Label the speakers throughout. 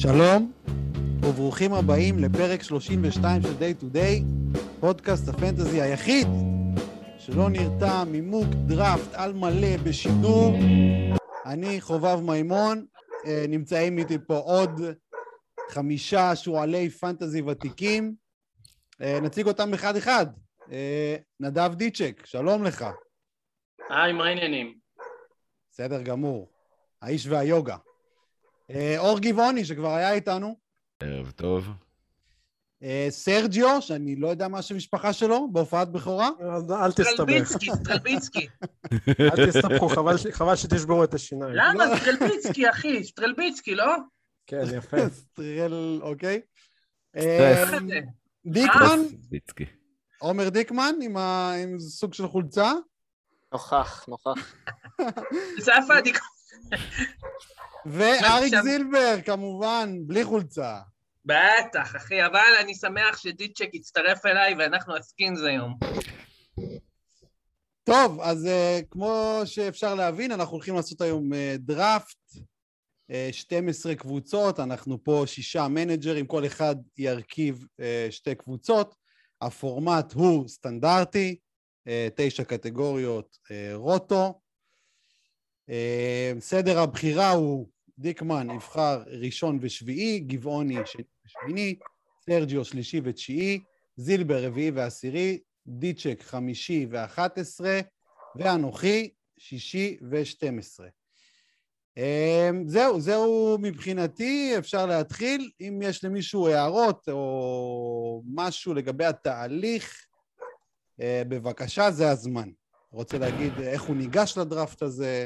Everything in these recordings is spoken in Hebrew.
Speaker 1: שלום וברוכים הבאים לפרק 32 של Day to Day, פודקאסט הפנטזי היחיד שלא נרתע ממוק דראפט על מלא בשידור. אני חובב מימון, נמצאים איתי פה עוד 5 שועלי פנטזי ותיקים, נציג אותם אחד אחד. נדב דיצ'ק, שלום לך.
Speaker 2: היי, מה העניינים?
Speaker 1: בסדר גמור, האיש והיוגה. אור גבעוני שכבר היה איתנו.
Speaker 3: ערב טוב.
Speaker 1: סרג'יו, שאני לא יודע מה המשפחה שלו, בהופעת בכורה.
Speaker 4: אל תסתבך.
Speaker 2: סטרלביצקי.
Speaker 4: אל תסתבכו, חבל שתשברו את השיניים.
Speaker 2: למה? סטרלביצקי, אחי, סטרלביצקי, לא?
Speaker 4: כן, יפה.
Speaker 1: סטרל, אוקיי.
Speaker 3: סטרס.
Speaker 1: דיקמן?
Speaker 3: ביצקי.
Speaker 1: עומר דיקמן עם סוג של חולצה?
Speaker 5: נוכח.
Speaker 2: זה אף עדיק.
Speaker 1: ואריק זילבר, כמובן, בלי חולצה.
Speaker 2: בטח, אחי, אבל אני שמח שדיצ'ק יצטרף אליי ואנחנו עסקינס היום.
Speaker 1: טוב, אז כמו שאפשר להבין, אנחנו הולכים לעשות היום דראפט, 12 קבוצות, אנחנו פה 6 מנג'רים, כל אחד ירכיב 2 קבוצות, הפורמט הוא סטנדרטי, 9 קטגוריות רוטו, סדר הבחירה הוא דיקמן יבחר ראשון ושביעי, גבעוני שני ושמיני, סרג'יו שלישי ותשיעי, זילבר רביעי ועשירי, דיצ'ק חמישי ו11, ואנוכי שישי ו12. זהו מבחינתי, אפשר להתחיל. אם יש למישהו הערות או משהו לגבי התהליך, בבקשה, זה הזמן. רוצה להגיד איך הוא ניגש לדראפט הזה?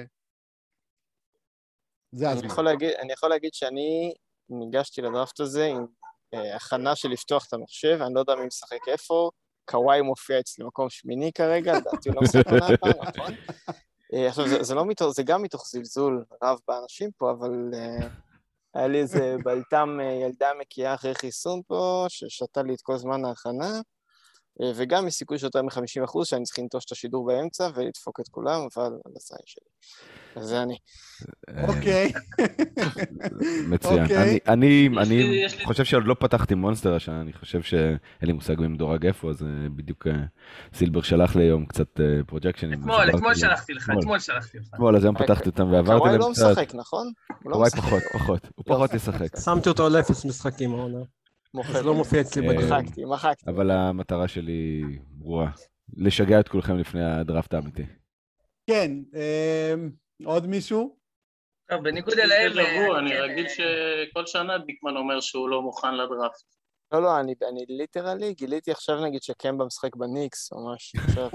Speaker 1: זה הזמן.
Speaker 5: אני יכול להגיד שאני ניגשתי לדראפט הזה עם הכנה של לפתוח את המחשב, אני לא יודע מי משחק איפה, קוואי מופיע אצלי מקום שמיני כרגע, לדעתי הוא לא משחק עונה פעם, נכון? עכשיו, זה גם מתוך זלזול רב באנשים פה, אבל היה לי איזה בלטם ילדה מקיאה אחרי חיסון פה, ששתה לי את כל זמן ההכנה, וגם יש סיכוי שיותר מ-50% שאני צריך לנטוש את השידור באמצע ולדפוק את כולם, אבל על הזין שלי. אז זה אני.
Speaker 1: אוקיי.
Speaker 3: מצוין. אני חושב שעוד לא פתחתי מונסטר השנה, אני חושב שאין לי מושג במדורג איפה, אז בדיוק סילבר שלח לי היום קצת פרוג'קשנים.
Speaker 2: אתמול שלחתי לך.
Speaker 3: אתמול, אז היום פתחתי אותם ועברתי
Speaker 5: להם קצת. קוואי לא משחק, נכון?
Speaker 3: קוואי פחות, הוא פחות ישחק.
Speaker 4: שמתי אותו על 0 משחקים, העונה. אז לא מופיע אצלי
Speaker 5: מחקתי.
Speaker 3: אבל המטרה שלי ברורה, לשגע את כולכם לפני הדראפט האמיתי.
Speaker 1: כן, עוד מישהו?
Speaker 2: טוב, בניגוד אליהם...
Speaker 6: אני רגיל שכל שנה דיקמן אומר שהוא לא מוכן לדראפט.
Speaker 5: לא, אני ליטרלי גיליתי עכשיו נגיד שקמבה משחק בניקס, ממש.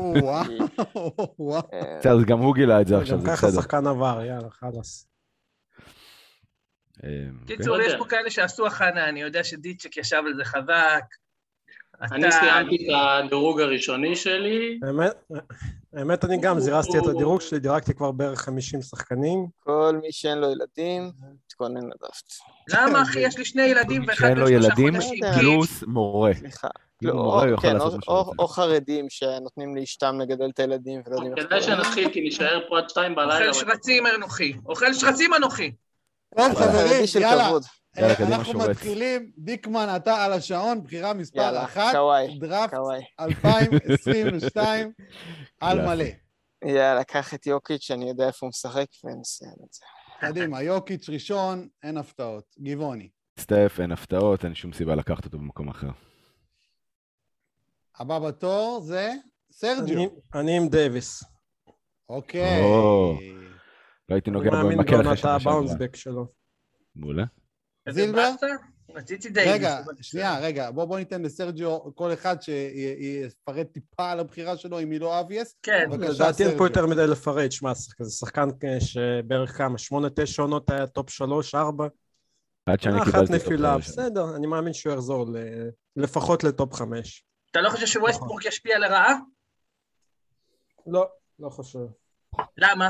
Speaker 1: וואו.
Speaker 3: אז גם הוא גילה את זה עכשיו,
Speaker 4: גם ככה שחקן עבר, יאללה, חלאס.
Speaker 2: קיצור, יש פה כאלה שעשו הכנה, אני יודע שדיצ'ק ישב על זה חזק.
Speaker 6: אני סיימתי את הדירוג הראשוני שלי.
Speaker 4: האמת, אני גם זירזתי את הדירוג שלי, דירקתי כבר בערך 50 שחקנים.
Speaker 5: כל מי שאין לו ילדים, תתכונן לדראפט.
Speaker 2: למה, אחי? יש לי 2 ילדים ואחד
Speaker 3: שאין לו
Speaker 2: ב3
Speaker 3: ילדים,
Speaker 2: חודשים.
Speaker 3: פלוס מורה.
Speaker 5: סליחה. או חרדים שנותנים לאשתם לגדל את הילדים ולא יודעים...
Speaker 6: כדאי שנתחיל, כי נשאר פה עד 2 בלילה.
Speaker 2: אוכל שרצים אנוכי.
Speaker 1: טוב חברים, יאללה,
Speaker 3: קדימה,
Speaker 1: אנחנו
Speaker 3: שורץ.
Speaker 1: מתחילים. דיקמן, אתה על השעון, בחירה מספר 1, דראפט
Speaker 5: קוואי.
Speaker 1: 2022 על מלא.
Speaker 5: יאללה, קח את יוקיץ' שאני יודע איפה הוא משחק ונסיים את זה.
Speaker 1: קדימה, יוקיץ' ראשון, אין הפתעות. גבעוני.
Speaker 3: סטף, אין הפתעות, אין שום סיבה לקחת אותו במקום אחר.
Speaker 1: הבא בתור זה סרג'יו.
Speaker 4: אני עם דייביס.
Speaker 1: אוקיי.
Speaker 3: לא הייתי
Speaker 4: אני
Speaker 3: נוגע
Speaker 4: מאמין
Speaker 3: במקל אחרי
Speaker 4: בעונת
Speaker 3: שנה שעברה.
Speaker 4: הבאונסבק שלו.
Speaker 3: מעולה.
Speaker 1: זילבר?
Speaker 2: רציתי דייביס.
Speaker 1: רגע, בוא ניתן לסרג'יו כל אחד שיפרט טיפה על הבחירה שלו, אם היא לא אבייס.
Speaker 2: כן.
Speaker 4: לדעתי אין פה יותר מדי לפרט, שמע, זה שחקן שבערך כמה, 8-9 עונות היה טופ 3-4.
Speaker 3: עד שאני
Speaker 4: אחת
Speaker 3: קיבלתי
Speaker 4: נפילה,
Speaker 3: אותו.
Speaker 4: בסדר, אני מאמין שהוא יחזור לפחות לטופ 5.
Speaker 2: אתה לא חושב שווסטברוק ישפיע לרעה?
Speaker 4: לא חושב.
Speaker 2: למה?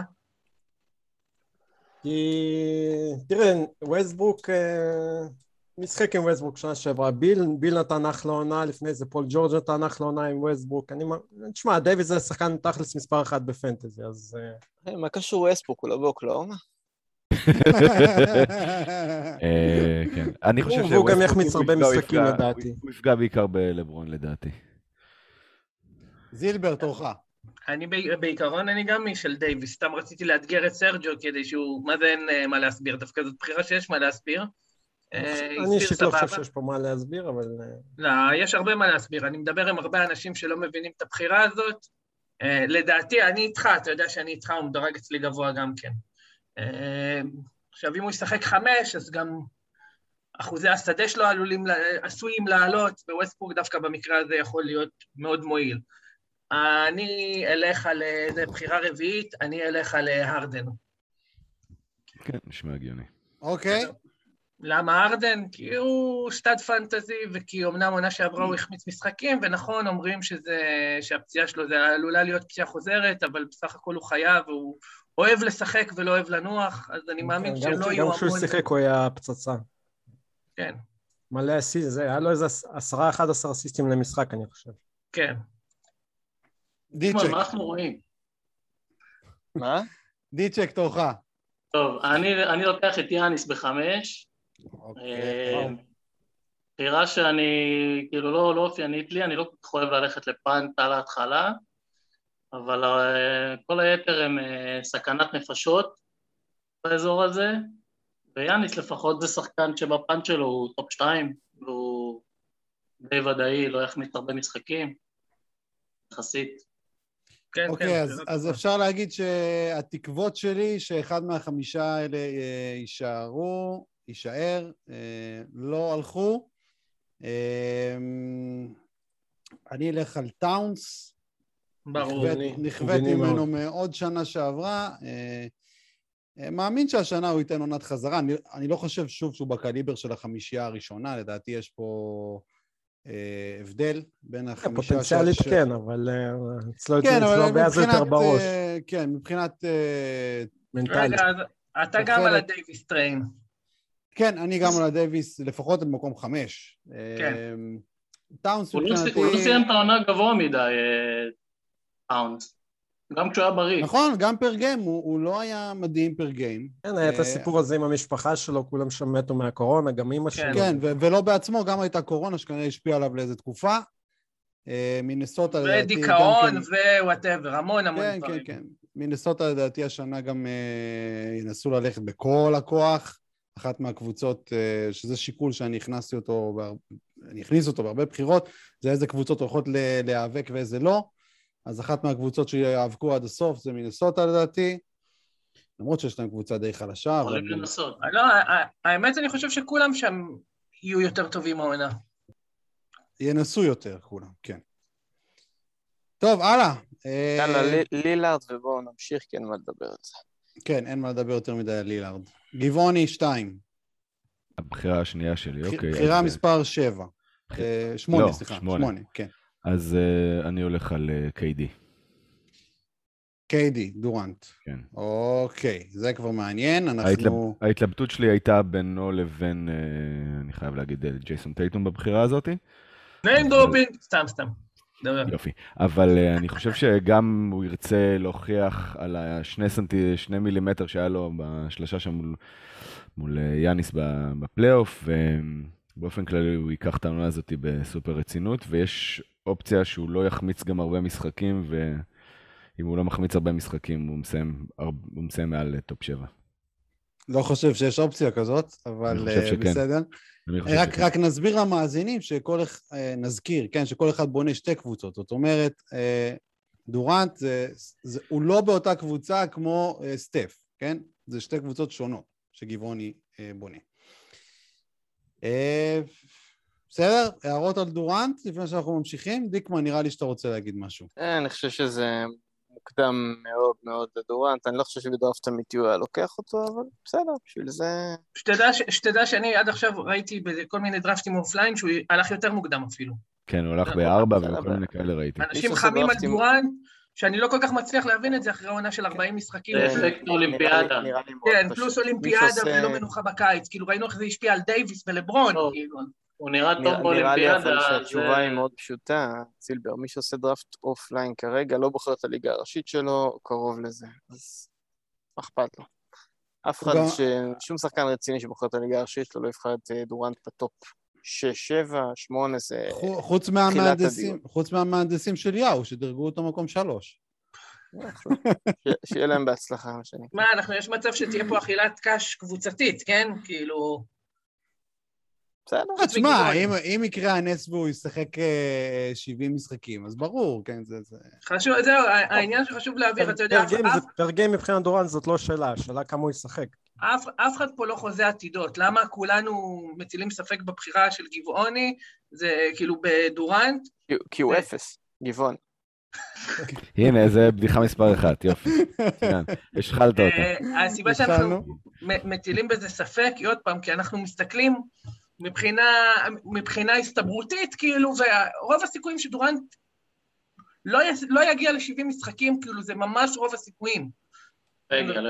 Speaker 4: כי, תראה, ווסטברוק, משחק עם ווסטברוק שנה שעברה, ביל נתן אחלה עונה, לפני זה פול ג'ורג' נתן אחלה עונה עם ווסטברוק, תשמע, דייוויס זה שחקן תכלס מספר 1 בפנטזי, אז...
Speaker 5: מה קשור ווסטברוק? הוא לא באוקלאומה?
Speaker 3: כן, אני חושב
Speaker 4: והוא גם יחמיץ הרבה משחקים לדעתי.
Speaker 3: הוא יפגע בעיקר בלברון לדעתי.
Speaker 1: זילבר, תורך.
Speaker 2: בעיקרון אני גם של דייביס, סתם רציתי לאתגר את סרג'ו כדי שהוא, מה זה אין מה להסביר, דווקא זאת בחירה שיש מה להסביר.
Speaker 4: אני אישית לא חושב שיש פה מה להסביר, אבל...
Speaker 2: לא, יש הרבה מה להסביר, אני מדבר עם הרבה אנשים שלא מבינים את הבחירה הזאת, לדעתי, אני איתך, אתה יודע שאני איתך, הוא מדורג אצלי גבוה גם כן. עכשיו, אם הוא ישחק 5, אז גם אחוזי השדה שלו עשויים לעלות, וווסטבורג דווקא במקרה הזה יכול להיות מאוד מועיל. אני אלך על איזה בחירה רביעית, אני אלך על הרדן.
Speaker 3: כן, נשמע הגיוני.
Speaker 1: אוקיי.
Speaker 2: למה הרדן? כי הוא סטאד פנטזי, וכי אמנם עונה שעברה הוא החמיץ משחקים, ונכון, אומרים שהפציעה שלו זה עלולה להיות פציעה חוזרת, אבל בסך הכל הוא חייב, והוא אוהב לשחק ולא אוהב לנוח, אז אני מאמין שלא יהיו המון...
Speaker 4: גם כשהוא שיחק הוא היה פצצה.
Speaker 2: כן.
Speaker 4: מלא אסיסט, היה לו איזה 10-11 אסיסטים למשחק, אני חושב.
Speaker 2: כן.
Speaker 1: דיצ'ק.
Speaker 6: מה אנחנו רואים?
Speaker 5: מה?
Speaker 1: דיצ'ק, תורך.
Speaker 6: טוב, אני לוקח את יאניס ב5. בחירה שאני, כאילו לא אופיינית לי, אני לא כל כך אוהב ללכת לפאנט על ההתחלה, אבל כל היתר הם סכנת נפשות באזור הזה, ויאניס לפחות זה שחקן שבפאנט שלו הוא טופ 2, והוא די ודאי, לא יחמיץ הרבה משחקים, יחסית.
Speaker 1: אוקיי, אז אפשר להגיד שהתקוות שלי שאחד מה5 האלה יישאר, לא הלכו. אני אלך על טאונס.
Speaker 2: ברור.
Speaker 1: נכוויתי ממנו מעוד שנה שעברה. מאמין שהשנה הוא ייתן עונת חזרה. אני לא חושב שוב שהוא בקליבר של החמישייה הראשונה, לדעתי יש פה הבדל בין החמישה...
Speaker 4: פוטנציאלית כן, אבל אצלו הבעיה זה יותר בראש.
Speaker 1: כן, מבחינת...
Speaker 4: מנטלית.
Speaker 2: רגע, אתה גם על הדייביס טריין.
Speaker 1: כן, אני גם על הדייביס, לפחות במקום 5.
Speaker 2: כן.
Speaker 1: טאונס
Speaker 6: הוא לא סיים את העונה גבוה מדי, טאונס. גם כשהוא היה בריא.
Speaker 1: נכון, גם פר גיים, הוא לא היה מדהים פר גיים.
Speaker 4: כן, היה את הסיפור הזה עם המשפחה שלו, כולם שם מתו מהקורונה, גם אמא שלו.
Speaker 1: כן, ולא בעצמו, גם הייתה קורונה שכנראה השפיעה עליו לאיזו תקופה. מינסוטה לדעתי...
Speaker 2: ודיכאון ווואטאבר, המון
Speaker 1: כן,
Speaker 2: דברים.
Speaker 1: כן, כן. מינסוטה לדעתי השנה גם ינסו ללכת בכל הכוח. אחת מהקבוצות, שזה שיקול שאני אכניס אותו בהרבה בחירות, זה איזה קבוצות הולכות להיאבק ואיזה לא. אז אחת מהקבוצות שיאבקו עד הסוף זה מינסוטה לדעתי, למרות שיש להם קבוצה די חלשה.
Speaker 6: יכולים לנסות.
Speaker 2: לא, האמת אני חושב שכולם שם יהיו יותר טובים העונה.
Speaker 1: ינסו יותר כולם, כן. טוב, הלאה.
Speaker 5: יאללה, לילארד ובואו נמשיך, כי אין מה לדבר על זה.
Speaker 1: כן, אין מה לדבר יותר מדי על לילארד. גבעוני 2.
Speaker 3: הבחירה השנייה שלי, אוקיי.
Speaker 1: בחירה מספר 7. 8, סליחה, 8, כן.
Speaker 3: אז אני הולך על KD.
Speaker 1: KD, דורנט.
Speaker 3: כן.
Speaker 1: אוקיי, זה כבר מעניין,
Speaker 3: ההתלבטות שלי הייתה בינו לבין, אני חייב להגיד, ג'ייסון טייטום בבחירה הזאת.
Speaker 2: name dropping, סתם.
Speaker 3: יופי, אבל אני חושב שגם הוא ירצה להוכיח על 2 מילימטר שהיה לו בשלושה שם מול יאניס בפלייאוף, ובאופן כללי הוא ייקח את העונה הזאת בסופר רצינות, ויש אופציה שהוא לא יחמיץ גם הרבה משחקים, ואם הוא לא מחמיץ הרבה משחקים, הוא מסיים מעל טופ 7.
Speaker 1: לא חושב שיש אופציה כזאת, אבל בסדר. רק נסביר למאזינים נזכיר, כן, שכל אחד בונה 2 קבוצות. זאת אומרת, דורנט הוא לא באותה קבוצה כמו סטף, כן? זה 2 קבוצות שונות שגבעוני בונה. בסדר? הערות על דורנט לפני שאנחנו ממשיכים? דיקמן, נראה לי שאתה רוצה להגיד משהו.
Speaker 5: אני חושב שזה מוקדם מאוד מאוד לדורנט, אני לא חושב שבדראפט אמיתי הוא היה לוקח אותו, אבל בסדר, בשביל זה...
Speaker 2: שתדע שאני עד עכשיו ראיתי בכל מיני דראפטים אופליין שהוא הלך יותר מוקדם אפילו.
Speaker 3: כן, הוא הלך ב4 וכל מיני כאלה ראיתי.
Speaker 2: אנשים חמים על דורנט, שאני לא כל כך מצליח להבין את זה אחרי העונה של 40 משחקים.
Speaker 6: זה אפקט אולימפיאדה.
Speaker 2: כן, פלוס אולימפיאדה ולא מנוחה בקיץ, כאילו ראינו איך זה השפיע על דייביס ולברון.
Speaker 6: הוא נראה טוב באולימפיאדה.
Speaker 5: נראה לי אבל שהתשובה היא מאוד פשוטה, סילבר, מי שעושה דראפט אופליין כרגע, לא בוחר את הליגה הראשית שלו, קרוב לזה, אז אכפת לו. אף אחד, שום שחקן רציני שבוחר את הליגה הראשית שלו לא יבחר את דורנט בטופ 6, 7, 8, זה תחילת הדיון.
Speaker 1: חוץ מהמהנדסים של יאו, שדרגו אותו מקום 3.
Speaker 5: שיהיה להם בהצלחה, מה שאני.
Speaker 2: מה, יש מצב שתהיה פה אכילת קש קבוצתית, כן? כאילו...
Speaker 5: בסדר.
Speaker 1: תשמע, אם יקרה הנס והוא ישחק 70 משחקים, אז ברור, כן, זה...
Speaker 2: חשוב, זהו, העניין שחשוב להעביר, אתה יודע...
Speaker 4: פר גיים מבחינת דורנט זאת לא שאלה, השאלה כמה הוא ישחק.
Speaker 2: אף אחד פה לא חוזה עתידות, למה כולנו מטילים ספק בבחירה של גבעוני, זה כאילו בדורנט?
Speaker 5: כי הוא 0, גבעון.
Speaker 3: הנה, זה בדיחה מספר 1, יופי. השחלת אותה.
Speaker 2: הסיבה שאנחנו מטילים בזה ספק, היא עוד פעם, כי אנחנו מסתכלים מבחינה הסתברותית, כאילו, ורוב הסיכויים שדורנט לא יגיע ל-70 משחקים, כאילו, זה ממש רוב הסיכויים.
Speaker 6: רגע.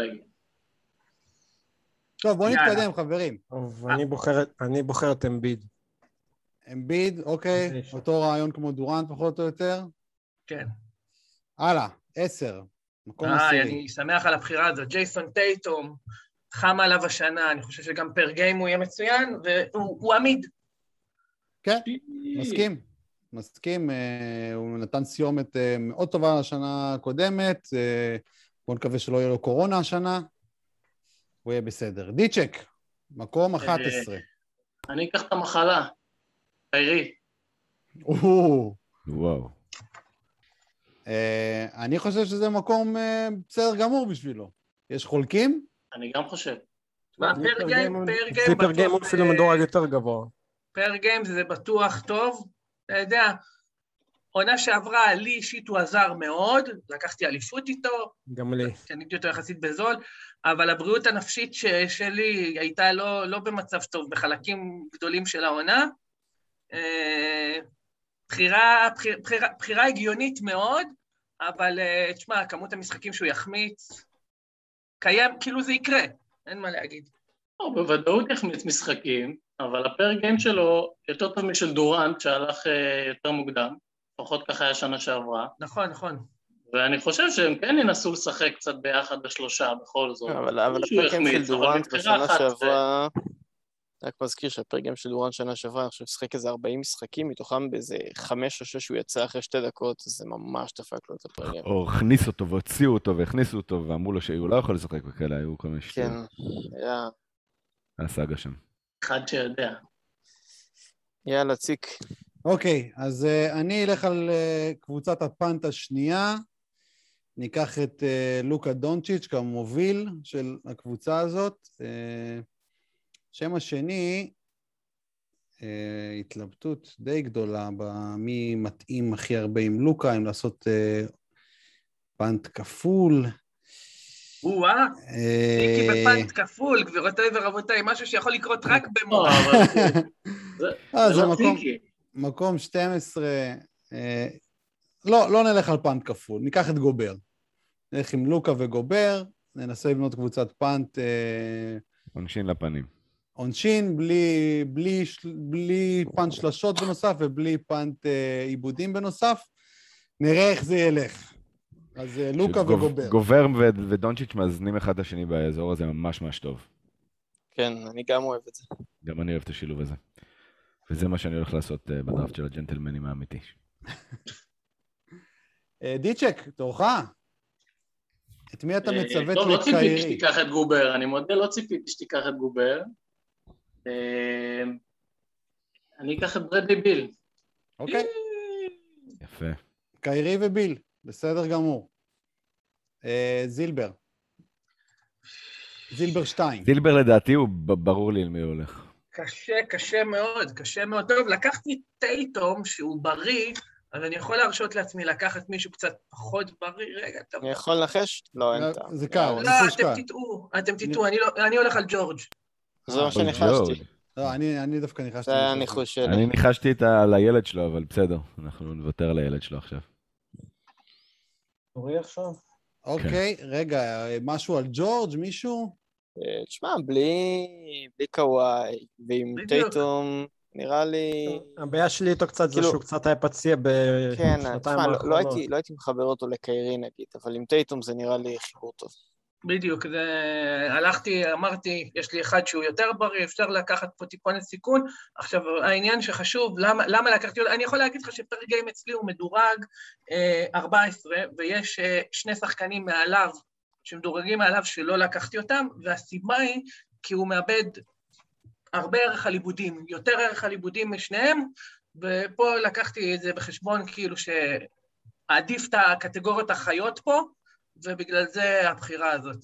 Speaker 1: טוב, בואו נתקדם, חברים.
Speaker 4: טוב, אני בוחר את אמביד.
Speaker 1: אמביד, אוקיי, אותו רעיון כמו דורנט, פחות או יותר.
Speaker 2: כן.
Speaker 1: הלאה, 10, מקום 10.
Speaker 2: אני שמח על הבחירה הזאת. ג'ייסון טייטום, חם עליו השנה, אני חושב שגם פר גיים הוא יהיה מצוין, והוא עמיד.
Speaker 1: כן, מסכים. הוא נתן סיומת מאוד טובה השנה הקודמת, בואו נקווה שלא יהיה לו קורונה השנה, הוא יהיה בסדר. דיצ'ק, מקום 11.
Speaker 6: אני אקח את המחלה, קיירי.
Speaker 3: וואו.
Speaker 1: אני חושב שזה מקום בסדר גמור בשבילו. יש חולקים?
Speaker 6: אני גם חושב.
Speaker 2: פר
Speaker 4: גיים הוא אפילו מדורג יותר גבוה.
Speaker 2: פר גיים זה בטוח טוב. אתה יודע, עונה שעברה, לי אישית הוא עזר מאוד, לקחתי אליפות איתו.
Speaker 4: גם לי.
Speaker 2: קניתי אותו יחסית בזול, אבל הבריאות הנפשית שלי הייתה לא במצב טוב, בחלקים גדולים של העונה. בחירה הגיונית מאוד, אבל תשמע, כמות המשחקים שהוא יחמיץ, קיים, כאילו זה יקרה, אין מה להגיד.
Speaker 6: בוודאות יחמיץ משחקים, אבל הפר גיים שלו יותר טוב משל דורנט, שהלך יותר מוקדם, לפחות ככה היה שנה שעברה.
Speaker 2: נכון.
Speaker 6: ואני חושב שהם כן ינסו לשחק קצת ביחד בשלושה בכל זאת.
Speaker 5: אבל הפר גיים של דורנט בשנה שעברה, רק מזכיר שהפר גיים של דורנט שנה שעברה, אני חושב ששחק איזה 40 משחקים, מתוכם באיזה 5 או 6 הוא יצא אחרי 2 דקות, זה ממש דפק לו את הפר גיים.
Speaker 3: או הכניס אותו והוציאו אותו והכניסו אותו, ואמרו לו שהוא לא יכול לשחק וכאלה, היו כל מיני שטויות.
Speaker 5: כן, היה...
Speaker 3: הסאגה שם.
Speaker 6: אחד שיודע.
Speaker 1: יאללה, ציק. אוקיי, אז אני אלך על קבוצת הפאנט השנייה, ניקח את לוקה דונצ'יץ' כמוביל של הקבוצה הזאת, שם השני, התלבטות די גדולה במי מתאים הכי הרבה עם לוקה, אם לעשות פאנט כפול.
Speaker 2: הייתי בפאנט כפול, גבירותיי ורבותיי, משהו שיכול לקרות רק במוח.
Speaker 1: זה מקום 12, לא נלך על פאנט כפול, ניקח את גובר. נלך עם לוקה וגובר, ננסה לבנות קבוצת פאנט...
Speaker 3: עונשין לפנים.
Speaker 1: עונשין, בלי פאנט שלשות בנוסף, ובלי פאנט עיבודים בנוסף. נראה איך זה ילך. אז לוקה וגובר.
Speaker 3: גובר ודונצ'יץ' מאזנים אחד השני באזור הזה ממש טוב.
Speaker 5: כן, אני גם אוהב את זה.
Speaker 3: גם אני אוהב את השילוב הזה. וזה מה שאני הולך לעשות בדראפט של הג'נטלמנים האמיתי.
Speaker 1: דיצ'ק, תורך. את מי אתה מצוות לקיירי?
Speaker 6: טוב, לא ציפיתי שתיקח את גובר, אני מודה, לא ציפיתי שתיקח את גובר. אני אקח את ברדלי ביל.
Speaker 1: אוקיי.
Speaker 3: יפה.
Speaker 1: קיירי וביל, בסדר גמור. זילבר. זילבר 2.
Speaker 3: זילבר לדעתי הוא ברור לי על מי הוא הולך.
Speaker 2: קשה מאוד. טוב, לקחתי טייטום שהוא בריא, אז אני יכול להרשות לעצמי לקחת מישהו קצת פחות בריא. רגע, טוב.
Speaker 5: אני יכול לנחש? לא, אין טעם.
Speaker 1: זה קל.
Speaker 2: לא, אתם תטעו, אני הולך על ג'ורג'.
Speaker 5: זה מה שניחשתי.
Speaker 1: לא, אני דווקא ניחשתי.
Speaker 5: זה היה ניחוש שלי.
Speaker 3: אני ניחשתי על הילד שלו, אבל בסדר, אנחנו נוותר על הילד שלו עכשיו.
Speaker 4: תורי עכשיו?
Speaker 1: אוקיי, רגע, משהו על ג'ורג', מישהו?
Speaker 5: תשמע, בלי קוואי, ועם טייטום, נראה לי...
Speaker 4: הבעיה שלי איתו קצת זה שהוא קצת היה פציע בשנתיים האחרונות.
Speaker 5: לא הייתי מחבר אותו לקיירי נגיד, אבל עם טייטום זה נראה לי חיבור טוב.
Speaker 2: בדיוק, הלכתי, אמרתי, יש לי אחד שהוא יותר בריא, אפשר לקחת פה טיפונת סיכון. עכשיו, העניין שחשוב, למה לקחתי אותו? אני יכול להגיד לך שפר גיים אצלי הוא מדורג 14, ויש שני שחקנים מעליו, שמדורגים מעליו שלא לקחתי אותם, והסיבה היא כי הוא מאבד הרבה ערך על עיבודים, יותר ערך על עיבודים משניהם, ופה לקחתי את זה בחשבון כאילו שעדיף את הקטגוריות החיות פה, ובגלל זה הבחירה הזאת.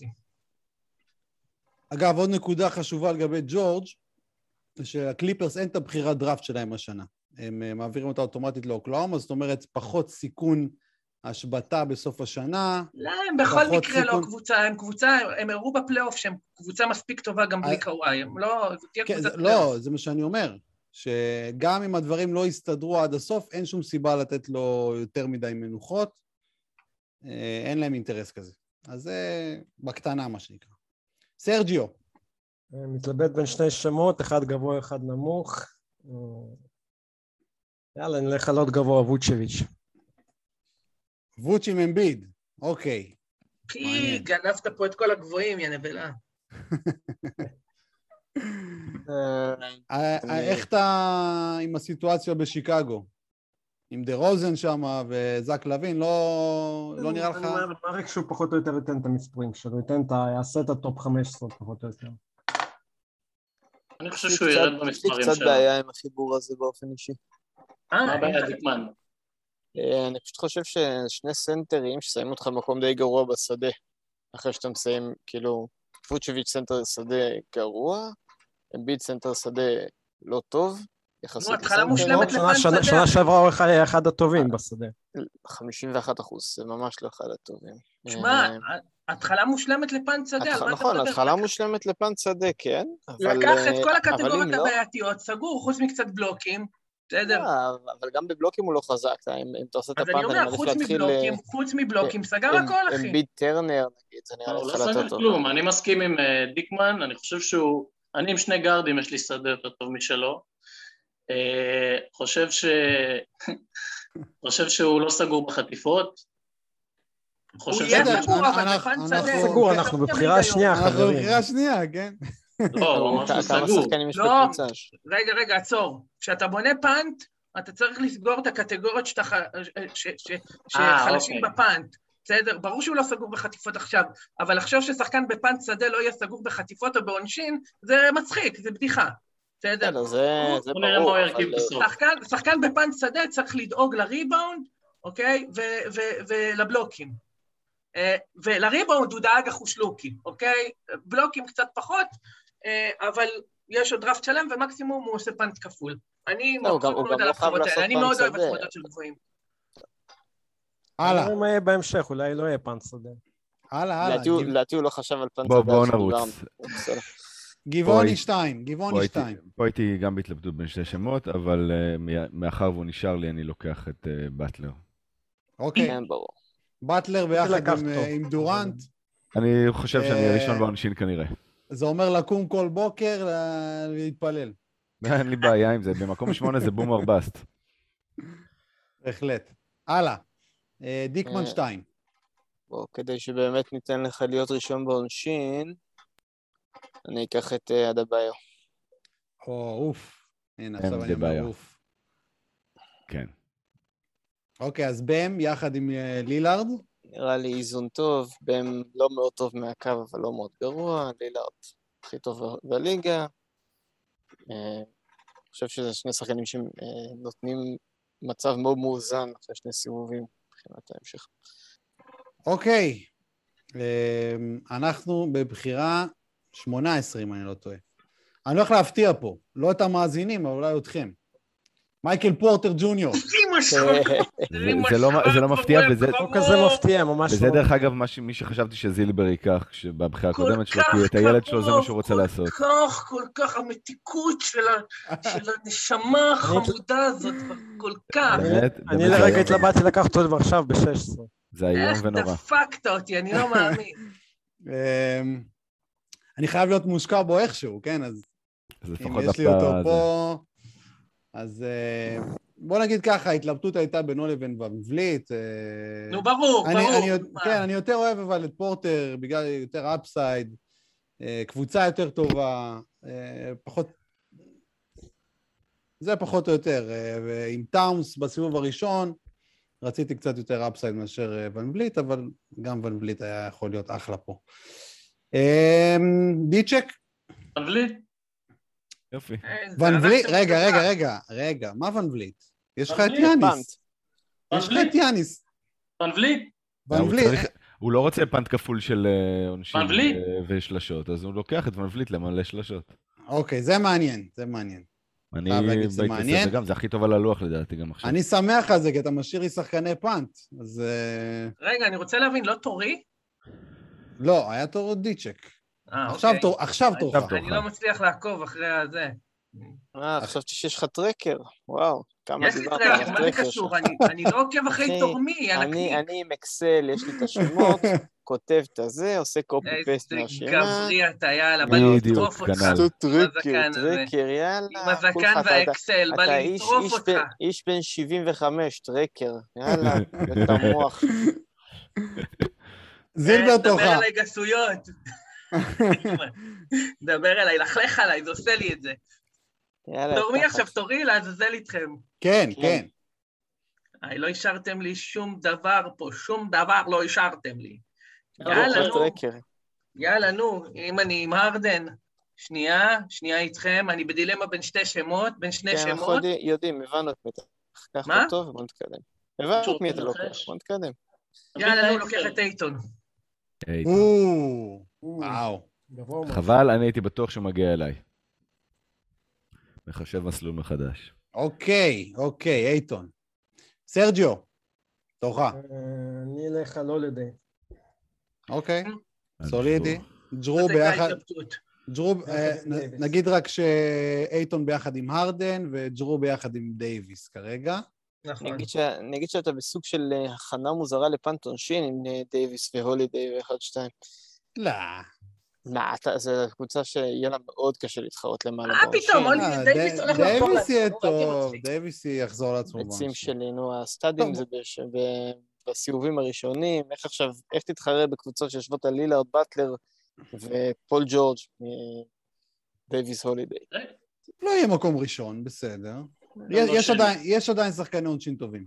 Speaker 1: אגב, עוד נקודה חשובה לגבי ג'ורג', שהקליפרס אין את הבחירת דראפט שלהם השנה. הם מעבירים אותה אוטומטית לאוקלאומה, זאת אומרת, פחות סיכון השבטה בסוף השנה.
Speaker 2: לא, הם בכל מקרה לא קבוצה, הם הראו בפלייאוף שהם קבוצה מספיק טובה גם בלי קוואי. לא, זה תהיה קבוצת פלייאוף.
Speaker 1: לא, זה מה שאני אומר. שגם אם הדברים לא יסתדרו עד הסוף, אין שום סיבה לתת לו יותר מדי מנוחות. אין להם אינטרס כזה. אז זה בקטנה מה שנקרא. סרג'יו.
Speaker 4: מתלבט בין שני שמות, אחד גבוה, אחד נמוך. יאללה, נלך על עוד גבוה, ווצ'ביץ'.
Speaker 1: ווצ'ים אמביד, אוקיי.
Speaker 2: גנבת פה את כל הגבוהים, יא נבלה.
Speaker 1: איך אתה עם הסיטואציה בשיקגו? עם דה רוזן שם וזק לוין, לא נראה לך?
Speaker 4: אני מעריך שהוא פחות או יותר ייתן את המספרים שלו, יעשה את הטופ 15 פחות או יותר.
Speaker 6: אני חושב שהוא ירד במספרים שלו.
Speaker 5: יש לי קצת בעיה עם החיבור הזה באופן אישי.
Speaker 6: מה הבעיה, דיקמן?
Speaker 5: אני פשוט חושב ששני סנטרים ששמים אותך במקום די גרוע בשדה, אחרי שאתה מסיים, כאילו, ווצ'ביץ' סנטר שדה גרוע, אמביד סנטר שדה לא טוב,
Speaker 2: נו, התחלה מושלמת לפן שדה.
Speaker 4: שנה שעברה הוא אחד הטובים בשדה.
Speaker 5: 51%, זה ממש לא אחד הטובים.
Speaker 2: שמע, התחלה מושלמת לפן שדה.
Speaker 5: נכון, התחלה מושלמת לפן שדה, כן.
Speaker 2: לקח את כל הקטגוריות הבעייתיות, סגור, חוץ מקצת בלוקים, בסדר?
Speaker 5: אבל גם בבלוקים הוא לא חזק, אם אתה עושה את הפאנט,
Speaker 2: אז אני אומר, חוץ מבלוקים, סגר הכל, אחי.
Speaker 5: אמביד טרנר, נגיד, זה נראה לי התחלה יותר טוב.
Speaker 6: לא סגר כלום, אני מסכים עם דיקמן, אני חושב שהוא, אני עם שני גארדים, יש לי שדה יותר טוב משלו. חושב שהוא לא סגור בחטיפות.
Speaker 2: הוא יהיה סגור, אבל בפן שדה.
Speaker 4: סגור, אנחנו בבחירה השנייה, חברים.
Speaker 1: אנחנו בבחירה השנייה, כן.
Speaker 6: לא, הוא ממש סגור.
Speaker 5: כמה שחקנים יש בקבוצה?
Speaker 2: רגע, עצור. כשאתה בונה פאנט, אתה צריך לסגור את הקטגוריות שחלשים בפאנט. בסדר? ברור שהוא לא סגור בחטיפות עכשיו, אבל לחשוב ששחקן בפאנט שדה לא יהיה סגור בחטיפות או בעונשין, זה מצחיק, זה בדיחה. בסדר?
Speaker 5: זה ברור.
Speaker 2: שחקן בפאנט שדה צריך לדאוג לריבאונד, אוקיי? ולבלוקים. ולריבאונד הוא דאג החושלוקי, אוקיי? בלוקים קצת פחות, אבל יש עוד דראפט שלם, ומקסימום הוא עושה פאנט כפול. אני מאוד אוהב הצמדות של גבוהים.
Speaker 1: הלאה.
Speaker 4: מה יהיה בהמשך? אולי לא יהיה פאנט שדה.
Speaker 1: הלאה.
Speaker 5: לדעתי הוא לא חשב על פאנט שדה.
Speaker 3: בואו נרוץ.
Speaker 1: גבעוני 2.
Speaker 3: פה הייתי גם בהתלבטות בין שני שמות, אבל מאחר והוא נשאר לי, אני לוקח את באטלר.
Speaker 1: אוקיי. באטלר ביחד עם דורנט.
Speaker 3: אני חושב שאני הראשון בעונשין כנראה.
Speaker 1: זה אומר לקום כל בוקר, להתפלל.
Speaker 3: אין לי בעיה עם זה, במקום 8 זה בום ארבסט.
Speaker 1: בהחלט. הלאה. דיקמן 2.
Speaker 5: בוא, כדי שבאמת ניתן לך להיות ראשון בעונשין, אני אקח את אדבאיו.
Speaker 1: אוף. הנה, עכשיו אני אומר אוף.
Speaker 3: כן.
Speaker 1: אוקיי, אז בם יחד עם לילארד?
Speaker 5: נראה לי איזון טוב, בם לא מאוד טוב מהקו, אבל לא מאוד גרוע, לילארד הכי טוב בליגה. אני חושב שזה שני שחקנים שנותנים מצב מאוד מאוזן אחרי שני סיבובים מבחינת ההמשך.
Speaker 1: אוקיי, אנחנו בבחירה 18, אם אני לא טועה. אני הולך להפתיע פה, לא את המאזינים, אבל אולי אתכם. מייקל פורטר ג'וניור.
Speaker 3: זה לא מפתיע, וזה
Speaker 4: לא כזה מפתיע, ממש לא.
Speaker 3: וזה דרך אגב מי שחשבתי שזילבר ייקח בבחירה הקודמת שלו, כי את הילד שלו זה מה שהוא רוצה לעשות.
Speaker 2: כל כך המתיקות של הנשמה החמודה הזאת, כל כך.
Speaker 4: אני לרגע התלבטתי לקחת אותו עכשיו ב-16.
Speaker 3: זה איום ונורא.
Speaker 2: איך דפקת אותי, אני לא מאמין.
Speaker 1: אני חייב להיות מושקע בו איכשהו, כן? אז אם יש לי אותו פה, אז בוא נגיד ככה, ההתלבטות הייתה בינו לבין ון וליט.
Speaker 2: נו, ברור.
Speaker 1: כן, אני יותר אוהב אבל את פורטר, בגלל יותר אפסייד, קבוצה יותר טובה, פחות... זה פחות או יותר, ועם טאונס בסיבוב הראשון, רציתי קצת יותר אפסייד מאשר ון וליט, אבל גם ון וליט היה יכול להיות אחלה פה. דיצ'ק?
Speaker 6: ון וליט?
Speaker 3: יופי.
Speaker 1: ון וליט, רגע, מה ון וליט? יש לך את יאניס. יש לך את יאניס.
Speaker 6: ון וליט?
Speaker 1: ון וליט.
Speaker 3: הוא לא רוצה פנט כפול של עונשים
Speaker 6: ון וליט?
Speaker 3: ושלשות, אז הוא לוקח את ון וליט למלא שלשות.
Speaker 1: אוקיי, זה מעניין, זה מעניין.
Speaker 3: אני בהתלסת וגם, זה הכי טוב על הלוח לדעתי גם עכשיו.
Speaker 1: אני שמח על זה, כי אתה משאיר לי שחקני פאנט, אז...
Speaker 2: רגע, אני רוצה להבין, לא תורי?
Speaker 1: לא, היה תור דיצ'ק. עכשיו תורך.
Speaker 2: אני לא מצליח לעקוב אחרי הזה.
Speaker 5: חשבתי שיש לך טרקר, וואו, כמה
Speaker 2: יש לי
Speaker 5: דיברת
Speaker 2: טרקר,
Speaker 5: על
Speaker 2: מה זה
Speaker 5: הטרקר
Speaker 2: קשור?
Speaker 5: שלך.
Speaker 2: אני לא עוקב אחרי תורמי, על הקליק.
Speaker 5: אני עם אקסל, יש לי את השמות, כותב את הזה, עושה קופי פסט מהשמה.
Speaker 2: גברי אתה, יאללה, בא לי לטרוף אותך.
Speaker 5: טרקר, יאללה.
Speaker 2: עם הזקן והאקסל, בא לי לטרוף אותך.
Speaker 5: איש בן 75, טרקר, יאללה, את המוח.
Speaker 1: זילבר תורך.
Speaker 2: דבר אליי גסויות. דבר אליי, לחלך עליי, זה עושה לי את זה. תורמי עכשיו, תורי לעזאזל איתכם.
Speaker 1: כן, כן.
Speaker 2: לא השארתם לי שום דבר פה, שום דבר לא השארתם לי. יאללה, נו, אם אני עם הרדן, שנייה איתכם, אני בדילמה בין שני שמות.
Speaker 5: כן, אנחנו יודעים, הבנו את מי אתה לוקח. קח אותו טוב, בוא נתקדם. הבנו את מי אתה לוקח, בוא נתקדם.
Speaker 2: יאללה, נו, לוקח את אייטון.
Speaker 1: וואו.
Speaker 3: חבל, אני הייתי בטוח שהוא מגיע אליי. מחשב מסלול מחדש.
Speaker 1: אוקיי, אייטון. סרג'יו, תורך.
Speaker 4: אני אלך על הולידיי.
Speaker 1: אוקיי, סולידי. ג'רו ביחד. נגיד רק שאייטון ביחד עם הרדן, וג'רו ביחד עם דייביס כרגע.
Speaker 5: נגיד שאתה בסוג של הכנה מוזרה לפנט עונשין עם דייביס והולידיי ואחד שתיים.
Speaker 1: לא.
Speaker 5: זו קבוצה שיהיה לה מאוד קשה להתחרות למעלה
Speaker 2: בעונשין. פתאום, דייביס הולך לחזור
Speaker 1: לעצמו. דייביס יהיה טוב, דייביס יחזור לעצמו
Speaker 5: בעונשין. עצים שלי, נו, הסטאדים זה בסיבובים הראשונים, איך תתחרה בקבוצות שיושבות על לילארד, באטלר ופול ג'ורג' דייביס הולידיי.
Speaker 1: לא יהיה מקום ראשון, בסדר. יש עדיין שחקני עונשין טובים.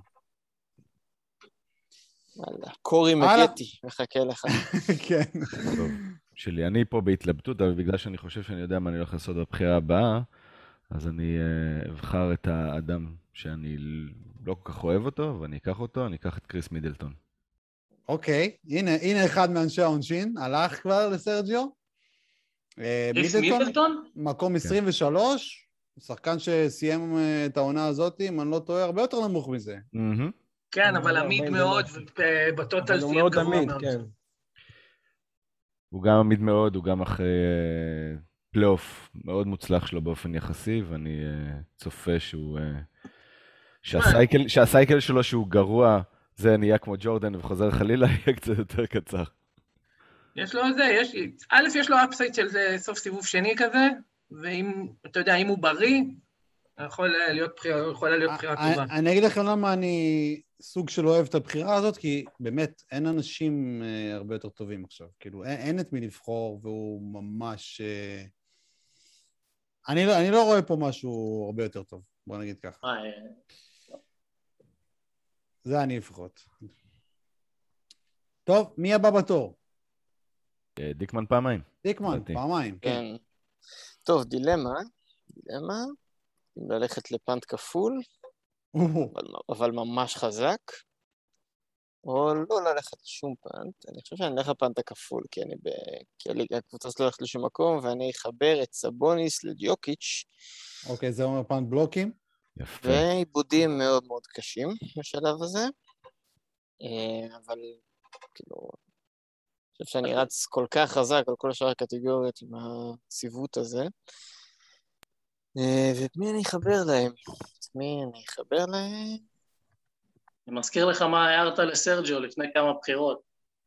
Speaker 5: קורי מגטי, מחכה לך.
Speaker 1: כן.
Speaker 3: שלי, אני פה בהתלבטות, אבל בגלל שאני חושב שאני יודע מה אני הולך לעשות בבחירה הבאה, אז אני אבחר את האדם שאני לא כל כך אוהב אותו, ואני אקח אותו, אני אקח את קריס מידלטון.
Speaker 1: אוקיי, הנה אחד מאנשי העונשין, הלך כבר לסרג'יו.
Speaker 6: קריס מידלטון?
Speaker 1: מקום 23, שחקן שסיים את העונה הזאת, אם אני לא טועה, הרבה יותר נמוך מזה.
Speaker 2: כן, אבל עמיד מאוד, בטוטל סיים גבוה מאוד.
Speaker 3: הוא גם עמיד מאוד, הוא גם אחרי פלייאוף מאוד מוצלח שלו באופן יחסי, ואני צופה שהסייקל שלו שהוא גרוע, זה נהיה כמו ג'ורדן וחוזר חלילה, יהיה קצת יותר קצר.
Speaker 2: יש לו זה, יש לו אפסייט של זה סוף סיבוב שני כזה, ואם, אתה יודע, אם הוא בריא, יכולה להיות בחירה טובה.
Speaker 1: אני אגיד לכם למה אני סוג של אוהב את הבחירה הזאת, כי באמת אין אנשים הרבה יותר טובים עכשיו. כאילו, אין את מי לבחור, והוא ממש... אני לא רואה פה משהו הרבה יותר טוב, בוא נגיד ככה. זה אני לפחות. טוב, מי הבא בתור?
Speaker 3: דיקמן פעמיים.
Speaker 1: דיקמן, פעמיים, כן.
Speaker 5: טוב, דילמה, אם ללכת לפנט כפול, אבל ממש חזק, או לא ללכת לשום פנט. אני חושב שאני אלך לפנט הכפול, כי הקבוצה לא הולכת לשום מקום, ואני אחבר את סבוניס לדיוקיץ'.
Speaker 1: אוקיי, זה אומר פנט בלוקים?
Speaker 3: יפה.
Speaker 5: ועיבודים מאוד מאוד קשים בשלב הזה, אבל כאילו, אני חושב שאני רץ כל כך חזק על כל השאר הקטגוריות עם הסיבוט הזה. ואת מי אני אחבר להם?
Speaker 6: אני מזכיר לך מה הערת לסרג'יו לפני כמה בחירות.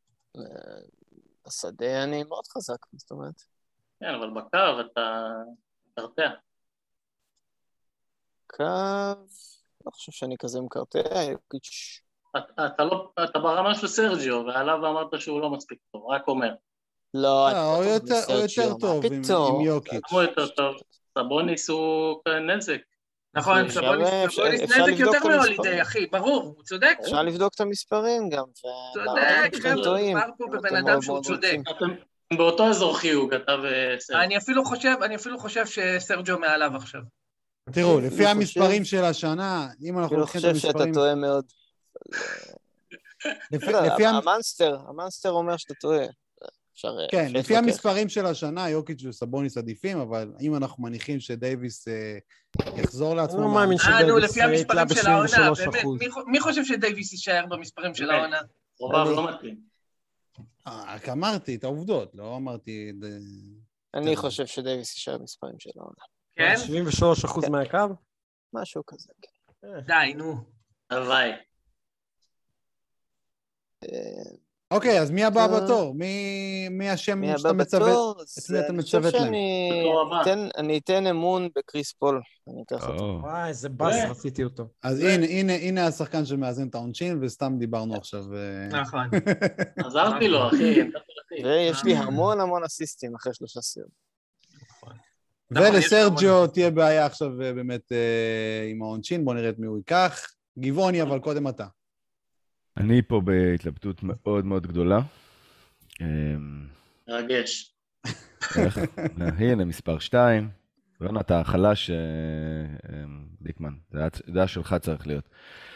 Speaker 5: השדה אני מאוד חזק, זאת אומרת.
Speaker 6: כן, אבל בקו אתה תרתע.
Speaker 5: קו, לא חושב שאני כזה מקרטע, יוקיץ'.
Speaker 6: אתה ברמה של סרג'יו, ועליו אמרת שהוא לא מספיק טוב, רק אומר.
Speaker 5: לא,
Speaker 1: הוא יותר טוב עם יוקיץ'.
Speaker 6: הוא יותר טוב. סבוניס הוא נזק.
Speaker 2: נכון, סבוניס נזק יותר מהולידי, אחי, ברור, הוא צודק.
Speaker 5: אפשר לבדוק את המספרים גם.
Speaker 2: צודק, חבר'ה, מדובר פה בבן אדם שהוא צודק.
Speaker 6: באותו אזור חיוג, אתה וסרג'יו.
Speaker 2: אני אפילו חושב שסרג'יו מעליו עכשיו.
Speaker 1: תראו, לפי המספרים של השנה, אם אנחנו לוקחים את המספרים...
Speaker 5: אני חושב שאתה טועה מאוד. המאנסטר אומר שאתה טועה.
Speaker 1: כן, לפי המספרים של השנה, יוקיץ' וסבוניס עדיפים, אבל אם אנחנו מניחים שדייביס יחזור לעצמו...
Speaker 4: אני לא מאמין שדייביס יתלה ב-73%.
Speaker 2: מי חושב שדייביס יישאר במספרים של העונה?
Speaker 6: רובב לא מתאים.
Speaker 1: רק אמרתי את העובדות, לא אמרתי...
Speaker 5: אני חושב שדייביס יישאר במספרים של העונה.
Speaker 2: כן?
Speaker 4: 73% מהקו?
Speaker 5: משהו כזה.
Speaker 2: די, נו.
Speaker 6: הלוואי.
Speaker 1: אוקיי, אז מי הבא בתור? מי השם שאתה מצוות? את מי אתה מצוות להם?
Speaker 5: אני אתן אמון בקריס פול. אני אקח אותו.
Speaker 4: וואי, איזה בס, רציתי אותו.
Speaker 1: אז הנה השחקן שמאזן את העונשין, וסתם דיברנו עכשיו.
Speaker 2: נכון.
Speaker 6: עזרתי לו, אחי.
Speaker 5: ויש לי המון אסיסטים אחרי 3 סיום.
Speaker 1: ולסרג'יו תהיה בעיה עכשיו באמת עם העונשין, בוא נראה את מי הוא ייקח. גבעוני, אבל קודם אתה.
Speaker 3: אני פה בהתלבטות מאוד מאוד גדולה.
Speaker 6: רגש.
Speaker 3: הנה, מספר 2. רונה, אתה חלש, דיקמן. זה היה שלך צריך להיות.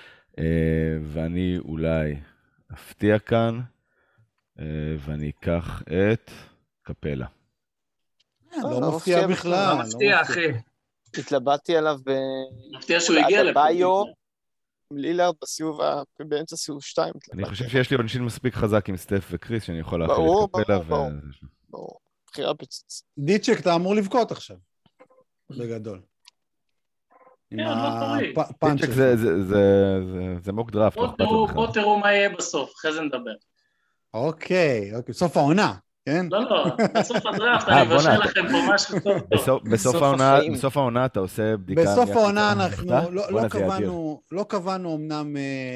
Speaker 3: ואני אולי אפתיע כאן, ואני אקח את קפלה.
Speaker 1: לא מפתיע בכלל.
Speaker 2: לא מפתיע, אחי.
Speaker 5: התלבטתי עליו
Speaker 6: מפתיע שהוא הגיע
Speaker 5: לביו. לילארד בסיבוב, באמצע סיבוב 2.
Speaker 3: אני חושב שיש לי עונשין מספיק חזק עם סטף וקריס, שאני יכול להכיל את קפלה.
Speaker 5: ברור, בחירה פציץ.
Speaker 1: דיצ'ק, אתה אמור לבכות עכשיו. בגדול.
Speaker 6: כן, לא תורי.
Speaker 3: דיצ'ק זה מוק דראפט.
Speaker 6: בוא תראו מה יהיה בסוף, אחרי זה נדבר.
Speaker 1: אוקיי, סוף העונה.
Speaker 6: לא, בסוף הדראפט, אני מבשל לכם פה משהו טוב.
Speaker 3: בסוף העונה אתה עושה בדיקה...
Speaker 1: בסוף העונה אנחנו לא קבענו אמנם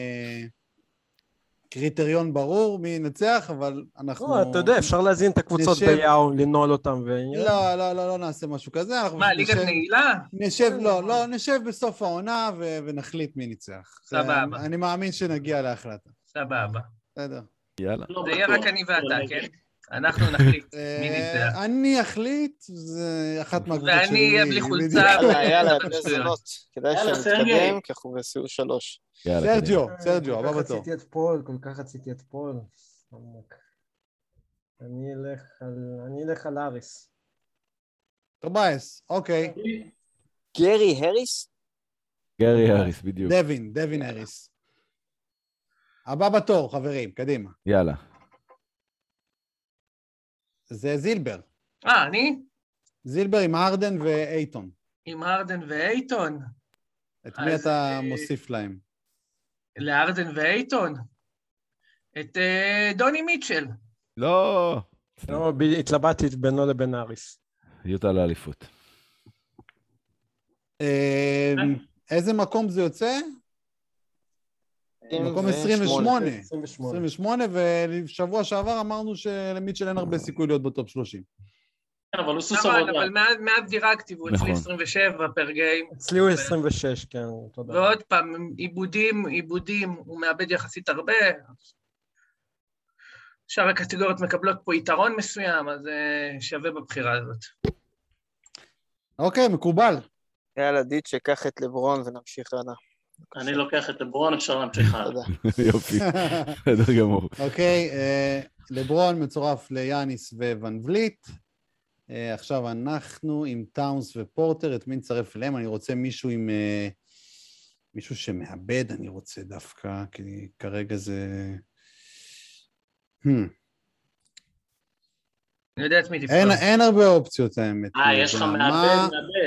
Speaker 1: קריטריון ברור מי ינצח, אבל אנחנו...
Speaker 4: לא, אתה יודע, אפשר להזין את הקבוצות ביאו, לנעול אותם ו...
Speaker 1: לא נעשה משהו כזה.
Speaker 2: מה, ליגת נעילה?
Speaker 1: נשב בסוף העונה ונחליט מי ניצח.
Speaker 2: סבבה.
Speaker 1: אני מאמין שנגיע להחלטה.
Speaker 2: סבבה.
Speaker 1: בסדר.
Speaker 3: יאללה.
Speaker 2: זה יהיה רק אני ואתה, כן? אנחנו נחליט מי ניצח.
Speaker 1: אני אחליט, זה אחת מהקבוצות שלי.
Speaker 2: ואני אהיה בלי חולצה.
Speaker 5: יאללה, בני זונות. כדאי שנתקדם, כי אנחנו בסיבוב 3.
Speaker 1: סרג'יו, הבא בתור.
Speaker 4: רציתי את פול, כל כך רציתי את פול. אני אלך על אריס.
Speaker 1: טובייס, אוקיי.
Speaker 5: גרי הריס?
Speaker 3: גרי הריס, בדיוק.
Speaker 1: דווין הריס. הבא בתור, חברים, קדימה.
Speaker 3: יאללה.
Speaker 1: זה זילבר.
Speaker 2: אני?
Speaker 1: זילבר עם הרדן ואייטון.
Speaker 2: עם הרדן ואייטון?
Speaker 1: את מי אתה מוסיף להם?
Speaker 2: להרדן ואייטון? את דוני מיטשל.
Speaker 3: לא.
Speaker 4: התלבטתי בינו לבין אריס.
Speaker 3: יוטה לאליפות.
Speaker 1: איזה מקום זה יוצא? מקום 28, ושבוע שעבר אמרנו שלמיטשל אין הרבה סיכוי להיות בטופ 30.
Speaker 6: כן, אבל הוא סוס עבודה.
Speaker 2: אבל מעט דירקטיב, הוא אצלי 27 פר גיים.
Speaker 4: אצלי הוא 26, כן, תודה.
Speaker 2: ועוד פעם, עיבודים, הוא מאבד יחסית הרבה. שאר הקטגוריות מקבלות פה יתרון מסוים, אז שווה בבחירה הזאת.
Speaker 1: אוקיי, מקובל.
Speaker 5: יאללה, דיץ' קח את לברון ונמשיך הלאה.
Speaker 6: אני לוקח את לברון, אפשר להמשיך הלאה.
Speaker 3: יופי, בסדר גמור.
Speaker 1: אוקיי, לברון מצורף ליאניס וון וליט. עכשיו אנחנו עם טאונס ופורטר, את מי נצרף אליהם? אני רוצה מישהו שמאבד, אני רוצה דווקא, כי כרגע זה...
Speaker 2: אני יודע את מי תפתור.
Speaker 1: אין הרבה אופציות, האמת.
Speaker 6: יש לך מאבד.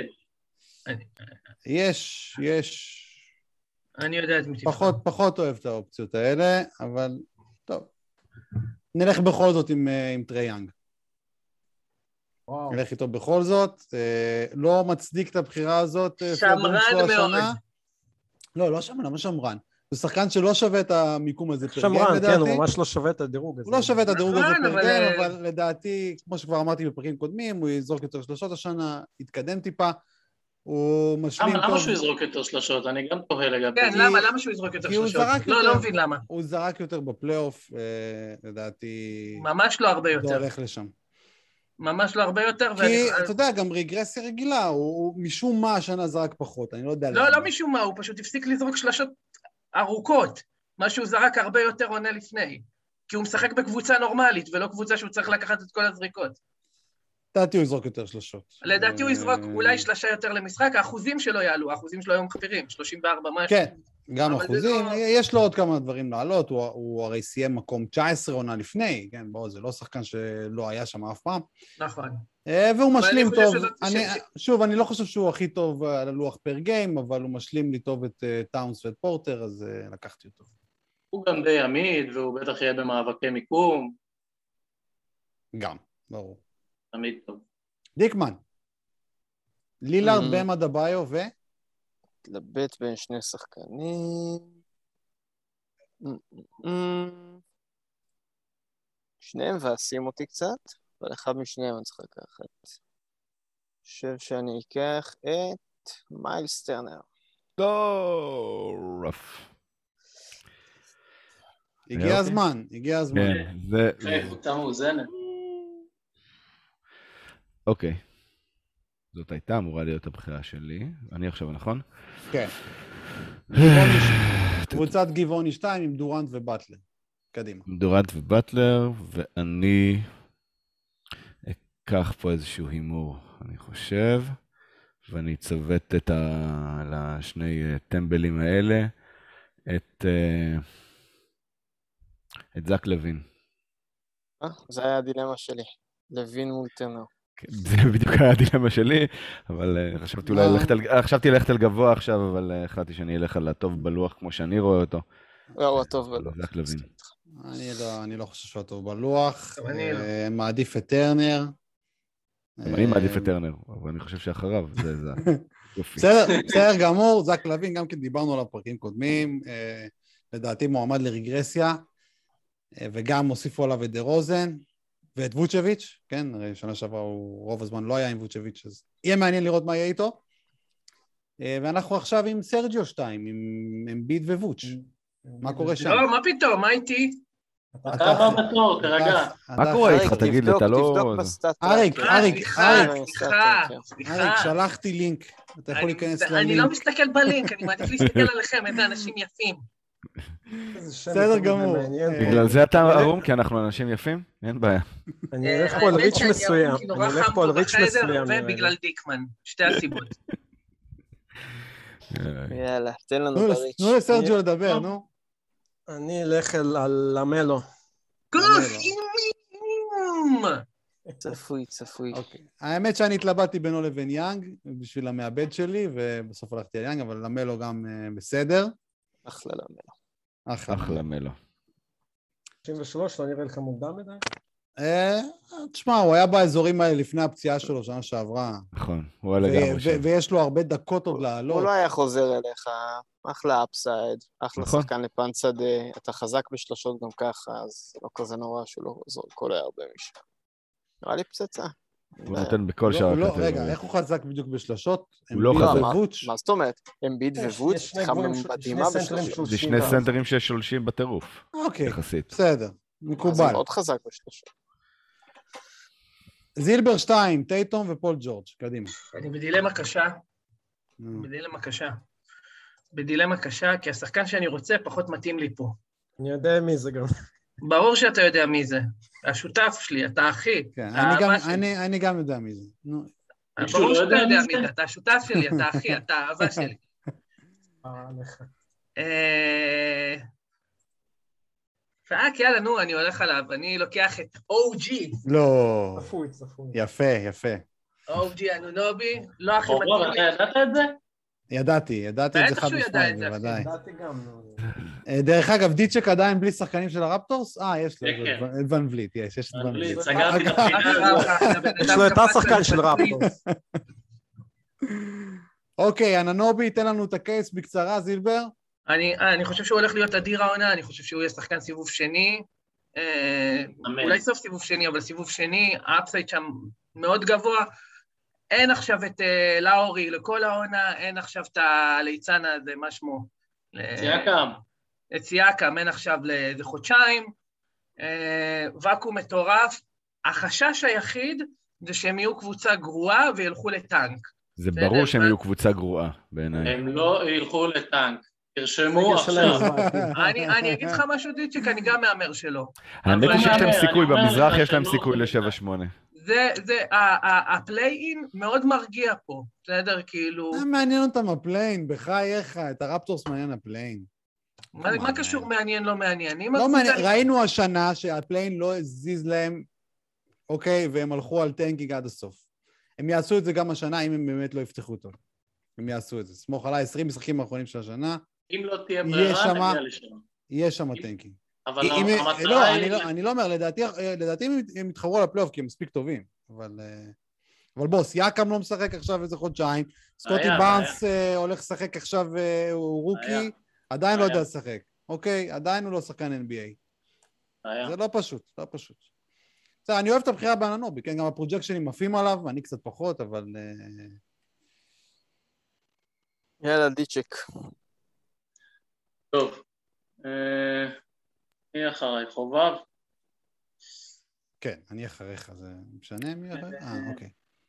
Speaker 1: יש...
Speaker 2: אני יודע את מי תפתור.
Speaker 1: פחות אוהב את האופציות האלה, אבל טוב. נלך בכל זאת עם טרי יאנג. נלך איתו בכל זאת. לא מצדיק את הבחירה הזאת.
Speaker 2: שמרן מאוד.
Speaker 1: לא שמרן, לא שמרן. הוא שחקן שלא שווה את המיקום הזה פר גיים,
Speaker 4: שמרן,
Speaker 1: לדעתי.
Speaker 4: כן, הוא ממש לא שווה את הדירוג הזה.
Speaker 1: הוא לא שווה את הדירוג הזה
Speaker 2: נכון,
Speaker 1: פר גיים, אבל לדעתי, כמו שכבר אמרתי בפרקים קודמים, הוא יזרוק יותר שלושות השנה, יתקדם טיפה, הוא משלים טוב.
Speaker 6: למה שהוא יזרוק יותר שלושות? אני גם תוהה לגבי.
Speaker 2: כן, למה שהוא יזרוק יותר שלושות? לא מבין למה.
Speaker 1: הוא זרק יותר בפלייאוף, לדעתי...
Speaker 2: ממש לא הרבה יותר.
Speaker 1: זה הולך לשם.
Speaker 2: ממש לא הרבה יותר.
Speaker 1: כי, אתה יודע, גם רגרסיה רגילה, הוא משום מה השנה זרק פחות, אני לא יודע למה.
Speaker 2: לא משום מה, הוא פשוט הפסיק לזרוק שלשות ארוכות, מה שהוא זרק הרבה יותר עונה לפני, כי הוא משחק בקבוצה נורמלית, ולא קבוצה שהוא צריך לקחת את כל הזריקות.
Speaker 1: לדעתי הוא יזרוק יותר שלשות.
Speaker 2: לדעתי הוא יזרוק אולי שלשה יותר למשחק, האחוזים שלו יעלו, האחוזים שלו היום מחפירים, 34 משהו.
Speaker 1: כן, גם אחוזים, יש לו עוד כמה דברים לעלות, הוא הרי סיים מקום 19 עונה לפני, כן, בואו, זה לא שחקן שלא היה שם אף פעם.
Speaker 2: נכון.
Speaker 1: והוא משלים טוב, שוב, אני לא חושב שהוא הכי טוב על הלוח פר גיים, אבל הוא משלים לי טוב את טאונס ואת פורטר, אז לקחתי אותו.
Speaker 6: הוא גם די עמיד, והוא בטח יהיה במאבקי מיקום.
Speaker 1: גם, ברור.
Speaker 6: תמיד טוב.
Speaker 1: דיקמן, לילארד בם אדבאיו ו...
Speaker 5: התלבט בין שני שחקנים. שניהם ועשים אותי קצת, אבל אחד משניהם אני צריך לקחת. חושב שאני אקח את מיילס טרנר.
Speaker 3: לא, רף.
Speaker 1: הגיע הזמן.
Speaker 3: כן, זה...
Speaker 6: קבוצה מאוזנת.
Speaker 3: אוקיי. זאת הייתה אמורה להיות הבחירה שלי. אני עכשיו, נכון?
Speaker 1: כן. קבוצת גבעוני 2 עם דורנט ובטלר. קדימה.
Speaker 3: דורנט ובטלר, ואני אקח פה איזשהו הימור, אני חושב, ואני אצוות לשני טמבלים האלה, את זק לוין.
Speaker 5: זה היה הדילמה שלי. לוין מול טרנר.
Speaker 3: זה בדיוק היה הדילמה שלי, אבל חשבתי ללכת על גבוה עכשיו, אבל החלטתי שאני אלך על הטוב בלוח כמו שאני רואה אותו.
Speaker 5: לא, הוא הטוב בלוח.
Speaker 3: זק לוין.
Speaker 1: אני לא חושב שהוא הטוב בלוח. מעדיף את טרנר.
Speaker 3: אני מעדיף את טרנר, אבל אני חושב שאחריו זה יופי.
Speaker 1: בסדר גמור, זק לוין, גם כן דיברנו עליו פרקים קודמים, לדעתי מועמד לרגרסיה, וגם הוסיפו עליו את דה רוזן, ואת ווצ'ביץ', כן, הרי שנה שעברה הוא רוב הזמן לא היה עם ווצ'ביץ', אז יהיה מעניין לראות מה יהיה איתו. ואנחנו עכשיו עם סרג'יו 2, עם אמביד וווצ'. מה קורה שם?
Speaker 2: לא, מה פתאום, מה איתי?
Speaker 6: אתה הבא בתור, תרגע.
Speaker 3: מה קורה איתך? תגיד, אתה לא...
Speaker 5: תבדוק בסטאט.
Speaker 1: אריק,
Speaker 2: סליחה.
Speaker 1: שלחתי לינק, אתה יכול להיכנס ללינק.
Speaker 2: אני לא מסתכל בלינק, אני מעדיף להסתכל עליכם, איזה אנשים יפים.
Speaker 1: בסדר גמור.
Speaker 3: בגלל זה אתה ערום, כי אנחנו אנשים יפים? אין בעיה.
Speaker 4: אני אלך פה על ריץ' מסוים.
Speaker 2: ובגלל דיקמן, שתי הסיבות.
Speaker 5: יאללה, תן לנו בריץ'.
Speaker 1: תנו לסרג'יו לדבר, נו.
Speaker 4: אני אלך על למלו.
Speaker 5: צפוי.
Speaker 1: האמת שאני התלבטתי בינו לבין יאנג, בשביל המעבד שלי, ובסוף הלכתי על יאנג, אבל למלו גם בסדר.
Speaker 5: אחלה למלו.
Speaker 3: אחלה מלו.
Speaker 4: 93, לא נראה לך מוקדם מדי?
Speaker 1: תשמע, הוא היה באזורים האלה לפני הפציעה שלו, שנה שעברה.
Speaker 3: נכון, הוא היה לגמרי שם.
Speaker 1: ויש לו הרבה דקות עוד לעלות.
Speaker 5: הוא לא היה חוזר אליך, אחלה אפסייד, אחלה שחקן לפן שדה, אתה חזק בשלושות גם ככה, אז לא כזה נורא שלא זורק כל הרבה משם. נראה לי פצצה.
Speaker 3: הוא נותן בכל שעה.
Speaker 1: רגע, איך הוא חזק בדיוק בשלושות?
Speaker 3: הוא לא חזק.
Speaker 5: מה זאת אומרת? אמביד וווצ' חמם מדהימה בשלושות.
Speaker 3: זה שני סנטרים ששולשים בטירוף.
Speaker 1: אוקיי,
Speaker 3: יחסית.
Speaker 1: בסדר, מקובל.
Speaker 5: זה מאוד חזק בשלושות.
Speaker 1: זילבר 2, טייטום ופול ג'ורג', קדימה.
Speaker 2: אני בדילמה קשה, כי השחקן שאני רוצה פחות מתאים לי פה.
Speaker 4: אני יודע מי זה גם.
Speaker 2: ברור שאתה יודע מי זה. השותף שלי, אתה אחי.
Speaker 1: אני גם יודע מי זה.
Speaker 2: ברור שאתה יודע מי זה, אתה השותף שלי, אתה אחי, אתה האהבה שלי. פאק, יאללה, נו, אני הולך עליו, אני לוקח את OG.
Speaker 1: לא.
Speaker 4: צפוי.
Speaker 1: יפה.
Speaker 2: OG אנונובי, לא הכי מתאים.
Speaker 6: אתה ידעת את זה?
Speaker 1: ידעתי את זה חד משמעית, בוודאי.
Speaker 4: ידעתי גם.
Speaker 1: דרך אגב, דיצ'ק עדיין בלי שחקנים של הרפטורס? יש לו, את ון וליט, יש את ון וליט.
Speaker 6: סגרתי את הפינה.
Speaker 4: יש לו את השחקן של רפטורס.
Speaker 1: אוקיי, אננובי, תן לנו את הקייס בקצרה, זילבר.
Speaker 2: אני חושב שהוא הולך להיות אדיר העונה, אני חושב שהוא יהיה שחקן סיבוב שני, אולי סוף סיבוב שני, אבל סיבוב שני, האפסייד שם מאוד גבוה, אין עכשיו את לאורי לכל העונה, אין עכשיו את הליצן הזה, מה שמו?
Speaker 6: סייקם.
Speaker 2: את סייקם, אין עכשיו לאיזה חודשיים, וקום מטורף, החשש היחיד זה שהם יהיו קבוצה גרועה וילכו לטנק.
Speaker 3: זה ברור שהם יהיו קבוצה גרועה בעיניי.
Speaker 6: הם לא ילכו לטנק. תרשמו עכשיו.
Speaker 2: אני אגיד לך משהו דיצ'יק, אני גם מאמר שלו.
Speaker 3: האמת היא שיש להם סיכוי, במזרח יש להם סיכוי ל-7-8.
Speaker 2: הפליין מאוד מרגיע פה, בסדר? כאילו...
Speaker 1: מעניין אותם הפליין, בחייך, את הרפטורס מעניין הפליין.
Speaker 2: מה קשור מעניין, לא מעניין?
Speaker 1: לא מעניין, ראינו השנה שהפליין לא הזיז להם, אוקיי, והם הלכו על טנקינג עד הסוף. הם יעשו את זה גם השנה, אם הם באמת לא יפתחו טוב. הם יעשו את זה. סמוך עליי, 20 משחקים האחרונים של השנה.
Speaker 6: אם לא תהיה ברירה, נגיע לשם.
Speaker 1: יהיה שם טנקינג.
Speaker 6: אבל המטרה היא...
Speaker 1: לא, אני לא אומר, לדעתי הם יתחרו על הפלייאוף, כי הם מספיק טובים. אבל בוא, סייקם לא משחק עכשיו איזה חודשיים, סקוטי בארנס הולך לשחק עכשיו, הוא רוקי, עדיין לא יודע לשחק. אוקיי, עדיין הוא לא שחקן NBA. זה לא פשוט, לא פשוט. בסדר, אני אוהב את הבחירה באננובי, כן, גם הפרוג'קשנים מפים עליו, אני קצת פחות, אבל...
Speaker 5: יאללה, דיצ'ק.
Speaker 6: טוב. מי אחריי? חובב?
Speaker 1: כן, אני אחריך, זה משנה מי אחריך? אוקיי.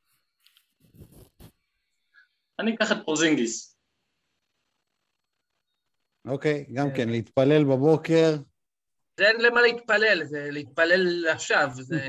Speaker 6: אני אקח את פורזינגיס.
Speaker 1: אוקיי, גם כן, להתפלל בבוקר.
Speaker 2: זה אין למה להתפלל, זה להתפלל עכשיו, זה...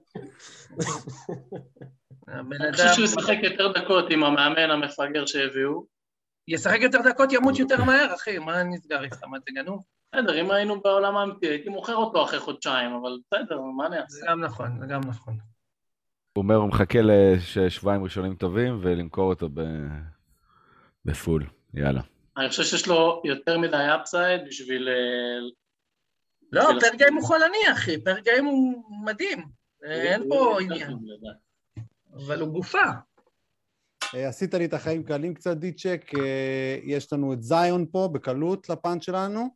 Speaker 6: אני חושב שהוא ישחק יותר דקות עם המאמן המפגר שהביאו.
Speaker 2: ישחק יותר דקות, ימות יותר מהר, אחי, מה נסגר איתך, מה זה גנוב?
Speaker 6: בסדר, אם היינו בעולם האמיתי, הייתי מוכר אותו אחרי חודשיים, אבל בסדר, מה אני אעשה?
Speaker 2: זה גם נכון, זה גם נכון.
Speaker 3: הוא אומר, הוא מחכה לשבועיים ראשונים טובים, ולמכור אותו בפול, יאללה.
Speaker 6: אני חושב שיש לו יותר מדי אפסייד בשביל...
Speaker 2: לא, פרגיים הוא חולני, אחי, פרגיים הוא מדהים, אין פה עניין. אבל הוא גופה.
Speaker 1: עשית לי את החיים קלים קצת, דיצ'ק, יש לנו את זיון פה, בקלות לפאנט שלנו,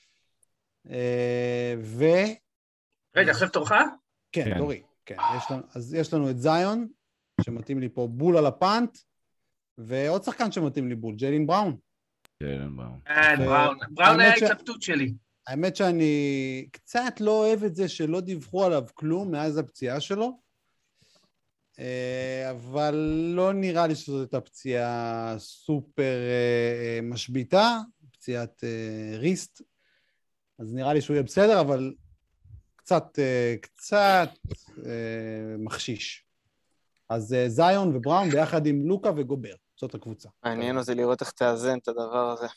Speaker 2: רגע, עכשיו תורך?
Speaker 1: כן, דורי, כן, אז יש לנו את זיון, שמתאים לי פה בול על הפאנט, ועוד שחקן שמתאים לי בול, ג'יילן בראון.
Speaker 3: ג'יילן בראון.
Speaker 2: בראון היה התלבטות שלי.
Speaker 1: האמת שאני קצת לא אוהב את זה שלא דיווחו עליו כלום מאז הפציעה שלו, אבל לא נראה לי שזאת הייתה פציעה סופר משביטה, פציעת ריסט, אז נראה לי שהוא יהיה בסדר, אבל קצת מחשיש. אז זיון ובראון ביחד עם לוקה וגובר, זאת הקבוצה.
Speaker 5: העניין הזה לראות איך תאזן את הדבר הזה.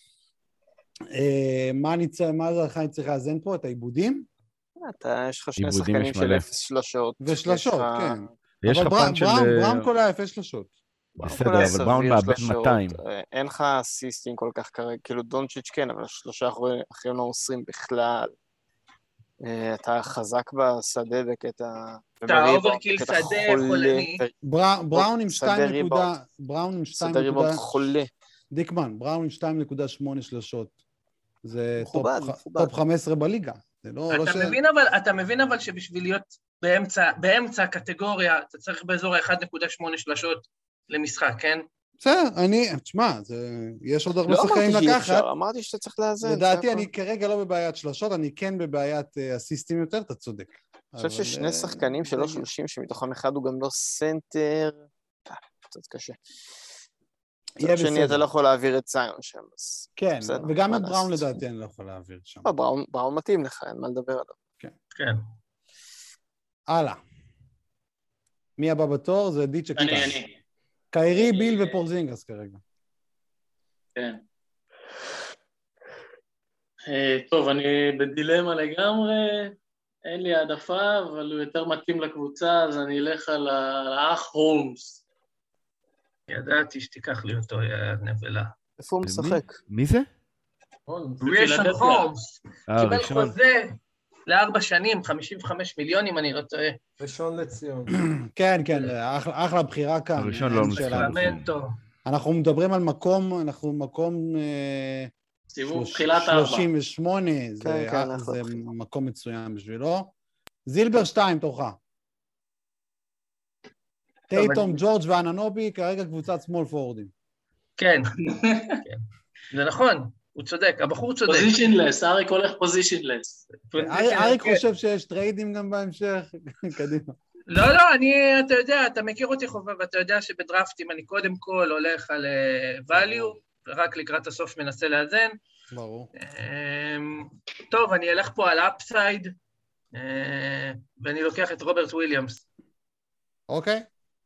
Speaker 1: מה זה אני צריך לאזן פה? את העיבודים?
Speaker 5: יש לך שני שחקנים של 0 שלשות.
Speaker 1: ושלשות, כן.
Speaker 3: יש לך פאנט של...
Speaker 1: בראון כל ה-0 שלשות.
Speaker 3: בסדר, אבל בראון מאבד 200.
Speaker 5: אין לך אסיסטים כל כך כרגע, כאילו דונצ'יץ' כן, אבל שלושה אחרים לא מוסרים בכלל. אתה חזק בשדה בקטע...
Speaker 2: אתה אוברקיל שדה, חולני.
Speaker 1: בראון עם 2
Speaker 5: שדה ריבון חולה.
Speaker 1: דיקמן, בראון עם 2.8 שלשות. זה טופ 15 בליגה.
Speaker 2: אתה מבין אבל שבשביל להיות באמצע הקטגוריה, אתה צריך באזור ה-1.8 שלשות למשחק, כן?
Speaker 1: בסדר, תשמע, יש עוד הרבה שחקנים לקחת.
Speaker 5: אמרתי שאתה צריך לאזן.
Speaker 1: לדעתי, אני כרגע לא בבעיית שלשות, אני כן בבעיית אסיסטים יותר, אתה צודק.
Speaker 5: אני חושב ששני שחקנים שלא 30, שמתוכם אחד הוא גם לא סנטר, קצת קשה. מצד שני, אתה לא יכול להעביר את זיון שם.
Speaker 1: כן, וגם את בראון לדעתי אני לא יכול להעביר שם.
Speaker 5: בראון מתאים לך, אין מה לדבר עליו.
Speaker 2: כן.
Speaker 1: הלאה. מי הבא בתור? זה דיצ'ק.
Speaker 6: אני.
Speaker 1: קיירי, ביל ופורזינגס כרגע.
Speaker 6: כן. טוב, אני בדילמה לגמרי, אין לי העדפה, אבל הוא יותר מתאים לקבוצה, אז אני אלך על האח הולמס.
Speaker 2: ידעתי שתיקח לי אותו, יא נבלה.
Speaker 5: איפה הוא משחק?
Speaker 3: מי זה?
Speaker 2: רישון הולמס. קיבל חוזה ל4 שנים, 55 מיליון, אם אני לא טועה.
Speaker 4: ראשון לציון.
Speaker 1: כן, אחלה בחירה כאן.
Speaker 3: הראשון לא משחק.
Speaker 1: אנחנו מדברים על מקום, אנחנו מקום
Speaker 6: סיבוב תחילת 4.
Speaker 1: 38, זה מקום מצוין בשבילו. זילבר 2, תורך. טייטום, ג'ורג' ואננובי, כרגע קבוצת סמול פורדים.
Speaker 2: כן, זה נכון, הוא צודק, הבחור צודק.
Speaker 6: פוזישנלס, אריק הולך פוזישנלס.
Speaker 1: אריק חושב שיש טריידים גם בהמשך, קדימה.
Speaker 2: לא, אתה יודע, אתה מכיר אותי חובה, ואתה יודע שבדרפטים אני קודם כל הולך על value, ורק לקראת הסוף מנסה לאזן.
Speaker 1: ברור.
Speaker 2: טוב, אני אלך פה על אפסייד, ואני לוקח את רוברט וויליאמס.
Speaker 1: אוקיי.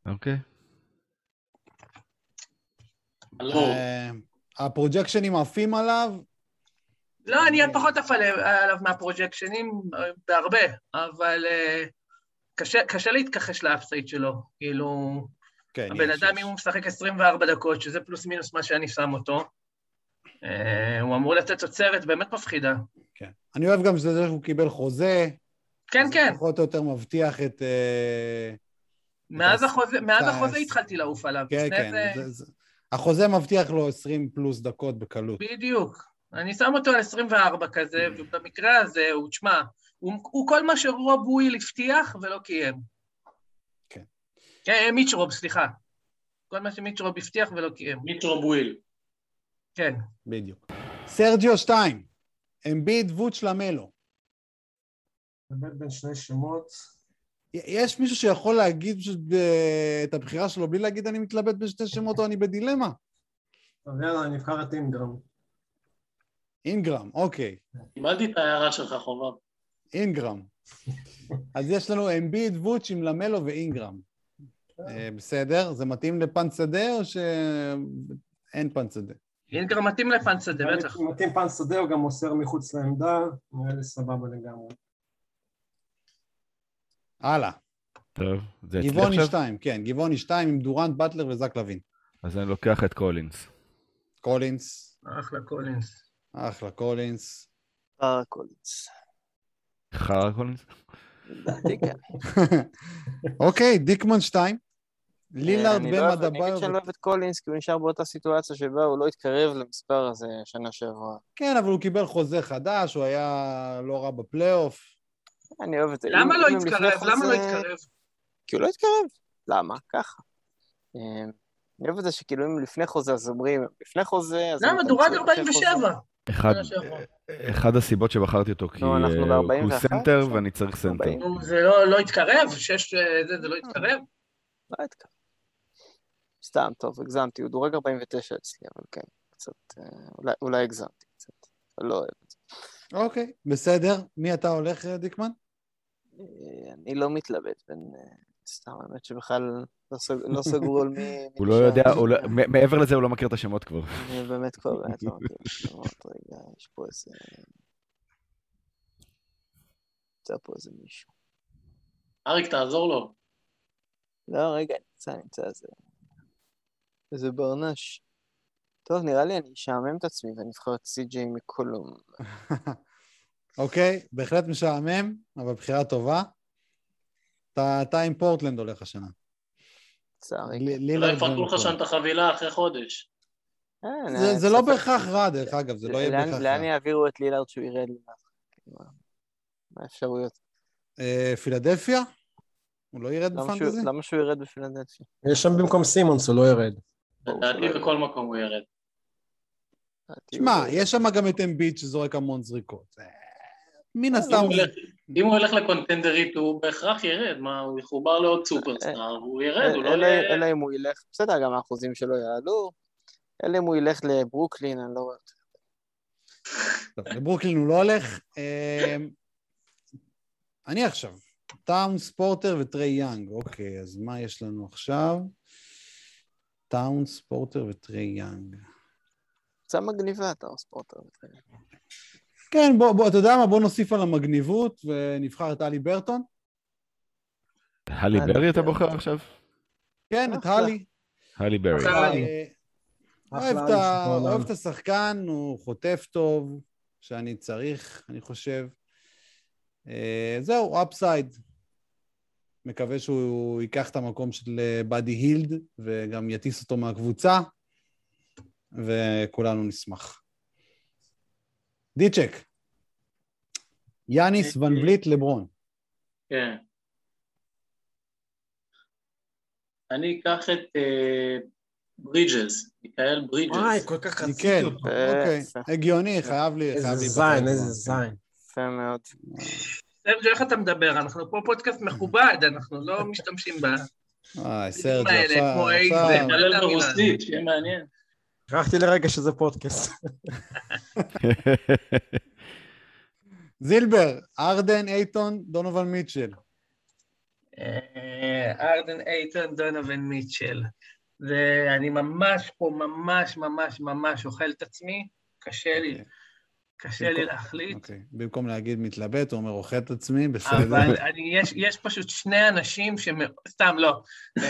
Speaker 1: הפרוג'קשנים עפים עליו?
Speaker 2: לא, אני פחות עף עליו מהפרוג'קשנים בהרבה, אבל קשה להתכחש לאפסייד שלו. כאילו, הבן אדם אם הוא משחק 24 דקות, שזה פלוס מינוס מה שאני שם אותו, הוא אמור לתת תוצרת באמת מפחידה.
Speaker 1: כן. אני אוהב גם שזה שהוא קיבל חוזה.
Speaker 2: כן.
Speaker 1: זה פחות או יותר מבטיח את...
Speaker 2: מאז החוזה התחלתי לעוף עליו.
Speaker 1: כן. החוזה מבטיח לו 20 פלוס דקות בקלות.
Speaker 2: בדיוק. אני שם אותו על 24 כזה, ובמקרה הזה הוא, תשמע, הוא כל מה שרוב וויל הבטיח ולא קיים.
Speaker 1: כן.
Speaker 2: מיץ' רוב, סליחה. כל מה שמיץ' רוב הבטיח ולא קיים.
Speaker 6: מיץ' רוב וויל.
Speaker 2: כן.
Speaker 1: בדיוק. סרג'יו 2, אמביד ווץ' למלו.
Speaker 4: באמת בין שני שמות.
Speaker 1: יש מישהו שיכול להגיד את הבחירה שלו בלי להגיד אני מתלבט בין שתי שמות או אני בדילמה?
Speaker 4: טוב, יאללה, אני נבחר את אינגרם.
Speaker 1: אינגרם, אוקיי.
Speaker 6: קיבלתי את ההערה שלך, חובב.
Speaker 1: אינגרם. אז יש לנו אמביד ווץ' עם למלו ואינגרם. בסדר? זה מתאים לפן שדה או שאין פן שדה?
Speaker 2: אינגרם מתאים לפן שדה, בטח.
Speaker 4: מתאים פן שדה, הוא גם מוסר מחוץ לעמדה, נראה לי סבבה לגמרי.
Speaker 1: הלאה.
Speaker 3: טוב, זה אצלי עכשיו?
Speaker 1: גיבוני 2, כן, גיבוני 2 עם דורנט, באטלר וזק לוין.
Speaker 3: אז אני לוקח את קולינס.
Speaker 1: קולינס.
Speaker 2: אחלה קולינס.
Speaker 1: אחלה קולינס.
Speaker 5: קולינס.
Speaker 3: חרא קולינס?
Speaker 5: לדעתי כן.
Speaker 1: אוקיי, דיקמן 2. לילארד במדבר.
Speaker 5: אני אגיד שאני לא אוהב את קולינס, כי הוא נשאר באותה סיטואציה שבה הוא לא התקרב למספר הזה שנה שעברה.
Speaker 1: כן, אבל הוא קיבל חוזה חדש, הוא היה לא רע בפלייאוף.
Speaker 5: אני אוהב את זה.
Speaker 2: למה לא התקרב? למה לא התקרב?
Speaker 5: כי הוא לא התקרב. למה? ככה. אני אוהב את זה שכאילו אם לפני חוזה אז אומרים, לפני חוזה...
Speaker 2: למה? דורג 47.
Speaker 3: אחד הסיבות שבחרתי אותו, כי הוא סנטר ואני צריך סנטר.
Speaker 2: זה לא התקרב? זה לא התקרב?
Speaker 5: לא התקרב. סתם, טוב, הגזמתי, הוא דורג 49 אצלי, אבל כן, קצת, אולי הגזמתי קצת, אבל לא אוהב את זה.
Speaker 1: אוקיי, בסדר. מי אתה הולך, דיקמן?
Speaker 5: אני לא מתלבט בין... סתם, האמת שבכלל לא סגרו על מי...
Speaker 3: הוא לא יודע, מעבר לזה הוא לא מכיר את השמות כבר.
Speaker 5: אני באמת כבר, באמת לא מכיר את השמות, רגע, יש פה איזה... נמצא פה איזה מישהו.
Speaker 6: אריק, תעזור לו.
Speaker 5: לא, רגע, נמצא איזה ברנש. טוב, נראה לי אני אשעמם את עצמי ואני אבחר את סי.ג'יי מקולום.
Speaker 1: אוקיי, בהחלט משעמם, אבל בחירה טובה. אתה עם פורטלנד הולך השנה.
Speaker 6: לא יפרקו לך שם את החבילה אחרי חודש.
Speaker 1: זה לא בהכרח רע, דרך אגב, זה לא יהיה בהכרח רע.
Speaker 5: לאן יעבירו את לילארד שהוא ירד למטה? מה האפשרויות?
Speaker 1: פילדלפיה? הוא לא ירד בפנטזי?
Speaker 5: למה שהוא ירד בפילדלפיה?
Speaker 4: יש שם במקום סימונס, הוא לא ירד.
Speaker 6: לדעתי בכל מקום הוא ירד.
Speaker 1: תשמע, יש שם גם את אמביט שזורק המון זריקות. מן הסתם...
Speaker 6: אם הוא הולך לקונטנדרית, הוא בהכרח ירד. מה, הוא יחובר לעוד סופרסטאר, הוא ירד, הוא לא...
Speaker 5: אלא אם הוא ילך, בסדר, גם האחוזים שלו יעלו, אלא אם הוא ילך לברוקלין, אני לא רואה אותו.
Speaker 1: טוב, לברוקלין הוא לא הולך. אני עכשיו. טאונס, פורטר וטרי יאנג. אוקיי, אז מה יש לנו עכשיו? טאונס, פורטר וטרי יאנג.
Speaker 5: קצת מגניבה, טאונס, פורטר וטרי יאנג.
Speaker 1: כן, בוא, אתה יודע מה? בוא נוסיף על המגניבות ונבחר את הלי ברטון.
Speaker 3: הלי ברי אתה בוחר עכשיו?
Speaker 1: כן, את הלי.
Speaker 3: הלי ברי.
Speaker 1: אוהב את השחקן, הוא חוטף טוב, שאני צריך, אני חושב. זהו, אפסייד. מקווה שהוא ייקח את המקום של באדי הילד, וגם יטיס אותו מהקבוצה. וכולנו נשמח. דיצ'ק. יאניס, ון וליט, לברון.
Speaker 6: כן. אני אקח את ברידג'ס, מיכאל ברידג'ס.
Speaker 4: וואי, כל כך
Speaker 1: כן,
Speaker 4: רציתי אותו.
Speaker 1: אוקיי. הגיוני, חייב לי.
Speaker 4: איזה זין, איזה זין.
Speaker 5: יפה מאוד.
Speaker 2: סרג'ו, איך אתה מדבר? אנחנו פה פודקאסט מכובד, אנחנו לא משתמשים
Speaker 1: סרג'ו,
Speaker 2: האלה, כמו איזה.
Speaker 1: עכשיו.
Speaker 6: נדלל ברוסית, שיהיה מעניין.
Speaker 4: שכחתי לרגע שזה פודקאסט.
Speaker 1: זילבר, ארדן, אייטון, דונובל מיטשל.
Speaker 2: ארדן אייטון, דונובל מיטשל. ואני ממש פה, ממש אוכל את עצמי, קשה לי להחליט.
Speaker 1: אוקיי, במקום להגיד מתלבט, הוא אומר אוכל את עצמי, בסדר.
Speaker 2: אבל יש פשוט שני אנשים סתם לא.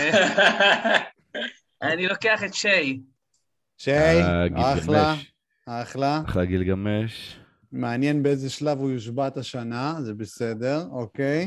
Speaker 2: אני לוקח את שי.
Speaker 1: אחלה.
Speaker 3: גילגמש.
Speaker 1: מעניין באיזה שלב הוא יושבת השנה, זה בסדר, אוקיי.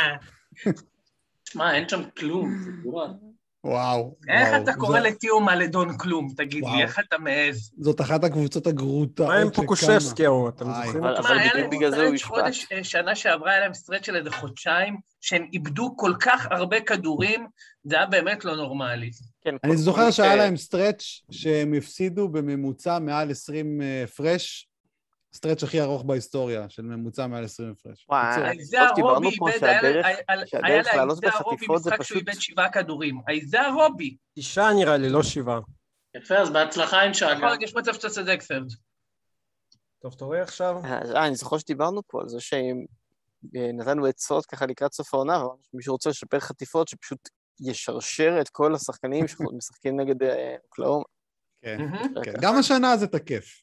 Speaker 6: שמע, אין שם כלום, זה גרוע.
Speaker 1: וואו.
Speaker 2: איך אתה קורא לתיאומה לדון כלום, תגיד לי, איך אתה מעז?
Speaker 1: זאת אחת הקבוצות הגרוטות.
Speaker 4: מה עם פוקושבסקי, אתם זוכרים?
Speaker 5: אבל בדיוק בגלל זה הוא ישפט.
Speaker 2: שנה שעברה היה להם סטרט של איזה חודשיים, שהם איבדו כל כך הרבה כדורים, זה היה באמת לא נורמלי.
Speaker 1: אני זוכר שהיה להם סטרץ' שהם הפסידו בממוצע מעל 20 פרש, סטרץ' הכי ארוך בהיסטוריה, של ממוצע מעל 20 הפרש.
Speaker 5: וואי,
Speaker 2: זה הרובי איבד, היה להם זה הרובי משחק שהוא איבד 7 כדורים. זה הרובי.
Speaker 4: 9 נראה לי, לא 7.
Speaker 6: יפה, אז בהצלחה עם שגה.
Speaker 2: יש מצב שאתה צודק, סרג'.
Speaker 4: טוב, תורי עכשיו.
Speaker 5: אני זוכר שדיברנו פה על זה שנתנו עצות ככה לקראת סוף העונה, אבל מישהו רוצה לשפר חטיפות שפשוט ישרשר את כל השחקנים שמשחקים נגד אוקלאומה.
Speaker 1: כן, גם השנה זה תקף.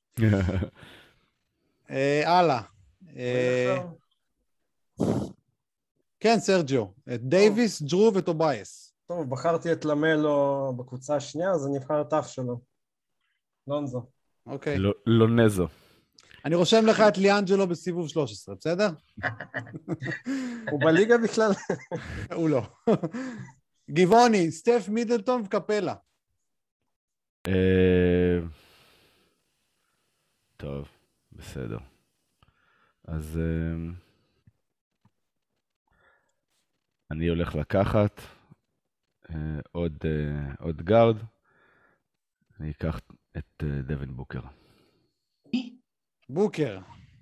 Speaker 1: הלאה. כן, סרג'יו. את דייביס, ג'רו וטובייס.
Speaker 4: טוב, בחרתי את למלו בקבוצה השנייה, אז אני אבחר את אח שלו. לונזו.
Speaker 1: אוקיי.
Speaker 3: לונזו.
Speaker 1: אני רושם לך את ליאנג'לו בסיבוב 13, בסדר?
Speaker 4: הוא בליגה בכלל?
Speaker 1: הוא לא. גיבוני, סטף, מידלטון וקפלה.
Speaker 3: טוב, בסדר. אז אני הולך לקחת עוד גארד. אני אקח את דווין בוקר.
Speaker 1: בוקר.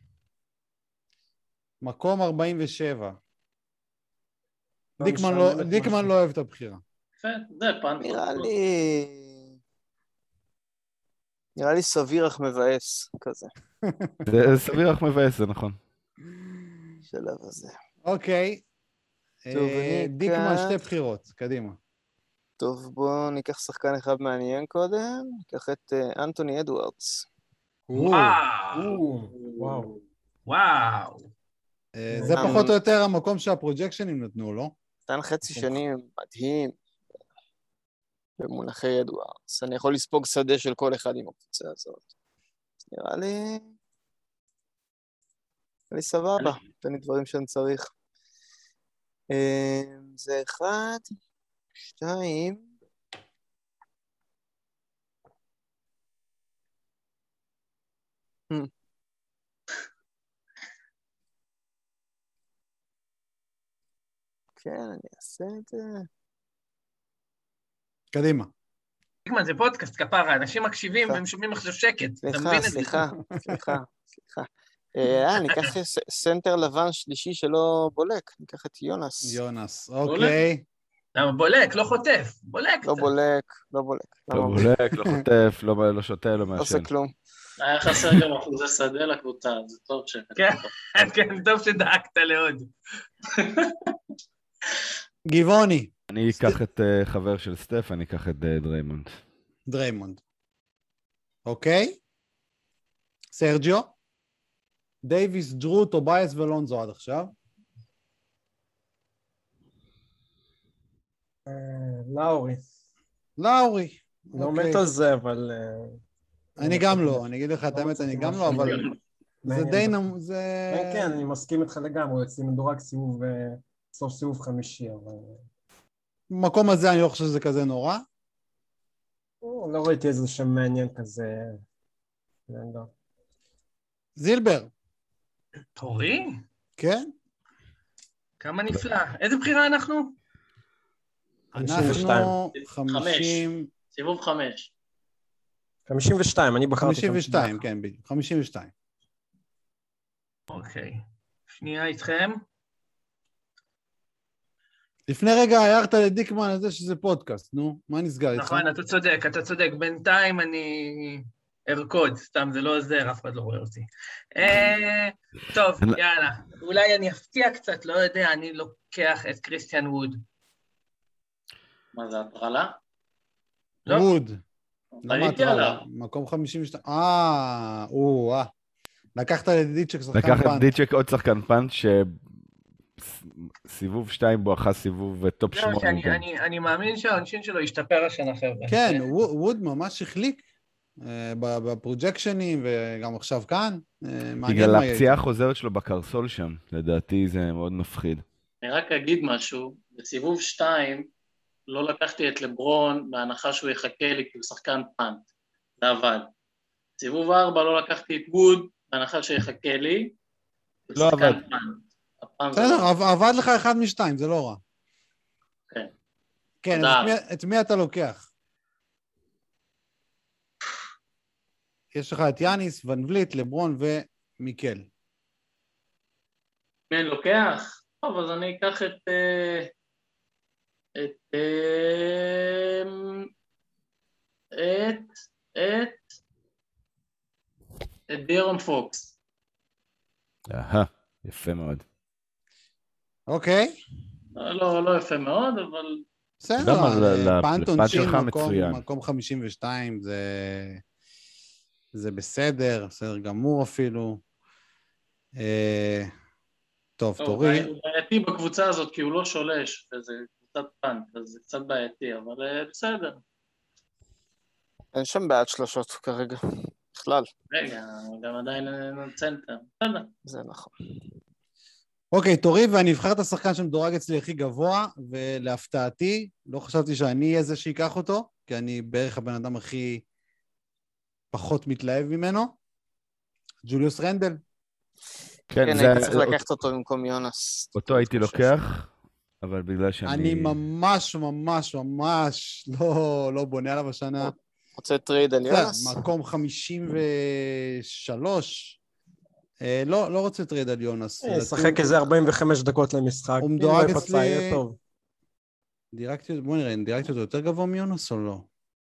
Speaker 1: מקום 47. דיקמן לא אוהב את הבחירה.
Speaker 6: זה פנטו.
Speaker 5: נראה לי סביר אך מבאס כזה.
Speaker 3: זה סביר אך מבאס, זה נכון.
Speaker 5: שלב הזה.
Speaker 1: אוקיי. דיקמן 2 בחירות, קדימה.
Speaker 5: טוב, בואו ניקח שחקן אחד מעניין קודם. ניקח את אנטוני אדוארדס.
Speaker 2: וואו.
Speaker 1: זה פחות או יותר המקום שהפרוג'קשנים נתנו, לא?
Speaker 5: נתן חצי שנים מדהים. במונחי אדוארדס. אני יכול לספוג שדה של כל אחד עם הקבוצה הזאת. נראה לי סבבה. תן לי דברים שאני צריך. זה 1, 2. כן, אני אעשה את זה.
Speaker 1: קדימה.
Speaker 2: דיקמן, זה פודקאסט, כפרה, אנשים מקשיבים והם שומעים עכשיו שקט.
Speaker 5: סליחה. אני אקח סנטר לבן שלישי שלא בולק, אני אקח את יונס.
Speaker 1: אוקיי.
Speaker 2: למה בולק? לא חוטף. בולק.
Speaker 5: לא בולק.
Speaker 3: לא חוטף, לא שותה, לא מעשן.
Speaker 5: עושה כלום.
Speaker 6: היה חסר גם אחוזי שדה לקבוצה, זה טוב
Speaker 2: כן, טוב שדאגת לעוד.
Speaker 1: גיבוני.
Speaker 3: אני אקח את חבר של סטף, אני אקח את דריימונד.
Speaker 1: אוקיי. סרג'יו. דייביס, ג'רו, טובייס ולונזו עד עכשיו. לאורי.
Speaker 4: לא מת על זה, אבל...
Speaker 1: אני גם לא, אני אגיד לך את האמת, אני גם לא, אבל... זה די זה...
Speaker 4: כן, אני מסכים איתך לגמרי, אצלי מדורג סיבוב, סוף סיבוב 5, אבל...
Speaker 1: במקום הזה אני לא חושב שזה כזה נורא.
Speaker 4: לא ראיתי איזה שם מעניין כזה. לא.
Speaker 1: זילבר.
Speaker 2: תורי?
Speaker 1: כן?
Speaker 2: כמה נפלא. איזה בחירה אנחנו?
Speaker 4: 52.
Speaker 1: אנחנו 50...
Speaker 6: סיבוב 5.
Speaker 4: 52, אני בחרתי
Speaker 1: 52, כן, בדיוק. 52.
Speaker 2: אוקיי. שנייה איתכם.
Speaker 1: לפני רגע הערת לדיקמן על זה שזה פודקאסט, נו, מה נסגר איתך?
Speaker 2: נכון, אתה צודק. בינתיים אני ארקוד, סתם, זה לא עוזר, אף אחד לא רואה אותי. טוב, יאללה. אולי אני אפתיע קצת, לא יודע, אני לוקח את קריסטיאן ווד.
Speaker 6: מה זה, הטרלה?
Speaker 2: לא.
Speaker 1: ווד. למה
Speaker 6: ראיתי
Speaker 1: הטרלה?
Speaker 6: עליו.
Speaker 1: מקום 52. לקחת לדיצ'ק שחקן
Speaker 3: לקחת
Speaker 1: פאנט.
Speaker 3: דיצ'ק עוד שחקן פאנט סיבוב 2 בואכה סיבוב טופ 8.
Speaker 2: אני מאמין שהעונשין שלו ישתפר השנה, חבר'ה.
Speaker 1: כן, ווד ממש החליק בפרוג'קשנים וגם עכשיו כאן.
Speaker 3: בגלל הפציעה החוזרת שלו בקרסול שם, לדעתי זה מאוד מפחיד.
Speaker 6: אני רק אגיד משהו, בסיבוב 2 לא לקחתי את לברון בהנחה שהוא יחכה לי כי הוא שחקן פאנט, זה עבד. בסיבוב 4 לא לקחתי את ווד בהנחה שיחכה לי,
Speaker 3: לא עבד.
Speaker 1: בסדר, עבד לך אחד משתיים, זה לא רע.
Speaker 6: כן.
Speaker 1: כן, אז את מי אתה לוקח? יש לך את יאניס, ון וליט, לברון ומיקל.
Speaker 6: מי אני לוקח? טוב, אז אני אקח את דירון פוקס.
Speaker 3: יפה מאוד.
Speaker 1: אוקיי.
Speaker 6: לא יפה מאוד, אבל...
Speaker 1: בסדר, פאנט עונשין,
Speaker 3: מצוין.
Speaker 1: מקום 52, זה בסדר גמור אפילו. טוב, תורי.
Speaker 6: הוא בעייתי בקבוצה הזאת, כי הוא לא שולש, וזה קבוצת פאנט, אז זה קצת בעייתי, אבל בסדר.
Speaker 5: אין שם בעד שלושות כרגע, בכלל.
Speaker 6: רגע, גם עדיין צנטר, בסדר.
Speaker 5: זה נכון.
Speaker 1: אוקיי, תורי, ואני אבחר את השחקן שמדורג אצלי הכי גבוה, ולהפתעתי, לא חשבתי שאני אהיה זה שיקח אותו, כי אני בערך הבן אדם הכי פחות מתלהב ממנו. ג'וליוס רנדל.
Speaker 5: כן, הייתי צריך לקחת אותו במקום יונס.
Speaker 3: אותו הייתי לוקח, אבל בגלל שאני...
Speaker 1: אני ממש לא בונה עליו השנה.
Speaker 5: רוצה טרייד על יונס?
Speaker 1: מקום 53. לא רוצה טרייד על יונס.
Speaker 5: שחק איזה 45 דקות למשחק.
Speaker 1: הוא מדורג אצלי... בוא נראה, דירקתי אותו יותר גבוה מיונס או לא?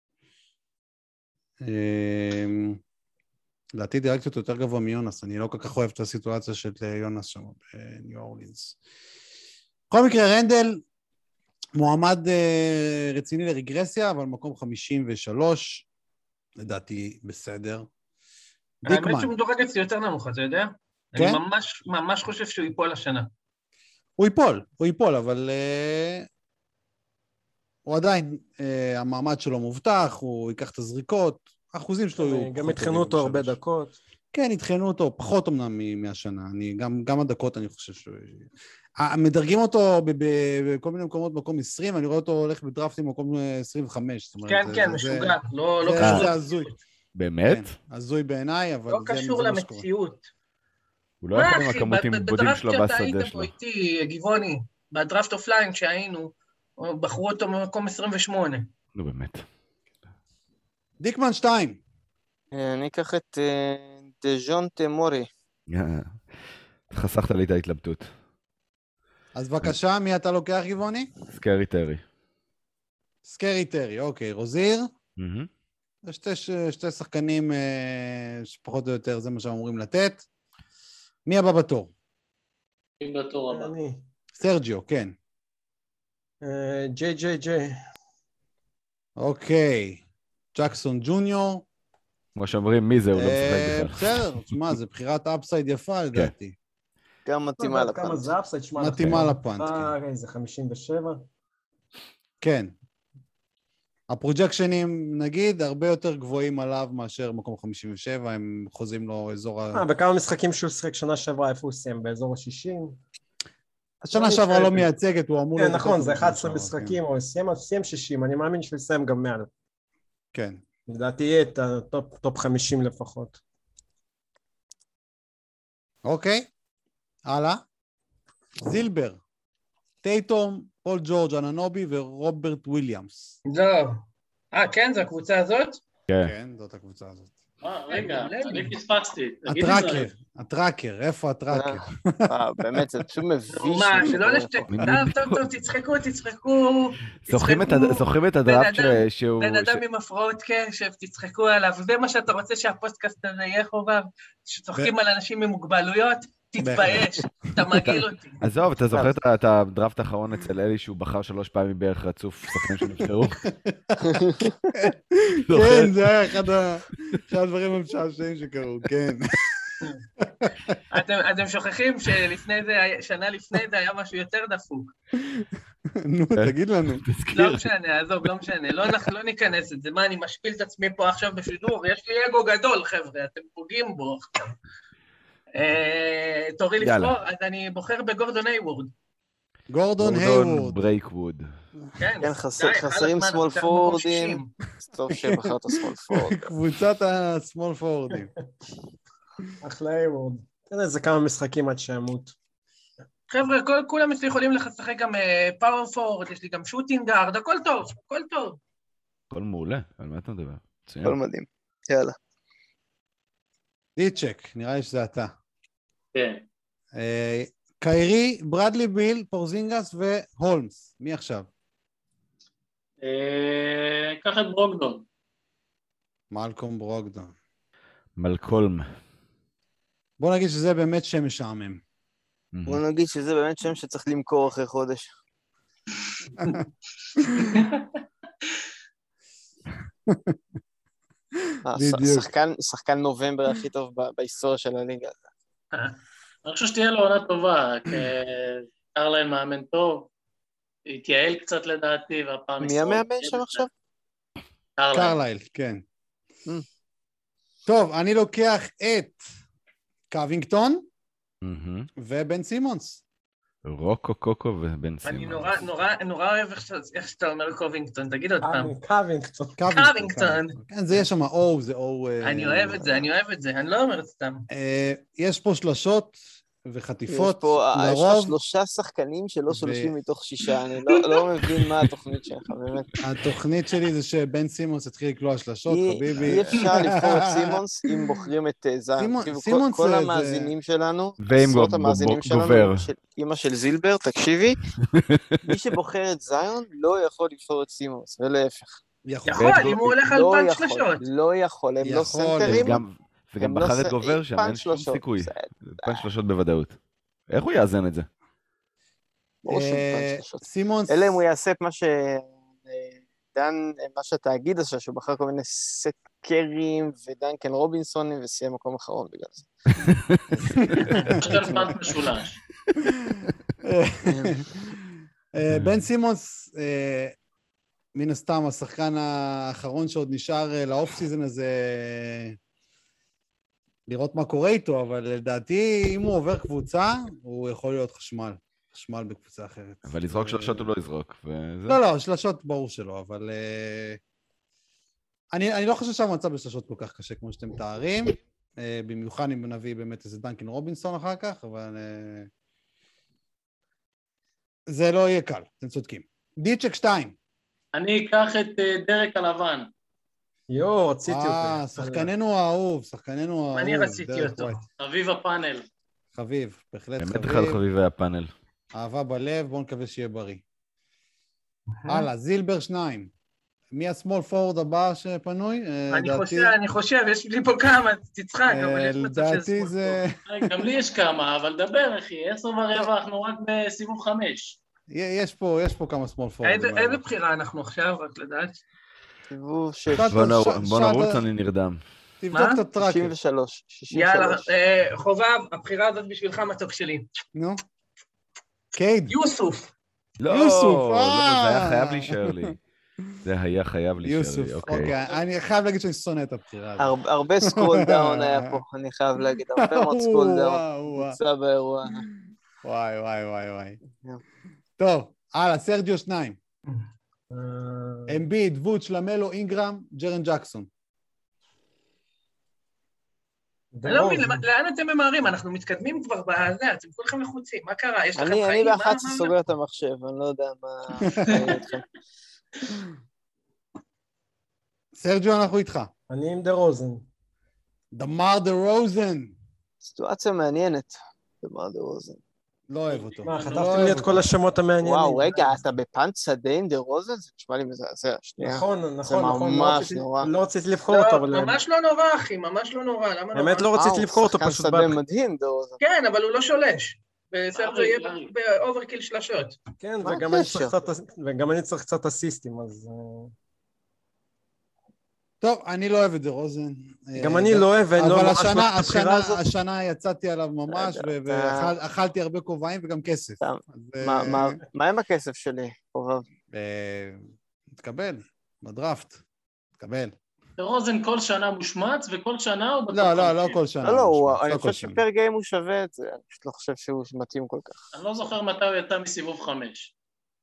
Speaker 1: לדעתי דירקתי אותו יותר גבוה מיונס, אני לא כל כך אוהב את הסיטואציה של יונס שם בניו אורלינס. בכל מקרה, רנדל מועמד רציני לרגרסיה, אבל מקום 53, לדעתי בסדר.
Speaker 2: האמת שהוא מדורג אצלי יותר נמוך, אתה יודע?
Speaker 1: כן?
Speaker 2: אני ממש חושב שהוא ייפול השנה.
Speaker 1: הוא ייפול, אבל הוא עדיין, המעמד שלו מובטח, הוא ייקח את הזריקות, האחוזים שלו יהיו...
Speaker 5: גם התחנו אותו הרבה דקות.
Speaker 1: כן, התחנו אותו, פחות אמנם מהשנה, גם הדקות אני חושב שהוא... מדרגים אותו בכל מיני מקומות מקום 20, אני רואה אותו הולך בדרפטים מקום 25.
Speaker 2: כן, משוגע, לא קשור.
Speaker 1: זה הזוי.
Speaker 3: באמת?
Speaker 1: הזוי בעיניי, אבל
Speaker 2: לא קשור למציאות.
Speaker 3: הוא לא יכול עם הכמות עיבודים שלו בשדה שלו.
Speaker 2: בדראפט שאתה היית פה איתי, גבעוני, בדראפט אופליין שהיינו, בחרו אותו במקום 28.
Speaker 3: נו באמת.
Speaker 1: דיקמן 2.
Speaker 5: אני אקח את דז'ונטה מורי.
Speaker 3: חסכת לי את ההתלבטות.
Speaker 1: אז בבקשה, מי אתה לוקח, גבעוני?
Speaker 3: סקרי טרי.
Speaker 1: סקרי טרי, אוקיי. רוזיר? שתי שחקנים שפחות או יותר זה מה שאומרים לתת. מי הבא בתור?
Speaker 6: מי בתור הבא?
Speaker 1: סרג'יו, כן.
Speaker 5: ג'יי.
Speaker 1: אוקיי. ג'קסון ג'וניור.
Speaker 3: כמו שאומרים, מי זה? הוא לא משחק בכלל.
Speaker 1: בסדר, תשמע, זה בחירת אפסייד יפה לדעתי.
Speaker 5: גם מתאימה לפאנט.
Speaker 4: כמה זה אפסייד?
Speaker 1: מתאימה לפאנט, כן.
Speaker 4: זה 57.
Speaker 1: כן. הפרוג'קשנים, נגיד, הרבה יותר גבוהים עליו מאשר מקום 57, הם חוזים לו אזור
Speaker 5: וכמה משחקים שהוא שחק שנה שעברה, איפה הוא סיים? באזור ה-60?
Speaker 1: השנה שעברה לא מייצגת, הוא אמור...
Speaker 5: כן, נכון, זה 11 משחקים, או סיים 60, אני מאמין שהוא סיים גם מעל.
Speaker 1: כן.
Speaker 4: לדעתי יהיה את הטופ 50 לפחות.
Speaker 1: אוקיי, הלאה. זילבר, טייטום, פול ג'ורג', אננובי ורוברט וויליאמס.
Speaker 2: לא. כן, זו הקבוצה הזאת?
Speaker 1: כן, זאת הקבוצה הזאת.
Speaker 6: רגע, אני פספסתי. תגיד לי
Speaker 1: הטראקר, הטראקר, איפה הטראקר?
Speaker 5: באמת, זה פשוט מביש.
Speaker 2: מה, שלא נשתק. טוב, תצחקו.
Speaker 3: זוכרים את הדראפט שהוא...
Speaker 2: בן אדם עם הפרעות קשב, תצחקו עליו. זה מה שאתה רוצה שהפודקאסט הזה יהיה חובב? שצוחקים על אנשים עם מוגבלויות? תתבייש, אתה מגעיל אותי.
Speaker 3: עזוב, אתה זוכר את הדראפט האחרון אצל אלי שהוא בחר 3 פעמים בערך רצוף שחקנים שנבחרו?
Speaker 1: כן, זה היה אחד הדברים המשעשעים שקרו, כן.
Speaker 2: אתם שוכחים שלפני זה, שנה לפני זה היה משהו יותר דפוק.
Speaker 1: נו, תגיד לנו.
Speaker 2: לא משנה, עזוב, לא משנה. לא ניכנס את זה. מה, אני משפיל את עצמי פה עכשיו בשידור? יש לי אגו גדול, חבר'ה, אתם פוגעים בו עכשיו. תורי לבחור, אז אני בוחר בגורדון הייוורד.
Speaker 1: גורדון הייוורד.
Speaker 3: ברייקווד.
Speaker 5: כן, חסרים סמול פורדים. טוב שבחרת סמול פורד.
Speaker 1: קבוצת הסמול פורדים.
Speaker 4: אחלה הייוורד. תן איזה כמה משחקים עד שימות.
Speaker 2: חבר'ה, כולם יכולים לשחק גם פאוור פורד, יש לי גם שוטינג גארד, הכל טוב, הכל טוב.
Speaker 3: הכל מעולה, על מה אתה מדבר?
Speaker 5: הכל מדהים, יאללה.
Speaker 1: דיצ'ק, נראה לי שזה אתה.
Speaker 6: כן.
Speaker 1: קיירי, ברדלי ביל, פורזינגס והולמס. מי עכשיו?
Speaker 6: קח את ברוקדון.
Speaker 1: מלקום ברוקדון.
Speaker 3: מלקולם.
Speaker 1: בוא נגיד שזה באמת שם משעמם.
Speaker 5: בוא נגיד שזה באמת שם שצריך למכור אחרי חודש. שחקן נובמבר הכי טוב בהיסטוריה של הליגה.
Speaker 6: אני חושב שתהיה לו עונה טובה, קרליין מאמן טוב, התייעל קצת לדעתי, והפעם...
Speaker 5: מי המאמן שם עכשיו?
Speaker 1: קרלייל, כן. טוב, אני לוקח את קווינגטון ובן סימונס.
Speaker 3: רוקו קוקו ובן סימונס.
Speaker 2: אני נורא אוהב איך שאתה אומר קובינגטון, תגיד עוד פעם.
Speaker 4: קווינגטון.
Speaker 1: כן, זה יש שם או, זה או...
Speaker 2: אני אוהב את זה, אני לא אומר את סתם.
Speaker 1: יש פה שלשות וחטיפות,
Speaker 5: יש פה 3 שחקנים שלא שולשים מתוך 6, אני לא מבין מה התוכנית שלך, באמת.
Speaker 1: התוכנית שלי זה שבן סימונס התחיל לקלוע שלשות, חביבי.
Speaker 5: אי אפשר לבחור את סימונס אם בוחרים את זיין. כל המאזינים שלנו, עשרות המאזינים שלנו, אמא של זילבר, תקשיבי, מי שבוחר את זיון לא יכול לבחור את סימונס, ולהפך.
Speaker 2: יכול, אם הוא הולך על פן שלשות.
Speaker 5: לא יכול, הם לא סנטרים.
Speaker 3: וגם בחר את גובר שם, אין שום סיכוי. פן שלושות בוודאות. איך הוא יאזן את זה?
Speaker 1: סימונס...
Speaker 5: אלא אם הוא יעשה את מה שדן, מה שהתאגיד עשה, שהוא בחר כל מיני סט קרים ודנקן רובינסונים, וסיים מקום אחרון בגלל זה.
Speaker 6: יש כאן פן משולש.
Speaker 1: בן סימונס, מן הסתם, השחקן האחרון שעוד נשאר לאוף סיזן הזה, לראות מה קורה איתו, אבל לדעתי, אם הוא עובר קבוצה, הוא יכול להיות חשמל בקבוצה אחרת.
Speaker 3: אבל לזרוק שלשות הוא לא יזרוק.
Speaker 1: לא, שלשות ברור שלא, אבל... אני לא חושב שהמצב בשלשות כל כך קשה, כמו שאתם מתארים, במיוחד אם נביא באמת איזה דנקן רובינסון אחר כך, אבל... זה לא יהיה קל, אתם צודקים. דיצ'ק 2.
Speaker 6: אני אקח את דרק הלבן.
Speaker 4: רציתי אותו.
Speaker 1: שחקננו האהוב,
Speaker 2: אני רציתי אותו.
Speaker 6: חביב הפאנל.
Speaker 1: חביב, בהחלט חביב.
Speaker 3: באמת אחד חביבי הפאנל.
Speaker 1: אהבה בלב, בואו נקווה שיהיה בריא. הלאה, זילבר 2. מי הסמול פורד הבא שפנוי?
Speaker 2: אני חושב, יש לי פה כמה, תצחק, אבל יש מצב של סמול פורד.
Speaker 6: גם לי יש כמה, אבל דבר אחי, 10:15, אנחנו רק בסיבוב 5.
Speaker 1: יש פה כמה סמול פורד.
Speaker 2: איזה בחירה אנחנו עכשיו, רק לדעת?
Speaker 5: סיבוב 6.
Speaker 3: בוא נרוץ, אני נרדם.
Speaker 1: תבדוק את הטראקר.
Speaker 5: 63.
Speaker 2: יאללה, חובב, הבחירה הזאת בשבילך מתוק שלי.
Speaker 1: נו. קייד.
Speaker 2: יוסוף.
Speaker 3: לא, זה היה חייב להישאר לי.
Speaker 1: אוקיי, אני חייב להגיד שאני שונא את הבחירה הזאת.
Speaker 5: הרבה סקרול דאון היה פה, אני חייב להגיד, הרבה מאוד סקרול דאון. נמצא באירוע.
Speaker 1: וואי. טוב, הלאה, סרג'יו 2. אמביד, וודש, למלו, אינגרם, ג'רן ג'קסון.
Speaker 2: אני לא מבין, לאן אתם ממהרים? אנחנו מתקדמים כבר בזה, אתם כולכם לחוצים, מה קרה? יש לכם
Speaker 5: אני
Speaker 2: חיים?
Speaker 5: ב-11 סוגר את המחשב, אני לא יודע מה מעניין אתכם.
Speaker 1: סרג'יו, אנחנו איתך.
Speaker 4: אני עם דה רוזן.
Speaker 1: דמר דה רוזן.
Speaker 5: סיטואציה מעניינת, דמר דה רוזן.
Speaker 1: לא אוהב אותו.
Speaker 4: מה, חטפתם לי את כל השמות המעניינים.
Speaker 5: וואו, רגע, אתה בפאנט שדה עם דה רוזן? זה נשמע לי מזעזע, שנייה.
Speaker 4: נכון.
Speaker 5: זה ממש נורא.
Speaker 4: לא רציתי לבחור אותו, אבל...
Speaker 2: ממש לא נורא, אחי, ממש לא נורא, למה נורא?
Speaker 4: האמת לא רציתי לבחור אותו, פשוט...
Speaker 5: שחקן שדה מדהים, דה רוזן.
Speaker 2: כן, אבל הוא לא שולש. וסרג'ו יהיה באוברקיל שלשות.
Speaker 4: כן, וגם אני צריך קצת אסיסטים, אז...
Speaker 1: טוב, אני לא אוהב את דה רוזן.
Speaker 4: גם אני לא אוהב, ואני לא ממש לא את הבחירה הזאת.
Speaker 1: אבל השנה יצאתי עליו ממש, ואכלתי הרבה כובעים וגם כסף.
Speaker 5: מה עם הכסף שלי, חובב?
Speaker 1: תקבל, בדראפט, תקבל.
Speaker 6: דה רוזן כל שנה מושמץ, וכל שנה הוא...
Speaker 1: לא כל שנה.
Speaker 5: אני חושב שפר גיים הוא שווה את זה, אני פשוט לא חושב שהוא מתאים כל כך.
Speaker 6: אני לא זוכר מתי הוא יצא מסיבוב 5.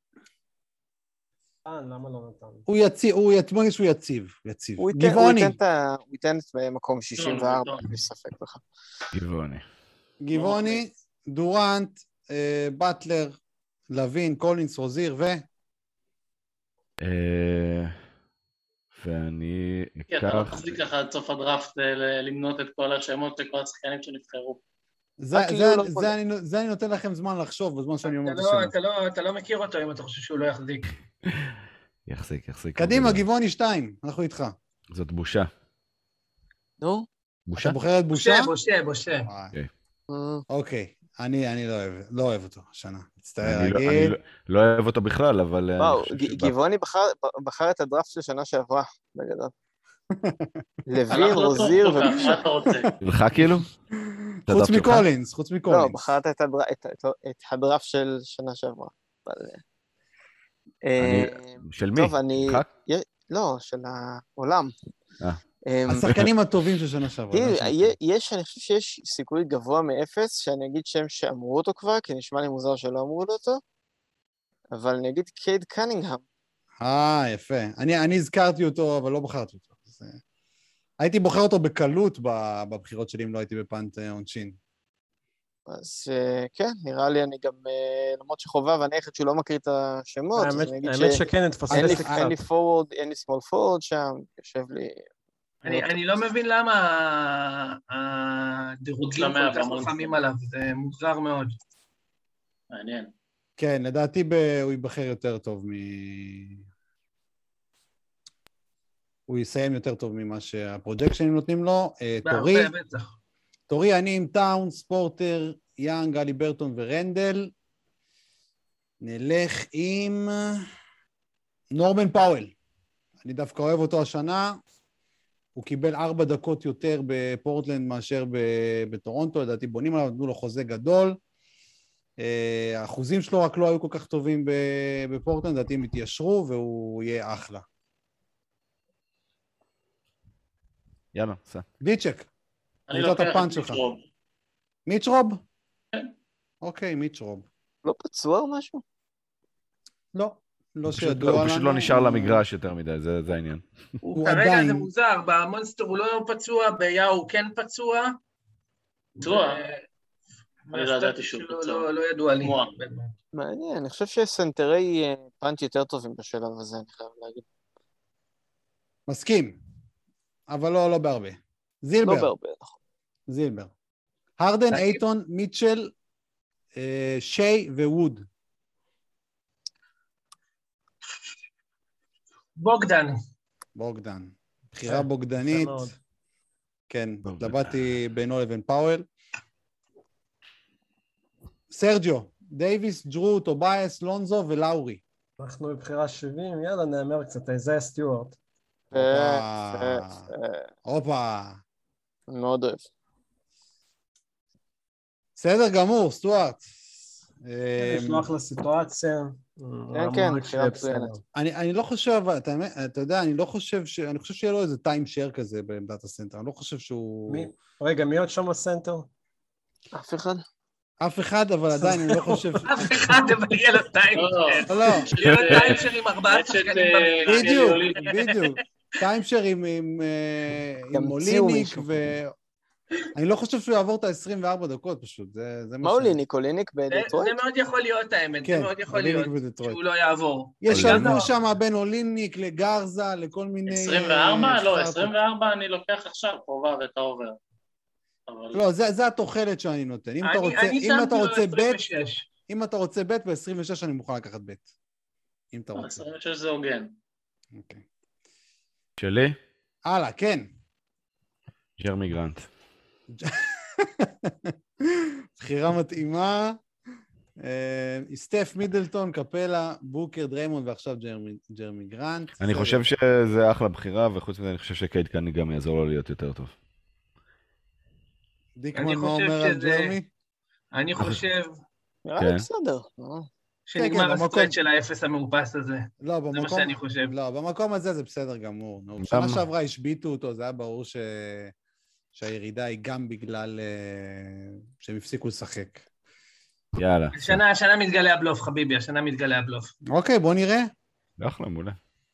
Speaker 4: למה לא נתן?
Speaker 1: הוא יציב.
Speaker 5: הוא
Speaker 1: גבעוני.
Speaker 5: ייתן את מקום 64, בלי ספק בכלל.
Speaker 1: גבעוני, דורנט, בטלר, לוין, קולינס, רוזיר
Speaker 3: ואני
Speaker 6: אתה
Speaker 3: אקח...
Speaker 6: מחזיק ככה עד סוף הדראפט למנות את כל השמות של כל השחקנים שנבחרו.
Speaker 1: זה אני נותן לכם זמן לחשוב בזמן שאני אומר את השם.
Speaker 2: אתה לא מכיר אותו אם אתה חושב שהוא לא יחזיק.
Speaker 3: יחזיק.
Speaker 1: קדימה, גבעוני 2, אנחנו איתך.
Speaker 3: זאת בושה.
Speaker 5: נו?
Speaker 3: בושה?
Speaker 1: אתה בוחר את בושה?
Speaker 2: בושה.
Speaker 1: אוקיי, אני לא אוהב אותו השנה. מצטער
Speaker 3: אני
Speaker 1: להגיד.
Speaker 3: לא אוהב אותו בכלל, אבל...
Speaker 5: וואו, גבעוני בחר את הדראפט של שנה שעברה, בגדול. לוין, רוזיר
Speaker 6: מה אתה רוצה?
Speaker 3: לך כאילו?
Speaker 1: חוץ מקולינס.
Speaker 5: לא, בחרת את הדראפט של שנה שעברה.
Speaker 3: של מי?
Speaker 5: טוב, לא, של העולם.
Speaker 1: השחקנים הטובים של שנה שעברה.
Speaker 5: אני חושב שיש סיכוי גבוה מאפס שאני אגיד שם שאמרו אותו כבר, כי נשמע לי מוזר שלא אמרו אותו, אבל אני אגיד קייד קנינגהם.
Speaker 1: יפה. אני הזכרתי אותו, אבל לא בחרתי אותו. הייתי בוחר אותו בקלות בבחירות שלי, אם לא הייתי בפאנט עונשין.
Speaker 5: אז כן, נראה לי אני גם, למרות שחובב, אני היחיד שהוא לא מכיר את השמות,
Speaker 4: האמת שכן, אין
Speaker 5: לי פורוורד, אין לי סמול פורוורד שם, יושב לי...
Speaker 2: אני לא מבין למה הדירוגים כל כך חכמים עליו, זה מוזר מאוד.
Speaker 6: מעניין.
Speaker 1: כן, לדעתי הוא ייבחר יותר טוב הוא יסיים יותר טוב ממה שהפרוג'קשנים נותנים לו. תורי, אני עם טאונס, פורטר, יאנג, גלי ברטון ורנדל. נלך עם נורמן פאוול. אני דווקא אוהב אותו השנה. הוא קיבל 4 דקות יותר בפורטלנד מאשר בטורונטו. לדעתי בונים עליו, נתנו לו חוזה גדול. האחוזים שלו רק לא היו כל כך טובים בפורטלנד, לדעתי הם התיישרו והוא יהיה אחלה.
Speaker 3: יאללה, סע.
Speaker 1: דיצ'ק.
Speaker 6: אני לוקח את מיץ' רוב.
Speaker 1: מיץ' רוב?
Speaker 6: כן.
Speaker 1: אוקיי, מיץ' רוב.
Speaker 5: לא פצוע או משהו?
Speaker 1: לא שידוע לנו.
Speaker 3: הוא פשוט לא נשאר למגרש יותר מדי, זה העניין.
Speaker 2: כרגע זה מוזר, במונסטר הוא לא פצוע, ביהו הוא כן פצוע.
Speaker 6: פצוע? אני לא ידעתי שהוא פצוע.
Speaker 2: לא ידוע לי.
Speaker 5: מעניין, אני חושב שסנטרי פאנט יותר טובים בשלב הזה, אני חייב להגיד.
Speaker 1: מסכים, אבל לא בהרבה. זילבר.
Speaker 5: לא בהרבה, נכון.
Speaker 1: זילבר. הרדן, אייטון, מיטשל, שי וווד. בוגדן. בחירה בוגדנית. כן, התלבטתי בינו לבין פאוול. סרג'יו, דייביס, ג'רו, טובייס, לונזו ולאורי.
Speaker 4: אנחנו בבחירה 70, יאללה, נאמר קצת, איזיה סטיוארט.
Speaker 1: הופה.
Speaker 5: מאוד אוהב.
Speaker 1: בסדר גמור, סטוארט.
Speaker 4: לשלוח לסיטואציה.
Speaker 5: כן,
Speaker 1: אני לא חושב, אתה יודע, אני חושב שיהיה לו איזה טיים שייר כזה בעמדת הסנטר, אני לא חושב שהוא...
Speaker 4: רגע, מי עוד שם הסנטר?
Speaker 5: אף אחד?
Speaker 1: אף אחד, אבל עדיין אני לא חושב...
Speaker 2: אף אחד, אבל יהיה לו טיימשר.
Speaker 1: לא,
Speaker 2: יהיה לו טיימשר עם 4 שחקנים במגרש.
Speaker 1: בדיוק. טיימשר עם מוליניק, אני לא חושב שהוא יעבור את ה-24 דקות פשוט.
Speaker 5: מה אוליניק? אוליניק בדטרויט?
Speaker 2: זה מאוד יכול להיות האמת, זה מאוד יכול להיות שהוא לא יעבור.
Speaker 1: יש לנו שם בין אוליניק לגרזה, לכל מיני...
Speaker 6: 24? לא, 24 אני לוקח עכשיו קרובה ואת האובר.
Speaker 1: לא, זה התוחלת שאני נותן. אם אתה רוצה בית, ב-26 אני מוכן לקחת בית. אם אתה רוצה.
Speaker 6: 26 זה הוגן.
Speaker 1: אוקיי.
Speaker 3: שלי?
Speaker 1: הלאה, כן.
Speaker 3: ג'רמי גרנט.
Speaker 1: בחירה מתאימה. סטף מידלטון, קפלה, בוקר, דריימונד, ועכשיו ג'רמי גרנט.
Speaker 3: אני חושב שזה אחלה בחירה, וחוץ מזה אני חושב שקייד כאן גם יעזור לו להיות יותר טוב.
Speaker 1: דיקמן, מה אומר על ג'רמי?
Speaker 2: אני חושב...
Speaker 5: נראה לי בסדר.
Speaker 2: שנגמר הסטרט של האפס המאופס הזה. זה מה שאני חושב.
Speaker 1: לא, במקום הזה זה בסדר גמור. שנה שעברה השביטו אותו, זה היה ברור שהירידה היא גם בגלל שהם הפסיקו לשחק.
Speaker 3: יאללה.
Speaker 2: השנה מתגלה הבלוף, חביבי, השנה מתגלה הבלוף.
Speaker 1: אוקיי, בוא נראה.
Speaker 3: אחלה, מעולה.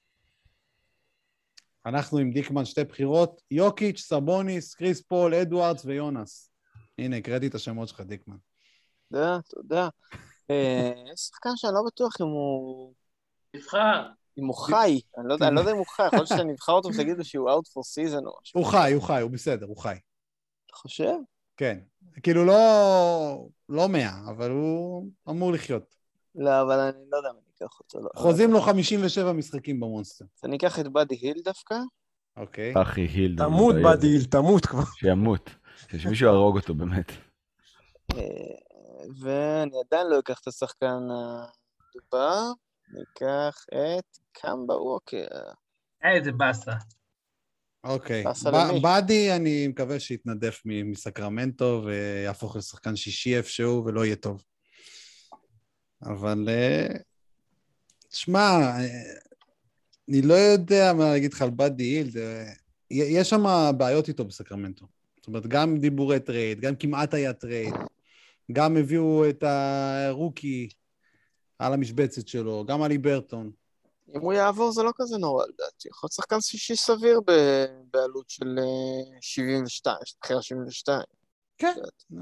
Speaker 1: אנחנו עם דיקמן 2 בחירות, יוקיץ', סבוניס, קריס פול, אדוארדס ויונס. הנה, הקראתי את השמות שלך, דיקמן.
Speaker 5: תודה. שחקן שאני לא בטוח אם הוא...
Speaker 6: נבחר.
Speaker 5: אם הוא חי. אני לא יודע אם הוא חי, יכול להיות שאתה נבחר אותו ותגידו שהוא out for season או משהו.
Speaker 1: הוא חי, הוא בסדר, הוא חי.
Speaker 5: אתה חושב?
Speaker 1: כן. כאילו לא 100, אבל הוא אמור לחיות.
Speaker 5: לא, אבל אני לא יודע אם אני אקח אותו.
Speaker 1: חוזים לו 57 משחקים במונסטר.
Speaker 5: אז אני אקח את באדי היל דווקא.
Speaker 1: אוקיי.
Speaker 3: אחי היל.
Speaker 4: תמות באדי היל, תמות כבר.
Speaker 3: שימות. שמישהו יהרוג אותו באמת.
Speaker 5: ואני עדיין לא אקח את השחקן הדובר. אני אקח את קמבה ווקר.
Speaker 2: איזה באסה.
Speaker 1: אוקיי. באדי, אני מקווה שיתנדף מסקרמנטו ויהפוך לשחקן שישי איפשהו ולא יהיה טוב. אבל, תשמע, אני לא יודע מה להגיד לך על באדי היל, יש שם בעיות איתו בסקרמנטו. זאת אומרת, גם דיבורי טרייד, גם כמעט היה טרייד, גם הביאו את הרוקי על המשבצת שלו, גם עלי ברטון.
Speaker 5: אם הוא יעבור זה לא כזה נורא, לדעתי. יכול להיות שחקן שישי סביר בעלות של 72, בחירה 72.
Speaker 1: כן.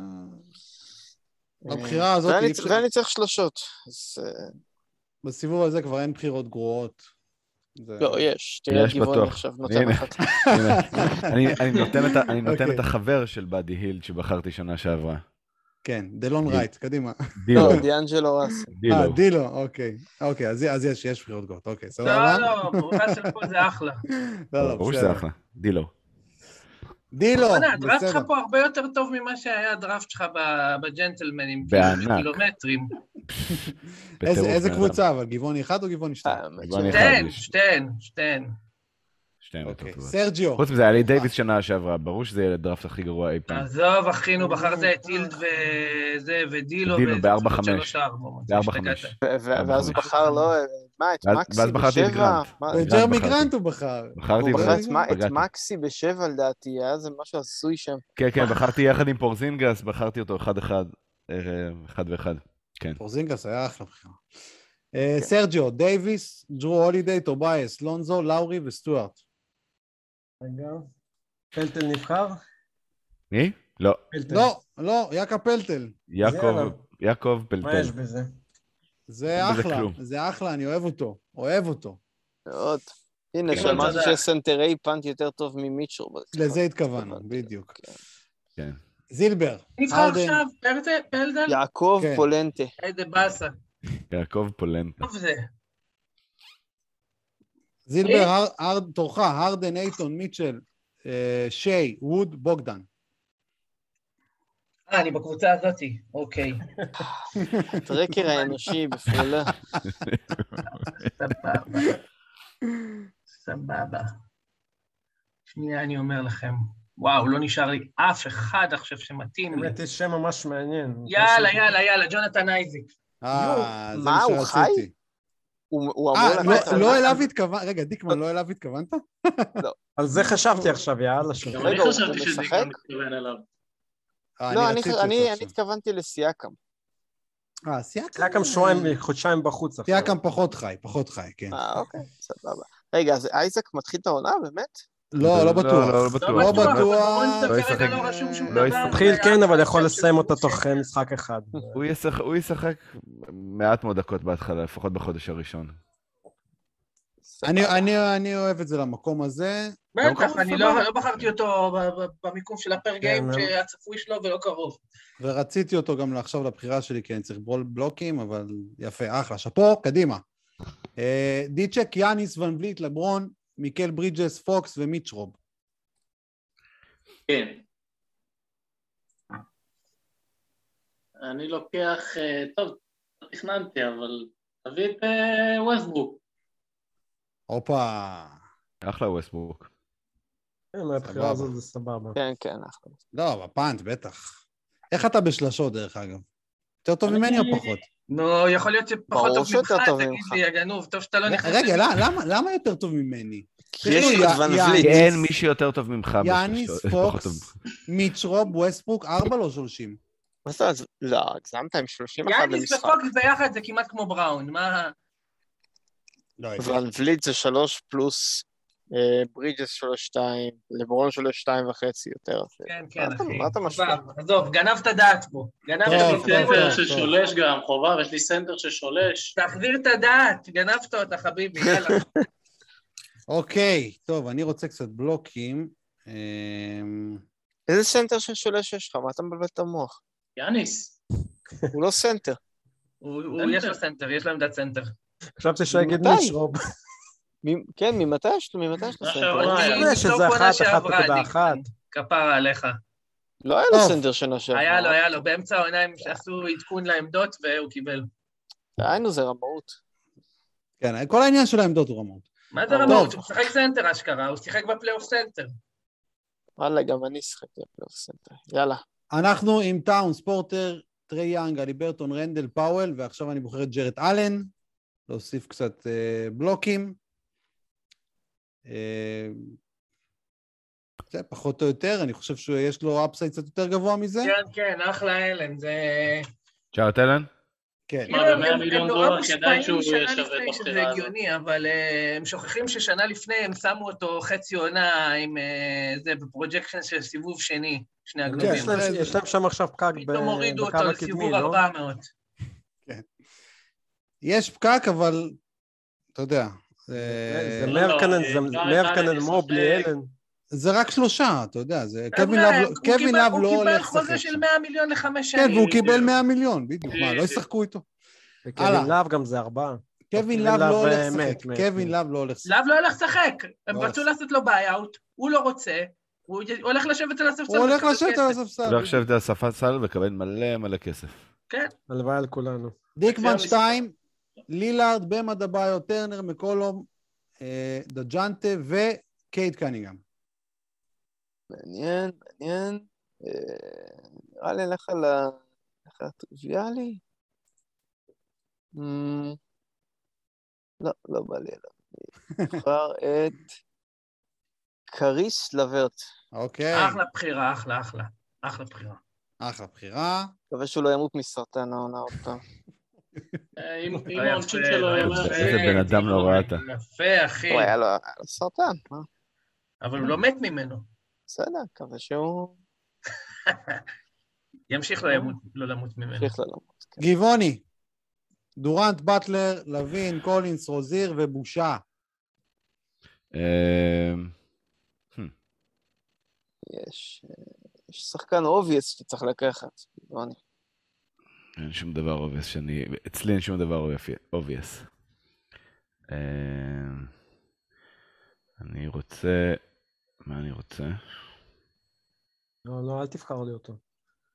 Speaker 1: בבחירה הזאת...
Speaker 5: ואני צריך שלושות.
Speaker 1: בסיבוב הזה כבר אין בחירות גרועות.
Speaker 5: לא, יש. תראה גיבון עכשיו נותן אחת.
Speaker 3: אני נותן את החבר של באדי היל שבחרתי שנה שעברה.
Speaker 1: כן, דלון רייט, קדימה.
Speaker 5: לא, דיאנג'לו ראסל.
Speaker 1: דילו, אוקיי, אז יש בחירות גרועות, אוקיי, סבבה?
Speaker 2: לא, ראסל פה זה אחלה.
Speaker 3: ברור שזה אחלה, דילו.
Speaker 2: הדראפט שלך פה הרבה יותר טוב ממה שהיה הדראפט שלך בג'נטלמנים, קילומטרים.
Speaker 1: איזה קבוצה, אבל גבעוני 1 או גבעוני 2?
Speaker 2: שתיהן.
Speaker 1: סרג'יו.
Speaker 3: חוץ מזה, היה לי דייביס שנה שעברה, ברור שזה יהיה הדראפט הכי גרוע אי פעם.
Speaker 2: עזוב, אחינו, בחרת את הילד וזה, ודילו,
Speaker 3: ב-4-5.
Speaker 5: ואז הוא בחר לו, מה, את מקסי ב7?
Speaker 1: ג'רמי גרנט הוא בחר.
Speaker 5: הוא בחר את מקסי ב7 לדעתי, היה זה משהו עשוי שם.
Speaker 3: כן, בחרתי יחד עם פורזינגס, בחרתי אותו 1-1. כן.
Speaker 1: פורזינגס היה אחלה בחירה. סרג'יו, דייביס, ג'רו הולידיי, טובייס, לונזו, לאורי וסטוארט.
Speaker 4: רגע, פלטל נבחר?
Speaker 3: מי? לא.
Speaker 1: לא, יעקב פלטל.
Speaker 3: יעקב פלטל.
Speaker 4: מה יש בזה?
Speaker 1: זה אחלה, אני אוהב אותו.
Speaker 5: מאוד. הנה, שמעתי שסנטרי פאנט יותר טוב ממיטשור.
Speaker 1: לזה התכוונו, בדיוק.
Speaker 3: כן.
Speaker 1: זילבר.
Speaker 2: נבחר עכשיו, פלדל?
Speaker 5: יעקב פולנטה.
Speaker 2: איזה באסה.
Speaker 3: יעקב פולנטה.
Speaker 2: טוב זה.
Speaker 1: זילבר, תורך, הרדן, אייטון, מיטשל, שי, ווד, בוגדן.
Speaker 2: אני בקבוצה הזאתי, אוקיי.
Speaker 5: טרקר האנושי בפעולה.
Speaker 2: סבבה. שנייה אני אומר לכם. וואו, לא נשאר לי אף אחד עכשיו שמתאים לי.
Speaker 4: באמת, יש שם ממש מעניין.
Speaker 2: יאללה, ג'ונתן אייזיק.
Speaker 5: מה, הוא חי? הוא אמור לקחת...
Speaker 1: לא אליו התכוונת, רגע, דיקמן, לא אליו התכוונת?
Speaker 5: לא.
Speaker 4: על זה חשבתי עכשיו, יאללה.
Speaker 6: אני חשבתי שדיקמן מתכוון אליו.
Speaker 5: לא,
Speaker 1: רציתי אותו
Speaker 5: אני
Speaker 1: עכשיו.
Speaker 5: התכוונתי לסייקם.
Speaker 1: סייקם
Speaker 4: חודשיים בחוץ עכשיו.
Speaker 1: סייקם פחות חי, כן.
Speaker 5: אוקיי, סבבה. רגע, אז אייזק מתחיל את העונה, באמת?
Speaker 1: לא בטוח.
Speaker 3: לא בטוח.
Speaker 1: לא בטוח.
Speaker 2: במונסטר
Speaker 3: ישחק.
Speaker 2: כרגע לא רשום שום
Speaker 3: לא
Speaker 2: דבר.
Speaker 4: מתחיל כן, אבל יכול
Speaker 2: זה
Speaker 4: לסיים אותה
Speaker 2: שהוא-
Speaker 4: תוך משחק אחד.
Speaker 3: הוא ישחק מעט מאוד דקות בהתחלה, לפחות בחודש הראשון.
Speaker 1: אני אוהב את זה למקום הזה.
Speaker 2: בטח, אני לא בחרתי אותו במיקום של הפר גיים
Speaker 4: כן,
Speaker 2: שהצפוי שלו ולא קרוב.
Speaker 1: ורציתי אותו גם עכשיו לבחירה שלי, כי אני צריך בלוקים, אבל יפה, אחלה. שאפו, קדימה. דיצ'ק, יאניס, ון וליט, לברון, מיקל ברידג'ס, פוקס ומיץ' רוב.
Speaker 6: כן. אני לוקח, טוב, לא תכננתי, אבל תביא את ווסטברוק.
Speaker 1: הופה.
Speaker 3: אחלה ווסטברוק.
Speaker 4: כן, מהבחירה הזאת זה סבבה.
Speaker 5: כן, כן, אנחנו.
Speaker 1: לא, בפאנט, בטח. איך אתה בשלשות, דרך אגב? יותר טוב ממני או פחות?
Speaker 2: נו, יכול להיות שפחות
Speaker 5: ברור
Speaker 2: טוב ממך,
Speaker 5: שיותר טוב
Speaker 2: תגיד
Speaker 5: ממך.
Speaker 2: לי, הגנוב, טוב שאתה לא נכנס...
Speaker 1: רגע, למה יותר טוב ממני?
Speaker 5: כי יש לי את ון
Speaker 1: יאניס.
Speaker 5: וליט.
Speaker 3: אין מי שיותר טוב ממך.
Speaker 1: יאניס,
Speaker 3: פחות
Speaker 1: פוקס,
Speaker 3: טוב.
Speaker 1: מיץ' רוב, ווסטברוק, 4 לא שולשים.
Speaker 5: מה זאת אומרת? לא, הגזמת עם 31
Speaker 2: יאניס
Speaker 5: למשחק.
Speaker 2: ופוקס ביחד זה כמעט כמו בראון, מה...
Speaker 1: לא,
Speaker 5: ון וליט זה 3 פלוס ברידג'ס 3-2, לברון 3-2.5 יותר.
Speaker 2: כן, כן, אחי.
Speaker 5: מה אתה משווה?
Speaker 2: עזוב, גנבת דעת פה. גנבת
Speaker 1: טוב,
Speaker 6: יש לי
Speaker 1: טוב,
Speaker 6: סנטר
Speaker 1: טוב.
Speaker 6: ששולש גם, חובה, ויש לי סנטר ששולש.
Speaker 2: תחזיר את הדעת, גנבת אותה, חביבי, יאללה.
Speaker 1: אוקיי, טוב, אני רוצה קצת בלוקים.
Speaker 5: איזה סנטר ששולש יש לך? מה אתה מבלבל את המוח?
Speaker 6: יאניס.
Speaker 5: הוא לא סנטר.
Speaker 2: יש לו סנטר, יש לו עמדת סנטר.
Speaker 4: חשבתי שיגיד
Speaker 5: מתי?
Speaker 4: מיץ' רוב.
Speaker 5: כן, ממתי יש לו סנטר?
Speaker 2: אני
Speaker 4: שזה
Speaker 2: בסוף עונה
Speaker 4: 1.1.
Speaker 2: שעברה, כפרה עליך.
Speaker 5: לא היה לו
Speaker 1: טוב.
Speaker 5: סנטר שנה שעברה.
Speaker 2: היה לו, באמצע העונה הם עשו עדכון לעמדות והוא קיבל.
Speaker 5: היינו, זה רמאות.
Speaker 1: כן, כל העניין של העמדות הוא רמות.
Speaker 2: מה זה
Speaker 5: טוב.
Speaker 2: רמות? הוא שיחק סנטר אשכרה, הוא שיחק בפלייאוף סנטר.
Speaker 5: וואלה, גם אני אשחק בפלייאוף סנטר. יאללה.
Speaker 1: אנחנו עם טאונס, פורטר, טרי יאנג, אליברטון, רנדל, פאוול, ועכשיו אני בוחר את ג'רט אלן, להוסיף קצת בלוקים. זה פחות או יותר, אני חושב שיש לו אפסייד קצת יותר גבוה מזה.
Speaker 2: כן, אחלה אלן, זה...
Speaker 3: ג'ארט אלן?
Speaker 1: כן.
Speaker 6: מה, ב100 מיליון דולר כדאי שהוא יהיה שווה
Speaker 2: שזה
Speaker 6: בבחירה הזאת.
Speaker 2: הגיוני, אבל הם שוכחים ששנה לפני הם שמו אותו חצי עונה עם זה בפרוג'קשן של סיבוב שני, שני הגלובים.
Speaker 4: יש להם שם עכשיו פקק
Speaker 2: פתאום הורידו
Speaker 4: בקו
Speaker 2: אותו
Speaker 4: הקדמי,
Speaker 2: לסיבוב
Speaker 4: לא?
Speaker 2: 400.
Speaker 1: יש פקק, אבל אתה יודע,
Speaker 4: זה
Speaker 6: לא,
Speaker 4: מרקנן מובלי, אלן.
Speaker 1: זה רק 3, אתה יודע, זה
Speaker 2: אתה
Speaker 1: קווין
Speaker 2: יודע,
Speaker 1: לאב
Speaker 2: הוא
Speaker 1: לא
Speaker 2: קיבל
Speaker 1: הולך
Speaker 2: חוזה
Speaker 1: לשחק
Speaker 2: של
Speaker 1: שם.
Speaker 2: 100 מיליון ל5
Speaker 1: כן,
Speaker 2: שנים.
Speaker 1: והוא קיבל 100 מיליון, בדיוק, מה, לא ישחקו איתו?
Speaker 4: וקווין לאב גם זה 4.
Speaker 1: קווין לאב לא הולך לשחק,
Speaker 4: מת.
Speaker 1: קווין לאב לא הולך לשחק.
Speaker 2: לאב לא הולך לשחק, הם
Speaker 1: לא
Speaker 2: רצו לעשות לו ביי-אוט, הוא לא רוצה, הוא הולך לשבת על הספסל.
Speaker 1: הוא הולך
Speaker 2: ולקבל
Speaker 1: לשבת
Speaker 2: כסף.
Speaker 1: על הספסל.
Speaker 3: הוא עכשיו את הספסל וקבל מלא כסף.
Speaker 2: כן.
Speaker 4: הלוואי על כולנו.
Speaker 1: דיקמן 2, לילארד, במה דביו, טרנר, מקולום, דג'אנטה וקייט קנינגהאם.
Speaker 5: מעניין. נראה לי לך על הטריוויאלי. לא בא לי אליו. נבחר את קריס לברט.
Speaker 1: אוקיי,
Speaker 2: אחלה בחירה, אחלה בחירה.
Speaker 1: אחלה בחירה.
Speaker 5: מקווה שהוא לא ימות מסרטן העונה עוד פעם.
Speaker 6: אם העונשין שלו יאמר...
Speaker 3: איזה בן אדם לא ראה אתה.
Speaker 2: יפה, אחי.
Speaker 5: הוא היה לו סרטן, מה?
Speaker 2: אבל הוא לא מת ממנו.
Speaker 5: בסדר, מקווה שהוא
Speaker 2: ימשיך לא למות ממנו.
Speaker 5: ימשיך ללמות. כן.
Speaker 1: גבעוני, דורנט, באטלר, לוין, קולינס, רוזיר ובושה.
Speaker 5: יש שחקן אובייס שצריך לקחת.
Speaker 3: אין שום דבר אובייס אצלי אין שום דבר אובייס. אני רוצה... מה אני רוצה?
Speaker 4: לא, אל תבחר לי אותו.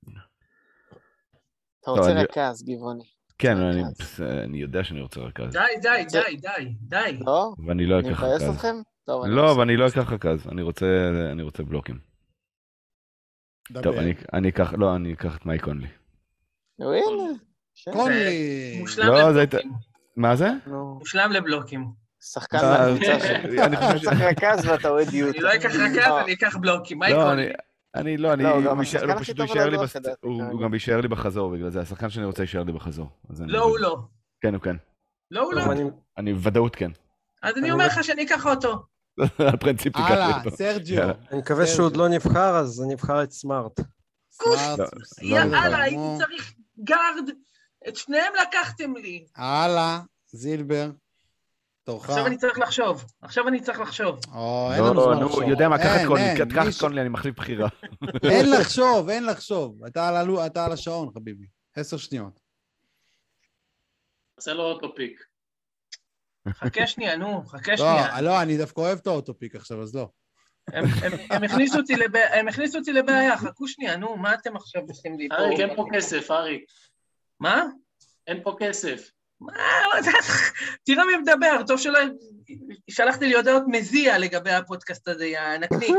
Speaker 5: אתה רוצה רכז, גבעוני.
Speaker 3: כן, אני יודע שאני רוצה רכז.
Speaker 2: די.
Speaker 5: לא?
Speaker 3: ואני לא
Speaker 5: אני
Speaker 3: אקח
Speaker 5: מבאס
Speaker 3: רכז.
Speaker 5: אתכם?
Speaker 3: לא, אבל אני לא אקח רכז. אני רוצה בלוקים. טוב, אני אקח את מייק קונלי.
Speaker 5: הנה.
Speaker 1: קונלי.
Speaker 2: מושלם
Speaker 3: לא, זה
Speaker 2: לבלוקים.
Speaker 3: מה זה?
Speaker 2: מושלם לבלוקים.
Speaker 5: שחקן מהקבוצה שלי.
Speaker 3: אני חושב
Speaker 5: אתה צריך רכז ואתה אוהד יוטה.
Speaker 2: אני לא אקח רכז, אני אקח בלוקים. מה
Speaker 3: לא,
Speaker 2: קונלי?
Speaker 3: אני
Speaker 5: גם
Speaker 3: הוא
Speaker 5: השחקן הכי
Speaker 3: פשוט
Speaker 5: טוב
Speaker 3: יישאר
Speaker 5: על
Speaker 3: לי,
Speaker 5: הדרך, לדעתי,
Speaker 3: הוא
Speaker 5: כרגע.
Speaker 3: גם יישאר לי בחזור, בגלל זה השחקן שאני רוצה יישאר לי בחזור.
Speaker 2: לא, הוא לא.
Speaker 3: כן, הוא כן.
Speaker 2: לא, הוא לא.
Speaker 4: טוב,
Speaker 3: אני בוודאות כן.
Speaker 2: אז אני אומר לך שאני אקח אותו.
Speaker 3: על פרינציפ תיקח לי
Speaker 1: הלאה,
Speaker 3: אותו.
Speaker 1: סרג'יו.
Speaker 3: יאללה.
Speaker 4: אני מקווה שהוא עוד לא נבחר, אז אני אבחר את סמארט.
Speaker 1: סמארט,
Speaker 2: יאללה, הייתי צריך גארד. את שניהם לקחתם לי.
Speaker 1: הלאה, זילבר. תורך.
Speaker 2: עכשיו אני צריך לחשוב.
Speaker 1: אין לנו זמן
Speaker 3: נו,
Speaker 1: לחשוב.
Speaker 3: יודע מה, קח את
Speaker 1: אין,
Speaker 3: קונלי,
Speaker 1: אין,
Speaker 3: קח
Speaker 1: מי
Speaker 3: את קונלי, אני מחליף בחירה.
Speaker 1: אין לחשוב. אתה על השעון, חביבי. 10 שניות.
Speaker 6: עושה לו אוטופיק.
Speaker 2: חכה שנייה.
Speaker 1: לא, אני דווקא אוהב את האוטופיק עכשיו, אז לא.
Speaker 2: הם הכניסו אותי לבעיה, חכו שנייה, נו, מה אתם עכשיו עושים לי פה?
Speaker 6: אריק, אין פה כסף, אריק.
Speaker 2: מה?
Speaker 6: אין פה כסף.
Speaker 2: תראה מי מדבר, טוב שלא... שלחתי לי הודעות מזיע לגבי הפודקאסט הזה, יא נקניק.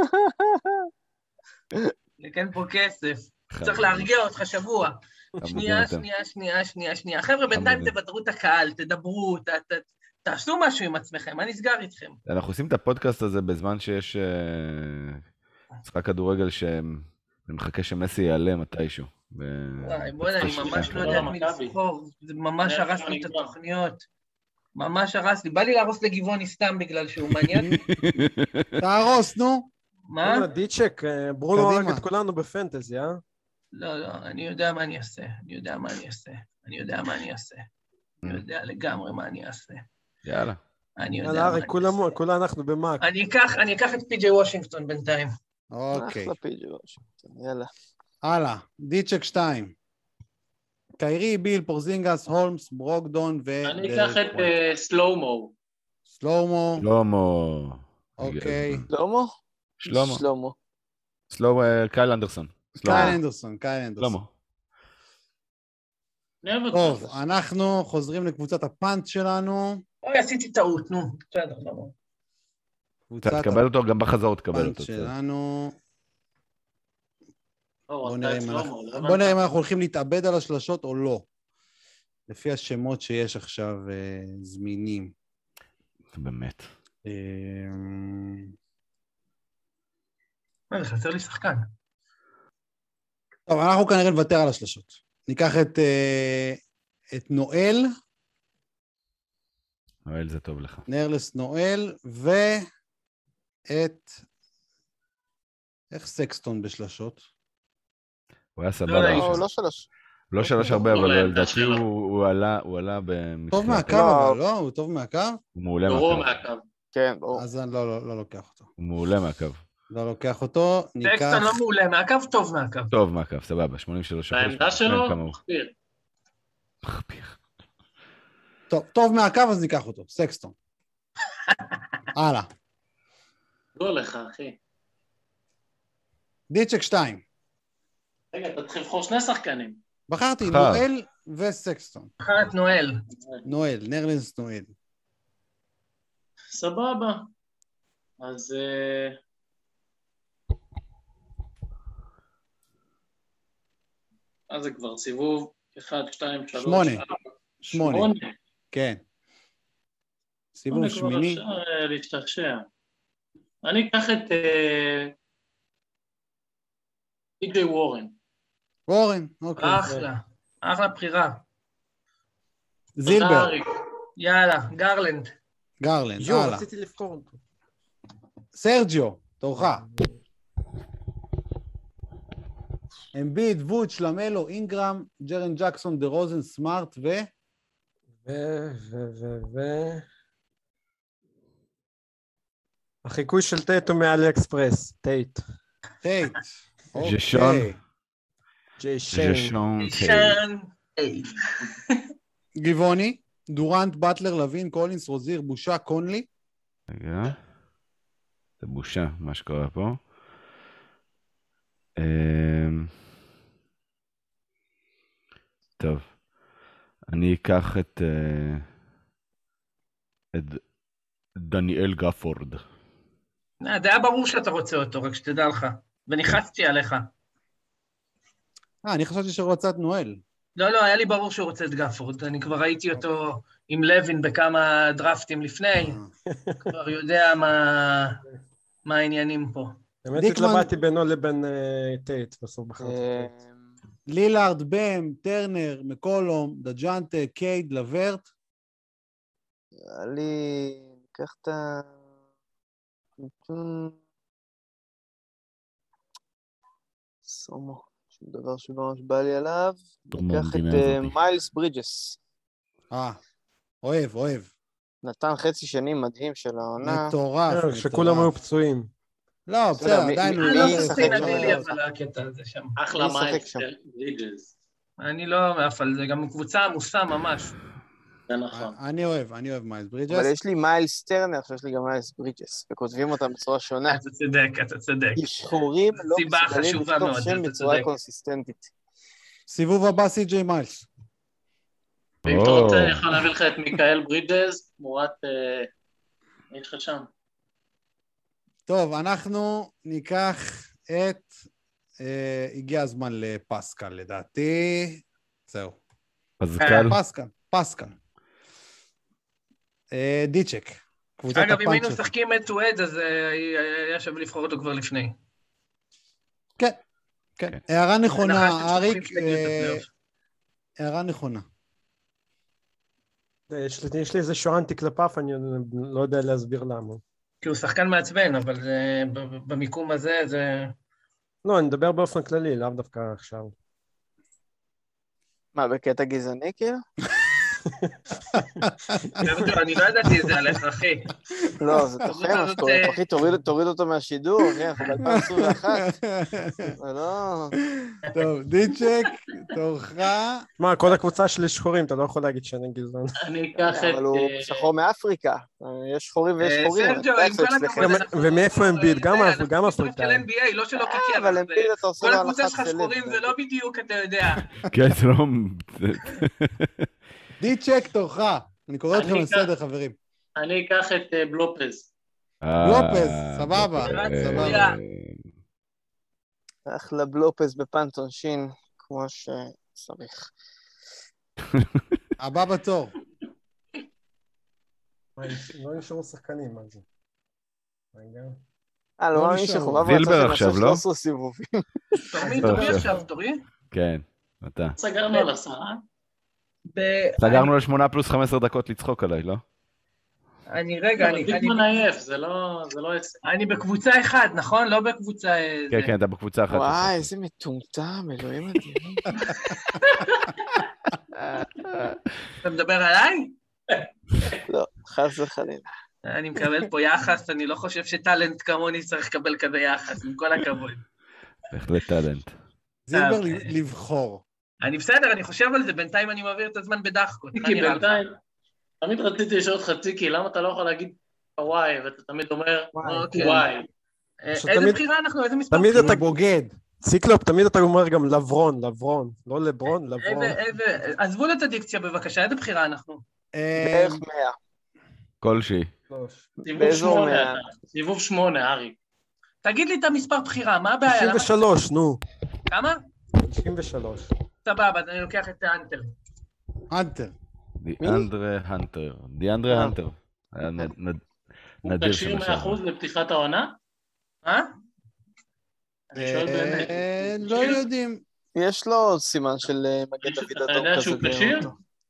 Speaker 2: כן פה כסף. צריך להרגיע אותך שבוע. שנייה. חבר'ה, בינתיים תוותרו את הקהל, תדברו, תעשו משהו עם עצמכם, מה נסגר איתכם?
Speaker 3: אנחנו עושים את הפודקאסט הזה בזמן שיש משחק כדורגל שמחכה שמסי יעלה מתישהו.
Speaker 2: בואי, אני ממש לא יודע מי לזכור, זה ממש הרס לי את התוכניות. ממש הרס לי, בא לי להרוס לגבעוני סתם בגלל שהוא מעניין.
Speaker 1: תהרוס, נו.
Speaker 2: מה?
Speaker 4: דיצ'ק, ברונו הרג את כולנו בפנטזי, אה?
Speaker 2: לא, אני יודע מה אני אעשה. אני יודע לגמרי מה אני אעשה.
Speaker 3: יאללה.
Speaker 4: יאללה, כולה אנחנו במאק.
Speaker 2: אני אקח את פי.ג'יי וושינגטון בינתיים.
Speaker 1: אוקיי.
Speaker 5: אחלה פי.ג'יי וושינגטון, יאללה.
Speaker 1: הלאה, דיצ'ק 2. קיירי, ביל, פורזינגס, הולמס, ברוקדון
Speaker 6: אני אקח את סלומו.
Speaker 1: סלומו. אוקיי.
Speaker 5: שלמה.
Speaker 3: קייל אנדרסון.
Speaker 1: קייל אנדרסון.
Speaker 3: שלמה.
Speaker 1: טוב, אנחנו חוזרים לקבוצת הפאנט שלנו.
Speaker 2: אוי, עשיתי טעות, נו. בסדר, לא.
Speaker 3: תקבל אותו גם בחזור, תקבל אותו.
Speaker 1: הפאנט שלנו. בוא
Speaker 6: בוא
Speaker 1: נראה אם אנחנו הולכים להתאבד על השלשות או לא. לפי השמות שיש עכשיו זמינים.
Speaker 3: באמת.
Speaker 2: חסר לי שחקן.
Speaker 1: טוב, אנחנו כנראה נוותר על השלשות. ניקח את נואל.
Speaker 3: נואל זה טוב לך.
Speaker 1: נרלס נואל, ואת... איך סקסטון בשלשות?
Speaker 3: הוא היה סבבה.
Speaker 5: לא שלוש.
Speaker 3: לא שלוש הרבה, אבל לדעתי הוא עלה במקרה.
Speaker 1: טוב מהקו, אבל לא? הוא טוב מהקו?
Speaker 3: הוא מעולה
Speaker 6: מהקו.
Speaker 5: כן, ברור.
Speaker 1: אז אני לא לוקח אותו.
Speaker 3: הוא מעולה מהקו.
Speaker 1: לא לוקח אותו, ניקח...
Speaker 2: סקסטון לא מעולה מהקו, טוב מהקו.
Speaker 3: טוב מהקו, סבבה, 83.
Speaker 6: העמדה שלו, מחפיר.
Speaker 1: טוב מהקו, אז ניקח אותו, סקסטון. הלאה.
Speaker 6: לא לך, אחי.
Speaker 1: דיצ'ק 2.
Speaker 6: רגע, אתה צריך לבחור שני שחקנים.
Speaker 1: בחרתי נואל וסקסטון.
Speaker 2: בחרת נואל.
Speaker 1: נרלס נואל.
Speaker 6: סבבה. אז... אז זה כבר סיבוב 1, 2, 3,
Speaker 1: 8. כן. סיבוב שמיני.
Speaker 6: אפשר להשתעשע. אני אקח את פי.ג'יי וורן.
Speaker 1: אוקיי.
Speaker 2: אחלה בחירה.
Speaker 1: זילבר.
Speaker 2: יאללה, גרלנד,
Speaker 1: הלאה.
Speaker 4: רציתי לבחור אותו.
Speaker 1: סרג'יו, תורך. אמביד, ווד, שלמלו, אינגרם, ג'רן ג'קסון, דה רוזן, סמארט
Speaker 4: החיקוי של טייט הוא מאלי אקספרס, טייט.
Speaker 3: ז'שון.
Speaker 1: גבעוני, דורנט, באטלר, לוין, קולינס, רוזיר, בושה, קונלי.
Speaker 3: רגע. זה בושה, מה שקורה פה. טוב. אני אקח את דניאל גפורד.
Speaker 2: זה היה ברור שאתה רוצה אותו, רק שתדע לך. וניחצתי עליך.
Speaker 1: אני חשבתי שהוא רוצה את נואל.
Speaker 2: לא, היה לי ברור שהוא רוצה את גפורד. אני כבר ראיתי אותו עם לוין בכמה דרפטים לפני. כבר יודע מה העניינים פה.
Speaker 4: באמת
Speaker 1: דיקמן.
Speaker 4: התלבטתי בינו לבין טייט, בסוף בחרתי טייט.
Speaker 1: לילארד, בם, טרנר, מקולום, דג'אנטה, קייד, לברט.
Speaker 5: אני אקח את ה... סומו, שום דבר שממש בא לי עליו. ניקח את מיילס ברידג'ס.
Speaker 1: אוהב.
Speaker 5: נתן חצי שנים מדהים של העונה.
Speaker 1: מטורף.
Speaker 4: שכולם היו פצועים.
Speaker 1: לא, בסדר, עדיין הוא
Speaker 2: לא
Speaker 1: לא
Speaker 2: סוסטיינבילי, אבל הקטע הזה שם.
Speaker 6: אחלה
Speaker 5: מי ישחק
Speaker 6: מיילס
Speaker 5: שם?
Speaker 6: ברידג'ס.
Speaker 2: אני לא מעף על זה, גם קבוצה עמוסה ממש.
Speaker 6: זה נכון.
Speaker 1: אני אוהב מיילס
Speaker 5: אבל
Speaker 1: ברידג'ס.
Speaker 5: יש לי מיילס טרנר, עכשיו יש לי גם מיילס ברידג'ס, וכותבים אותם בצורה שונה.
Speaker 2: אתה צודק.
Speaker 5: כי שחורים לא
Speaker 2: סיבה
Speaker 5: מסוגלים
Speaker 2: חשובה
Speaker 5: לכתוב
Speaker 2: מאוד,
Speaker 5: שם
Speaker 2: אתה
Speaker 5: בצורה
Speaker 2: צודק.
Speaker 5: קונסיסטנטית.
Speaker 1: סיבוב הבא, סי.ג'יי מיילס.
Speaker 6: ואם אתה רוצה, אני יכול להביא לך את מיקאל ברידג'ס, תמורת... יש לך שם.
Speaker 1: טוב, אנחנו ניקח את... הגיע הזמן לפסקל, לדעתי. זהו. פסקל. דיצ'ק.
Speaker 2: אגב, אם היינו משחקים את טו-אד, אז היה שווה לבחור אותו כבר לפני.
Speaker 1: כן. הערה נכונה, אריק. הערה נכונה.
Speaker 4: יש לי איזה שואנטי כלפיו, אני לא יודע להסביר למה.
Speaker 2: כי הוא שחקן מעצבן, אבל במיקום הזה זה...
Speaker 4: לא, אני מדבר באופן כללי, לאו דווקא עכשיו.
Speaker 5: מה, בקטע גזעני כאילו?
Speaker 2: אני לא ידעתי את זה עליך, אחי.
Speaker 5: לא, זה תוכן מה שקורה. אחי, תוריד אותו מהשידור, אחי, אנחנו ב-2021. לא...
Speaker 1: טוב, דיצ'ק, תורך.
Speaker 4: מה, כל הקבוצה שלי שחורים, אתה לא יכול להגיד שאני גזען.
Speaker 6: אני אקח את...
Speaker 5: אבל הוא שחור מאפריקה. יש שחורים ויש שחורים.
Speaker 2: סרג'ו, עם כל הכבוד...
Speaker 4: ומאיפה הם ביט? גם
Speaker 2: אפריקאי.
Speaker 4: אפריקאי.
Speaker 2: של NBA, לא שלא כקרח.
Speaker 5: אבל הם ביט, אתה עושה
Speaker 2: כל
Speaker 5: לו
Speaker 2: הקבוצה שלך
Speaker 5: הנחת
Speaker 2: שחורים,
Speaker 5: סלב.
Speaker 2: זה לא בדיוק, אתה יודע.
Speaker 3: כן, זה לא...
Speaker 1: דיצ'ק, תורך. אני קורא אתכם לסדר, חברים.
Speaker 6: אני אקח את בלופז.
Speaker 1: בלופז, סבבה.
Speaker 5: אחלה בלופז בפנטון שין, כמו שצריך.
Speaker 1: הבא בתור.
Speaker 4: לא נשארו שחקנים, מה זה? רגע.
Speaker 5: לא מאמין שחובה
Speaker 3: זילבר עכשיו, לא?
Speaker 5: 13 סיבובים.
Speaker 2: תורי עכשיו, תורי?
Speaker 3: כן, אתה.
Speaker 6: סגרנו על 10.
Speaker 3: סגרנו על 8 פלוס 15 דקות לצחוק עליי, לא?
Speaker 6: דיקמן עייף, זה לא...
Speaker 2: אני בקבוצה אחד, נכון? לא בקבוצה...
Speaker 3: כן, אתה בקבוצה אחת.
Speaker 5: וואי, איזה מטומטם, אלוהים אדירים.
Speaker 2: אתה מדבר עליי?
Speaker 5: לא, חס וחלילה.
Speaker 2: אני מקבל פה יחס, אני לא חושב שטלנט כמוני צריך לקבל כזה יחס, עם כל הכבוד.
Speaker 3: בהחלט טלנט.
Speaker 1: זילבר לבחור.
Speaker 2: אני בסדר, אני חושב על זה, בינתיים אני מעביר את הזמן בדחקות.
Speaker 6: ציקי, בינתיים, תמיד רציתי לשאול אותך, ציקי, למה אתה לא יכול להגיד וואי, ואתה תמיד אומר וואי. איזה בחירה אנחנו, איזה מספר?
Speaker 4: תמיד אתה בוגד. ציקלופ, תמיד אתה אומר גם לברון, לא לברון, לברון.
Speaker 2: עזבו לו את הדיקציה בבקשה, איזה בחירה אנחנו?
Speaker 5: בערך 100.
Speaker 3: כלשהי.
Speaker 6: סיבוב 8, ארי.
Speaker 2: תגיד לי את המספר בחירה, מה הבעיה?
Speaker 4: 93, נו.
Speaker 2: כמה?
Speaker 4: 93.
Speaker 2: סבבה, אני לוקח את האנטר.
Speaker 1: הנטר.
Speaker 3: דיאנדרה הנטר.
Speaker 6: הוא תשאיר 100% לפתיחת העונה? אני שואל באמת.
Speaker 1: לא יודעים.
Speaker 5: יש לו סימן של מגן דוד אדום כזה.
Speaker 6: אתה יודע שהוא כשיר?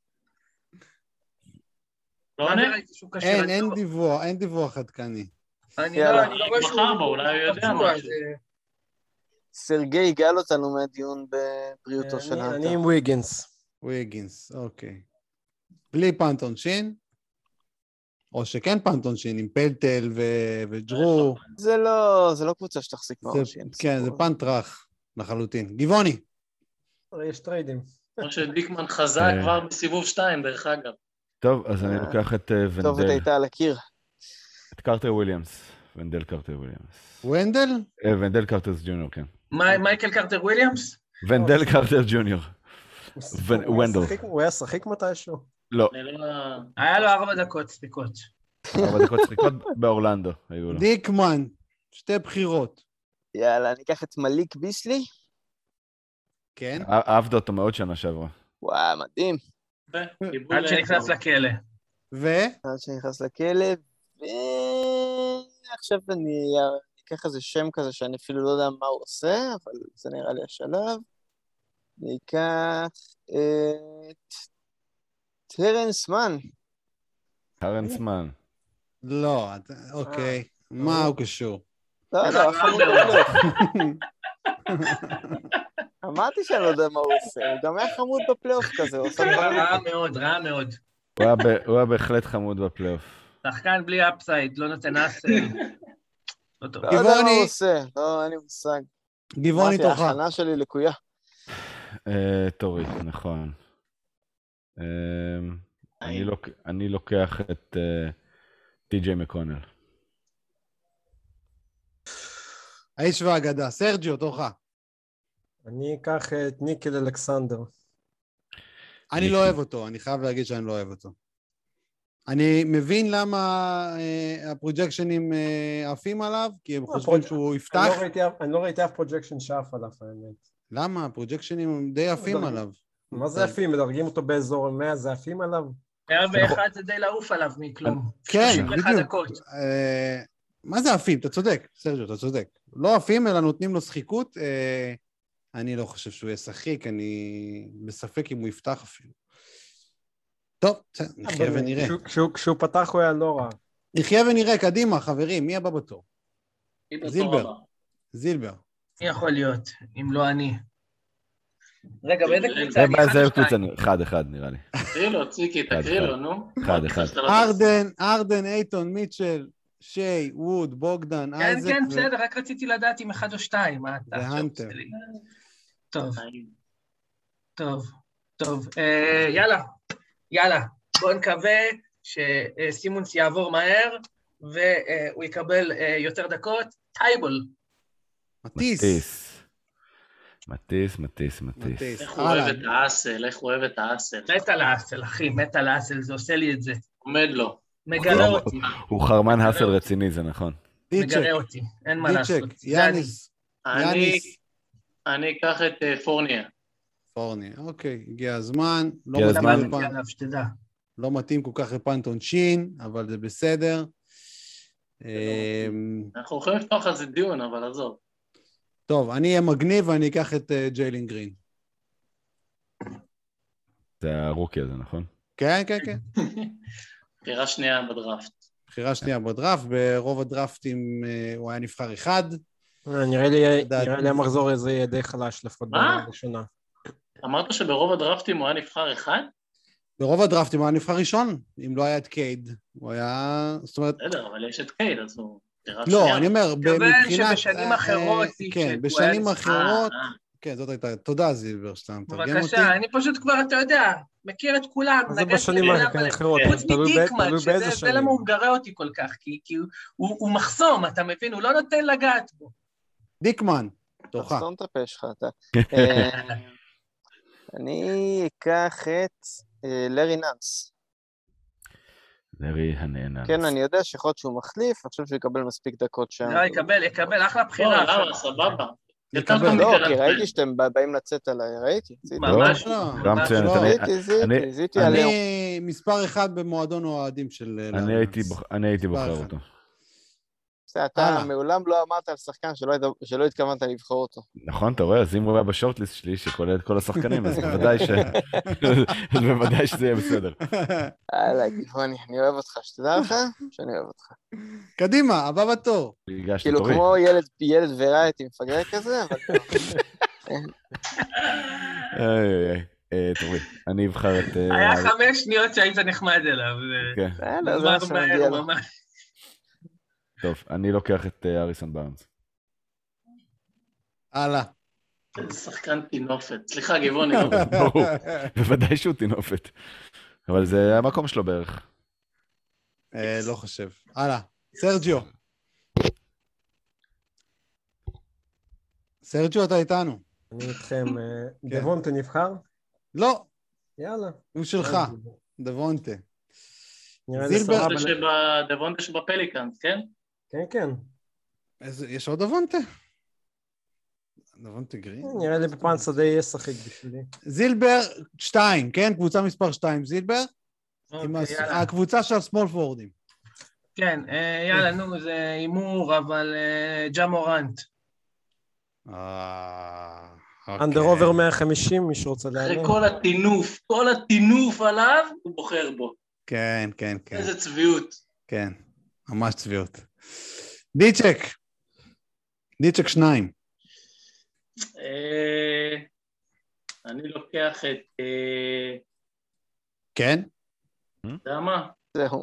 Speaker 6: לא עונה?
Speaker 1: אין דיווח עדכני.
Speaker 2: אני לא רואה שהוא...
Speaker 6: מחר בו, אולי הוא יודע משהו.
Speaker 5: סרגי יגאל אותנו מהדיון בבריאותו של האנטר.
Speaker 4: אני עם
Speaker 1: ויגינס, אוקיי. בלי פנטון שין? או שכן פנטון שין, עם פלטל וג'רו.
Speaker 5: זה לא קבוצה שתחזיק מהראשין.
Speaker 1: כן, זה פנט רך לחלוטין. גיבוני.
Speaker 4: יש טריידים.
Speaker 6: כמו שדיקמן חזק כבר בסיבוב 2, דרך אגב.
Speaker 3: טוב, אז אני לוקח את ונדל.
Speaker 5: טוב, הייתה על הקיר.
Speaker 3: את קרטר וויליאמס. ונדל קרטר וויליאמס.
Speaker 1: ונדל?
Speaker 3: ונדל קרטר ג'וניור, כן.
Speaker 2: מייקל קרטר וויליאמס?
Speaker 3: ונדל קרטר ג'וניור. ונדל.
Speaker 4: הוא היה שחק מתישהו?
Speaker 3: לא.
Speaker 2: היה לו 4 דקות ספיקות.
Speaker 3: 4 דקות ספיקות באורלנדו.
Speaker 1: דיקמן, 2 בחירות.
Speaker 5: יאללה, אני אקח את מליק ביסלי.
Speaker 1: כן.
Speaker 3: אהבת אותו מאוד שנה שעברה.
Speaker 5: וואו, מדהים.
Speaker 2: עד שנכנס לכלא.
Speaker 5: עד שנכנס לכלא, ועכשיו אני אקח איזה שם כזה שאני אפילו לא יודע מה הוא עושה, אבל זה נראה לי השלב. אני אקח את טרנס מן.
Speaker 3: טרנס מן.
Speaker 1: לא, אוקיי. מה הוא קשור?
Speaker 5: לא, חמוד בפלייאוף. אמרתי שאני לא יודע מה הוא עושה, הוא גם היה חמוד בפלייאוף כזה, הוא עושה דברים.
Speaker 2: רע מאוד.
Speaker 3: הוא היה בהחלט חמוד בפלייאוף.
Speaker 2: שחקן בלי אפסייד, לא נותן אסל. לא טוב.
Speaker 5: לא יודע מה הוא עושה, לא, אין לי מושג.
Speaker 1: גבעוני תורך.
Speaker 5: ההכנה שלי לקויה.
Speaker 3: תורי, נכון. אני לוקח את טי.ג'יי מקונל.
Speaker 1: האיש והאגדה. סרג'יו, תורך.
Speaker 4: אני אקח את ניקל אלכסנדר.
Speaker 1: אני לא אוהב אותו, אני חייב להגיד שאני לא אוהב אותו. אני מבין למה הפרוג'קשנים עפים עליו, כי הם חושבים שהוא יפתח.
Speaker 4: אני לא ראיתי אף פרוג'קשן שעף עליו, האמת.
Speaker 1: למה? הפרוג'קשנים הם די עפים עליו.
Speaker 4: מה זה עפים? מדרגים אותו באזור 100, זה עפים עליו?
Speaker 2: 101 זה די לעוף עליו מכלום.
Speaker 1: כן,
Speaker 2: 31
Speaker 1: בדיוק.
Speaker 2: דקות.
Speaker 1: מה זה עפים? אתה צודק, סרג'ו, אתה צודק. לא עפים, אלא נותנים לו שחיקות. אני לא חושב שהוא ישחק, אני בספק אם הוא יפתח אפילו. טוב, נחיה ונראה.
Speaker 4: כשהוא פתח הוא היה לא רע.
Speaker 1: נחיה ונראה, קדימה, חברים, מי הבא בתור? זילבר.
Speaker 2: מי יכול להיות, אם לא אני? רגע, באיזה קבוצה אני?
Speaker 3: זה קבוצה, אחד נראה לי.
Speaker 6: תקריא לו, ציקי, תקריא לו, נו.
Speaker 3: אחד.
Speaker 1: ארדן, אייטון, מיטשל, שי, ווד, בוגדן, אייזק.
Speaker 2: כן, בסדר, רק רציתי לדעת אם 1 או 2.
Speaker 1: והנטר.
Speaker 2: טוב. יאללה. בואו נקווה שסימונס יעבור מהר, והוא יקבל יותר דקות. טייבול.
Speaker 3: מטיס.
Speaker 6: איך הוא אוהב את האסל.
Speaker 2: מת על האסל, זה עושה לי את זה.
Speaker 6: עומד לו.
Speaker 2: מגרה אותי.
Speaker 3: הוא חרמן האסל רציני, זה נכון.
Speaker 2: מגרה אותי, אין מה לעשות.
Speaker 1: יאניס.
Speaker 6: אני אקח את פורניה.
Speaker 1: אוקיי, הגיע הזמן. לא מתאים כל כך לפנט עונשין, אבל זה בסדר.
Speaker 6: אנחנו יכולים לפתוח על זה דיון, אבל עזוב.
Speaker 1: טוב, אני אהיה מגניב ואני אקח את ג'יילן גרין.
Speaker 3: זה הרוקי הזה, נכון?
Speaker 1: כן.
Speaker 6: בחירה שנייה בדראפט.
Speaker 1: ברוב הדראפטים הוא היה נבחר 1.
Speaker 4: נראה לי המחזור הזה יהיה די חלש לפחות בראשונה.
Speaker 6: אמרת שברוב הדראפטים הוא היה נבחר 1?
Speaker 1: ברוב הדראפטים הוא היה נבחר ראשון, אם לא היה את קייד. הוא היה, זאת אומרת...
Speaker 6: בסדר, אבל יש את קייד, אז הוא...
Speaker 1: לא, אני אומר, מבחינת...
Speaker 2: שבשנים אחרות...
Speaker 1: כן, בשנים אחרות... כן, זאת הייתה... תודה, זילבר, שאתה מתרגם אותי.
Speaker 2: בבקשה, אני פשוט כבר, אתה יודע, מכיר את כולם.
Speaker 4: זה בשנים אחרות,
Speaker 2: חוץ מדיקמן, שזה למה הוא מגרה אותי כל כך, כי הוא מחסום, אתה מבין? הוא לא נותן לגעת בו.
Speaker 1: דיקמן, תורך.
Speaker 5: תחסום את הפה שלך, אתה. אני אקח את לארי נאנס.
Speaker 3: לארי הנאנס.
Speaker 5: כן, אני יודע שיכול להיות שהוא מחליף, אני חושב שהוא יקבל מספיק דקות שם.
Speaker 2: לא, יקבל, אחלה בחירה.
Speaker 6: לא, סבבה.
Speaker 5: לא, כי ראיתי שאתם באים לצאת עליי, ראיתי.
Speaker 2: ממש לא.
Speaker 5: זיתי עליהם.
Speaker 1: אני מספר 1 במועדון אוהדים של...
Speaker 3: אני הייתי בוחר אותו.
Speaker 5: אתה מעולם לא אמרת על שחקן שלא התכוונת לבחור אותו.
Speaker 3: נכון, אתה רואה, אז אם הוא היה בשורטליסט שלי שכולל את כל השחקנים, אז בוודאי שזה יהיה בסדר.
Speaker 5: גבעוני, אני אוהב אותך, שתדע לך שאני אוהב אותך.
Speaker 1: קדימה, הבא בתור.
Speaker 5: כאילו כמו ילד וראיתי מפגר כזה, אבל...
Speaker 3: תורי, אני אבחר את...
Speaker 2: היה 5 שניות שהיית נחמד אליו.
Speaker 3: כן.
Speaker 5: זה מהר ממש.
Speaker 3: טוב, אני לוקח את אריסון בארנס.
Speaker 1: הלאה.
Speaker 6: זה שחקן תינופת. סליחה, גבעוני.
Speaker 3: בוודאי שהוא תינופת. אבל זה המקום שלו בערך.
Speaker 1: לא חושב. הלאה. סרג'יו. סרג'יו, אתה איתנו.
Speaker 4: אני איתכם. דבונטה נבחר?
Speaker 1: לא.
Speaker 4: יאללה.
Speaker 1: הוא שלך. דבונטה.
Speaker 6: דבונטה שבפליקאנס, כן?
Speaker 4: כן.
Speaker 1: יש עוד דבונטה? דבונטה גרין?
Speaker 4: נראה לי בפן שדה יהיה שחק בשבילי.
Speaker 1: זילבר 2, כן? קבוצה מספר 2, זילבר? הקבוצה של הסמול פורדים.
Speaker 2: כן, יאללה, נו, זה הימור, אבל ג'ה מורנט.
Speaker 4: אנדר אובר 150, מישהו רוצה
Speaker 6: אחרי
Speaker 4: להעלה?
Speaker 6: כל הטינוף עליו, הוא בוחר בו.
Speaker 1: כן, כן, כן.
Speaker 6: איזה צביעות.
Speaker 1: כן, ממש צביעות. דיצ'ק 2.
Speaker 6: אני לוקח את...
Speaker 1: כן?
Speaker 6: אתה יודע מה?
Speaker 5: זהו.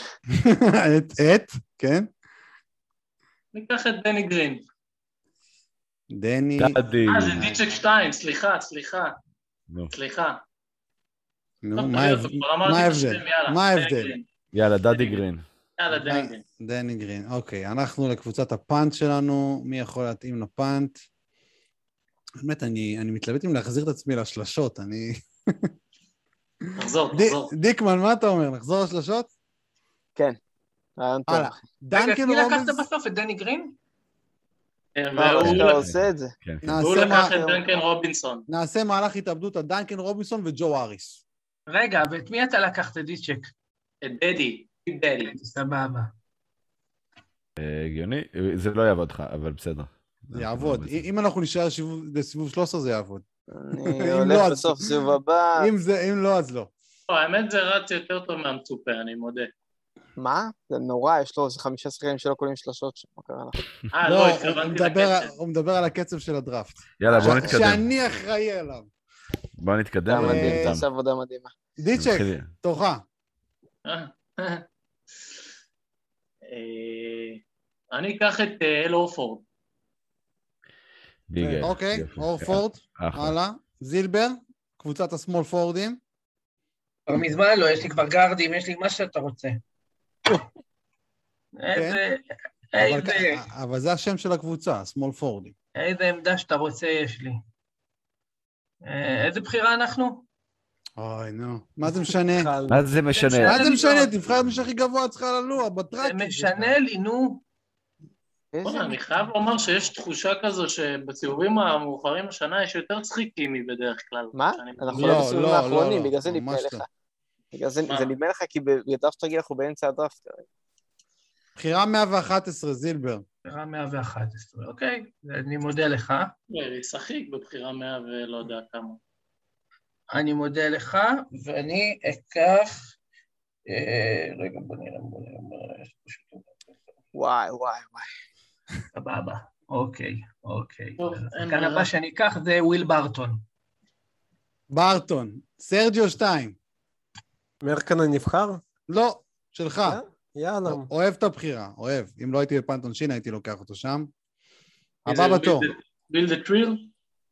Speaker 1: כן?
Speaker 6: אני אקח את דני גרין.
Speaker 1: דני...
Speaker 3: דדי.
Speaker 6: זה דיצ'ק 2, סליחה.
Speaker 3: נו.
Speaker 6: סליחה.
Speaker 1: נו,
Speaker 6: מה ההבדל?
Speaker 1: מה ההבדל?
Speaker 3: יאללה, דדי גרין.
Speaker 6: יאללה, דני גרין.
Speaker 1: דני גרין, אוקיי. אנחנו לקבוצת הפאנט שלנו. מי יכול להתאים לפאנט? באמת, אני מתלבט אם להחזיר את עצמי לשלשות.
Speaker 6: תחזור.
Speaker 1: דיקמן, מה אתה אומר? נחזור לשלשות?
Speaker 5: כן. רעיון טוב.
Speaker 1: הלאה.
Speaker 2: רגע,
Speaker 1: דנקן
Speaker 2: מי לקחת
Speaker 1: רובינסון.
Speaker 2: בסוף? את דני גרין?
Speaker 5: אתה עושה את זה.
Speaker 6: והוא לקח את דנקן רובינסון.
Speaker 1: נעשה מהלך התאבדות על דנקן רובינסון וג'ו אריס.
Speaker 2: רגע, ואת מי אתה לקחת, דיצ'ק?
Speaker 6: את דדי.
Speaker 2: סבבה.
Speaker 3: הגיוני, זה לא יעבוד לך, אבל בסדר.
Speaker 1: זה יעבוד. אם אנחנו נשאר לסיבוב 13 זה יעבוד.
Speaker 5: אני הולך בסוף סיבוב הבא.
Speaker 1: אם לא, אז לא.
Speaker 6: האמת זה רץ יותר טוב מהמצופה, אני מודה.
Speaker 5: מה? זה נורא, יש לו 5 שחקנים שלא קולים שלשות שם, מה קרה לך?
Speaker 6: לא, התכוונתי לקצב.
Speaker 1: הוא מדבר על הקצב של הדראפט.
Speaker 3: יאללה, בוא נתקדם.
Speaker 1: שאני אחראי עליו.
Speaker 3: בוא נתקדם.
Speaker 5: מדהים, תעשה עבודה מדהימה.
Speaker 1: דיצ'ק, תורך.
Speaker 6: אני אקח את אל אורפורד.
Speaker 1: אוקיי, אורפורד, הלאה. זילבר, קבוצת השמאל פורדים.
Speaker 2: כבר מזמן לא, יש לי כבר גארדים, יש לי מה שאתה רוצה.
Speaker 1: אבל זה השם של הקבוצה, השמאל פורדים.
Speaker 2: איזה עמדה שאתה רוצה יש לי. איזה בחירה אנחנו?
Speaker 1: אוי, נו. מה זה משנה?
Speaker 3: מה זה משנה?
Speaker 1: מה זה משנה? תבחר מי שהכי גבוה צריכה ללוע, בטרק.
Speaker 2: זה משנה לי, נו.
Speaker 6: אני חייב לומר שיש תחושה כזו שבסיבובים המאוחרים השנה יש יותר צחיקים מבדרך כלל.
Speaker 5: מה? אנחנו לא בסיבובים האחרונים, בגלל זה נדמה לך. בגלל זה נדמה לך, כי בדראפט רגיל אנחנו באמצע הדראפט.
Speaker 1: בחירה 111, זילבר.
Speaker 2: בחירה 111, אוקיי. אני מודה לך.
Speaker 6: שחיק בבחירה 100 ולא יודע כמה.
Speaker 2: אני מודה לך, ואני אקח... רגע, בוא נראה.
Speaker 5: וואי.
Speaker 2: סבבה, אוקיי. השחקן הבא שאני אקח זה וויל ברטון.
Speaker 1: סרג'יו 2.
Speaker 4: מרקנה נבחר?
Speaker 1: לא, שלך.
Speaker 4: יאללה.
Speaker 1: אוהב את הבחירה, אוהב. אם לא הייתי בפנטון שין, הייתי לוקח אותו שם. הבא בתור.
Speaker 6: ביל דה טריל?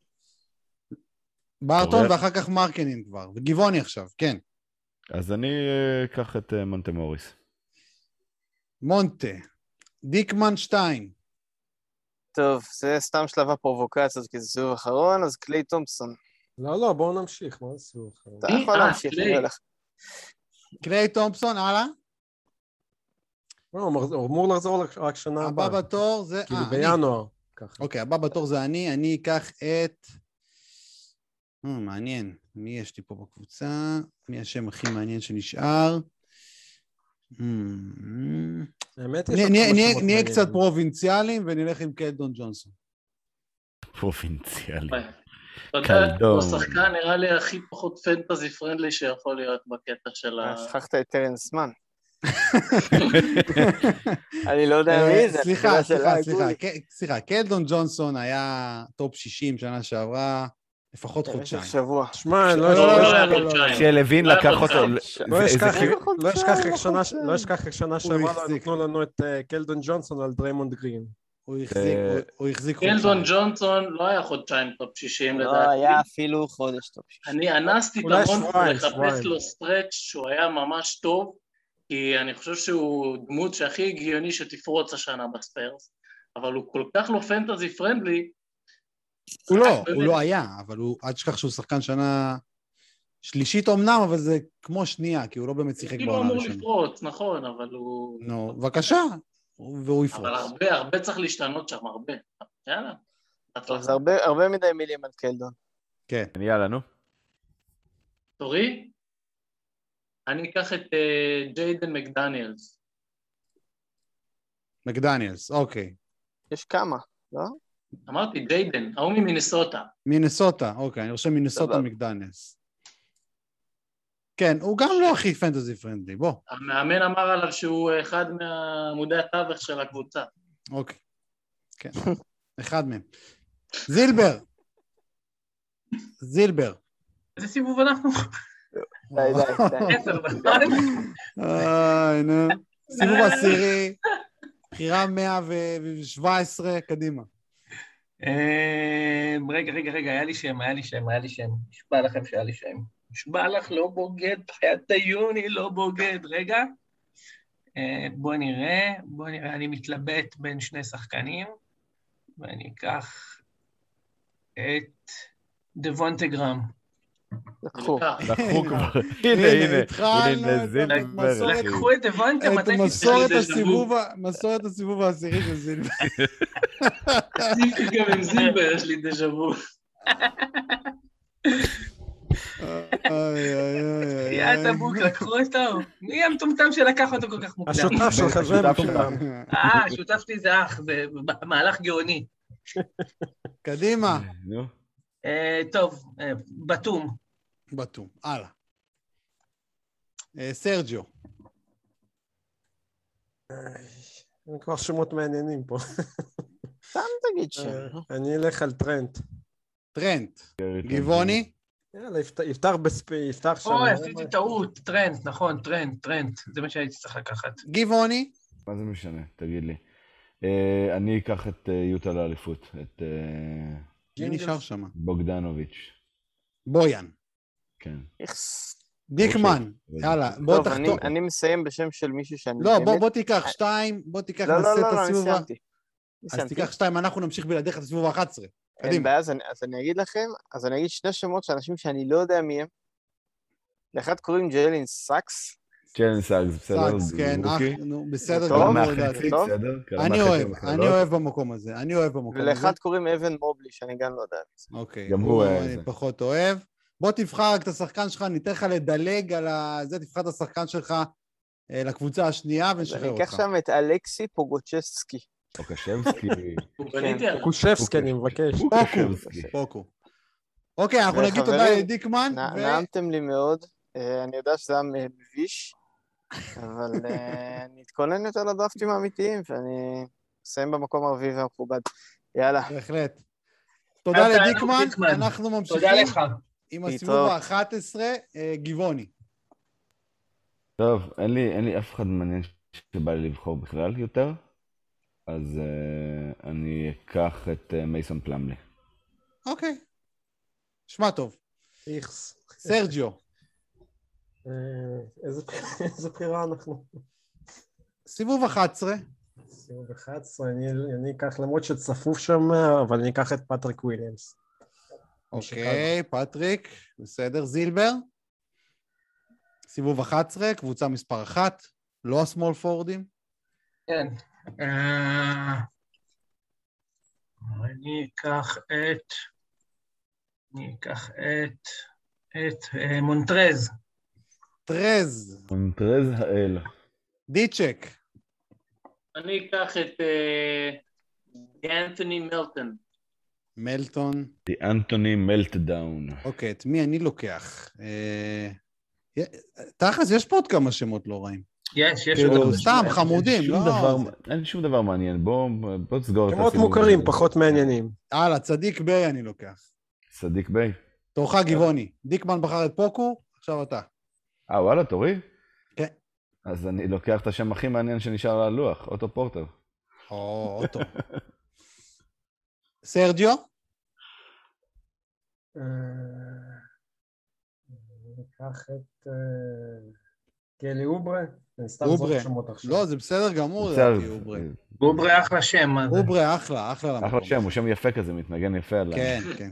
Speaker 1: ברטון ואחר כך מרקנין כבר, וגיבוני עכשיו, כן.
Speaker 3: אז אני אקח את מונטה מוריס.
Speaker 1: מונטה. דיקמן 2.
Speaker 5: טוב, זה סתם שלב הפרובוקציות, כי זה סיבוב אחרון, אז קליי תומפסון.
Speaker 4: לא, בואו נמשיך, מה זה סיבוב אחרון?
Speaker 5: אתה יכול להמשיך, אני הולך.
Speaker 1: קליי תומפסון, הלאה.
Speaker 4: הוא אמור לחזור רק שנה הבאה.
Speaker 1: הבא בתור זה...
Speaker 4: כאילו בינואר.
Speaker 1: אוקיי, הבא בתור זה אני אקח את... מעניין, מי יש לי פה בקבוצה? מי השם הכי מעניין שנשאר? נהיה קצת פרובינציאליים ונלך עם קלדון ג'ונסון.
Speaker 3: פרובינציאלי.
Speaker 6: אתה יודע, הוא שחקן נראה לי הכי פחות פנטזי פרנדלי שיכול להיות בקטע של ה...
Speaker 5: שכחת את טרנס מן. אני לא יודע מי זה.
Speaker 1: סליחה, קלדון ג'ונסון היה טופ 60 שנה שעברה, לפחות חודשיים.
Speaker 5: שבוע.
Speaker 4: שמע,
Speaker 3: שלווין לקח אותו.
Speaker 4: לא אשכח איך שנה שעברה נתנו לנו את קלדון ג'ונסון על דריימונד גרין.
Speaker 1: הוא החזיק חודשיים.
Speaker 6: קלדון ג'ונסון לא היה חודשיים טופ 60 לדעתי.
Speaker 5: לא, היה אפילו חודש טופ 60.
Speaker 6: אני אנסתי את המון לחפש לו סטרץ' שהוא היה ממש טוב, כי אני חושב שהוא דמות שהכי הגיוני שתפרוץ השנה בספיירס, אבל הוא כל כך לא פנטזי פרנדלי.
Speaker 1: הוא לא היה, אבל עד שכך שהוא שחקן שנה שלישית אומנם, אבל זה כמו שנייה, כי הוא לא באמת שיחק בעונה הראשונה.
Speaker 6: כאילו אמור לפרוץ, נכון, אבל הוא...
Speaker 1: נו, בבקשה, והוא יפרוץ.
Speaker 6: אבל הרבה צריך להשתנות שם, הרבה. יאללה.
Speaker 5: טוב, זה הרבה מדי מילים על קלדון.
Speaker 1: כן.
Speaker 3: יאללה, נו.
Speaker 6: תורי? אני אקח את ג'יידן מקדניאלס.
Speaker 1: מקדניאלס, אוקיי.
Speaker 5: יש כמה, לא?
Speaker 6: אמרתי, ג'יידן, ההוא ממינסוטה.
Speaker 1: מינסוטה, אוקיי, אני חושב מינסוטה
Speaker 5: סבבה.
Speaker 1: מקדניאלס. כן, הוא גם לא הכי פנטזי פרנדלי, בוא.
Speaker 6: המאמן אמר עליו שהוא אחד מעמודי התווך של הקבוצה.
Speaker 1: אוקיי. כן, אחד מהם. זילבר.
Speaker 2: איזה סיבוב אנחנו?
Speaker 5: די.
Speaker 2: 10, נכון?
Speaker 1: נו. סיבוב עשירי, בחירה 117, קדימה.
Speaker 2: רגע, היה לי שם. נשבע לכם שהיה לי שם. נשבע לך, לא בוגד, בחיית היוני, לא בוגד. רגע. בוא נראה, אני מתלבט בין שני שחקנים, ואני אקח את דוונטגרם.
Speaker 5: לקחו.
Speaker 3: לקחו כבר.
Speaker 1: הנה,
Speaker 3: הנה
Speaker 1: התחלנו
Speaker 3: זילבר.
Speaker 2: לקחו את דוונטה,
Speaker 1: את
Speaker 2: מתי
Speaker 1: מסורת הסיבוב העשירי של זילבר.
Speaker 6: גם עם זילבר יש לי דז'אבו.
Speaker 2: יא תבוק, לקחו אותו. מי המטומטם שלקח אותו כל כך מוקדם?
Speaker 4: השותף שלך זה מטומטם.
Speaker 2: השותף שלי זה אח, זה מהלך גאוני.
Speaker 1: קדימה.
Speaker 3: נו.
Speaker 2: טוב, בטום, הלאה. סרג'יו.
Speaker 4: אין כבר שמות מעניינים פה.
Speaker 5: סתם תגיד שם.
Speaker 4: אני אלך על טרנט.
Speaker 1: גיבוני.
Speaker 4: יאללה, יפתח שם.
Speaker 2: עשיתי טעות, טרנט, נכון, טרנט. זה מה שהייתי צריך לקחת.
Speaker 1: גיבוני.
Speaker 3: מה זה משנה? תגיד לי. אני אקח את יוטה לאליפות, את
Speaker 1: מי נשאר שם?
Speaker 3: בוגדנוביץ'.
Speaker 1: בויאן.
Speaker 3: כן.
Speaker 1: דיקמן. יאללה, בוא
Speaker 5: טוב,
Speaker 1: תחתום.
Speaker 5: אני מסיים בשם של מישהו שאני...
Speaker 1: לא, בוא תיקח 2, בוא תיקח נעשה את הסיבוב.
Speaker 5: לא,
Speaker 1: אז תיקח 2, אנחנו נמשיך בלעדיך את הסיבוב ה-11.
Speaker 5: אין בעיה, אז אני אגיד לכם, אז אני אגיד שני שמות של אנשים שאני לא יודע מי הם. לאחד קוראים ג'יילין סאקס.
Speaker 3: ג'יילין סאקס, בסדר?
Speaker 1: סאקס, כן, בסדר.
Speaker 5: טוב,
Speaker 1: אני אוהב במקום הזה,
Speaker 5: ולאחד קוראים אבן מובלי, שאני גם לא יודע.
Speaker 1: אוקיי,
Speaker 3: גם הוא
Speaker 1: אני פחות אוהב. בוא תבחר את השחקן שלך, ניתן לך לדלג על זה, תבחר את השחקן שלך לקבוצה השנייה ונשחרר אותך.
Speaker 5: אני אקח שם את אלכסי פוגוצ'בסקי.
Speaker 4: פוקושבסקי, אני מבקש.
Speaker 1: פוקו. אוקיי, אנחנו נגיד תודה לדיקמן.
Speaker 5: נעמתם לי מאוד, אני יודע שזה היה מביש, אבל אני אתכונן יותר לדרפטים האמיתיים, ואני אסיים במקום הרביעי והמכובד. יאללה.
Speaker 1: בהחלט. תודה לדיקמן, אנחנו ממשיכים.
Speaker 2: תודה לך.
Speaker 1: עם הסיבוב ה-11, גיבוני.
Speaker 3: טוב, אין לי אף אחד מעניין שבא לי לבחור בכלל יותר, אז אני אקח את מייסון פלמלי.
Speaker 1: אוקיי. שמע טוב. סרג'יו.
Speaker 4: איזה בחירה אנחנו?
Speaker 1: סיבוב 11.
Speaker 4: סיבוב 11, אני אקח, למרות שצפוף שם, אבל אני אקח את פטריק וויליאמס.
Speaker 1: אוקיי, פטריק, בסדר. זילבר. סיבוב 11, קבוצה מספר 1, לא הסמול פורדים.
Speaker 2: כן. אני אקח את מונטרז.
Speaker 3: מונטרז האל.
Speaker 1: דיצ'ק.
Speaker 6: אני אקח את אנתוני מלטון.
Speaker 1: מלטון.
Speaker 3: אנתוני מלטדאון.
Speaker 1: אוקיי, את מי אני לוקח? תכלס, יש פה עוד כמה שמות לא רעים.
Speaker 2: יש.
Speaker 1: סתם, חמודים, לא?
Speaker 3: אין שום דבר מעניין, בוא תסגור את
Speaker 4: שמות מוכרים, פחות מעניינים.
Speaker 1: הלאה, צדיק ביי אני לוקח.
Speaker 3: צדיק ביי.
Speaker 1: תורך גיבוני. דיקמן בחר את פוקו, עכשיו אתה.
Speaker 3: וואלה, תורי?
Speaker 1: כן.
Speaker 3: אז אני לוקח את השם הכי מעניין שנשאר על הלוח, אוטו פורטר.
Speaker 1: אוטו. סרג'יו?
Speaker 4: ניקח את קלי אוברה.
Speaker 1: אוברה. לא, זה בסדר גמור, אוברה.
Speaker 2: אוברה אחלה שם.
Speaker 1: אוברה אחלה למקום.
Speaker 3: אחלה שם, הוא שם יפה כזה, מתנגן יפה עליו.
Speaker 1: כן.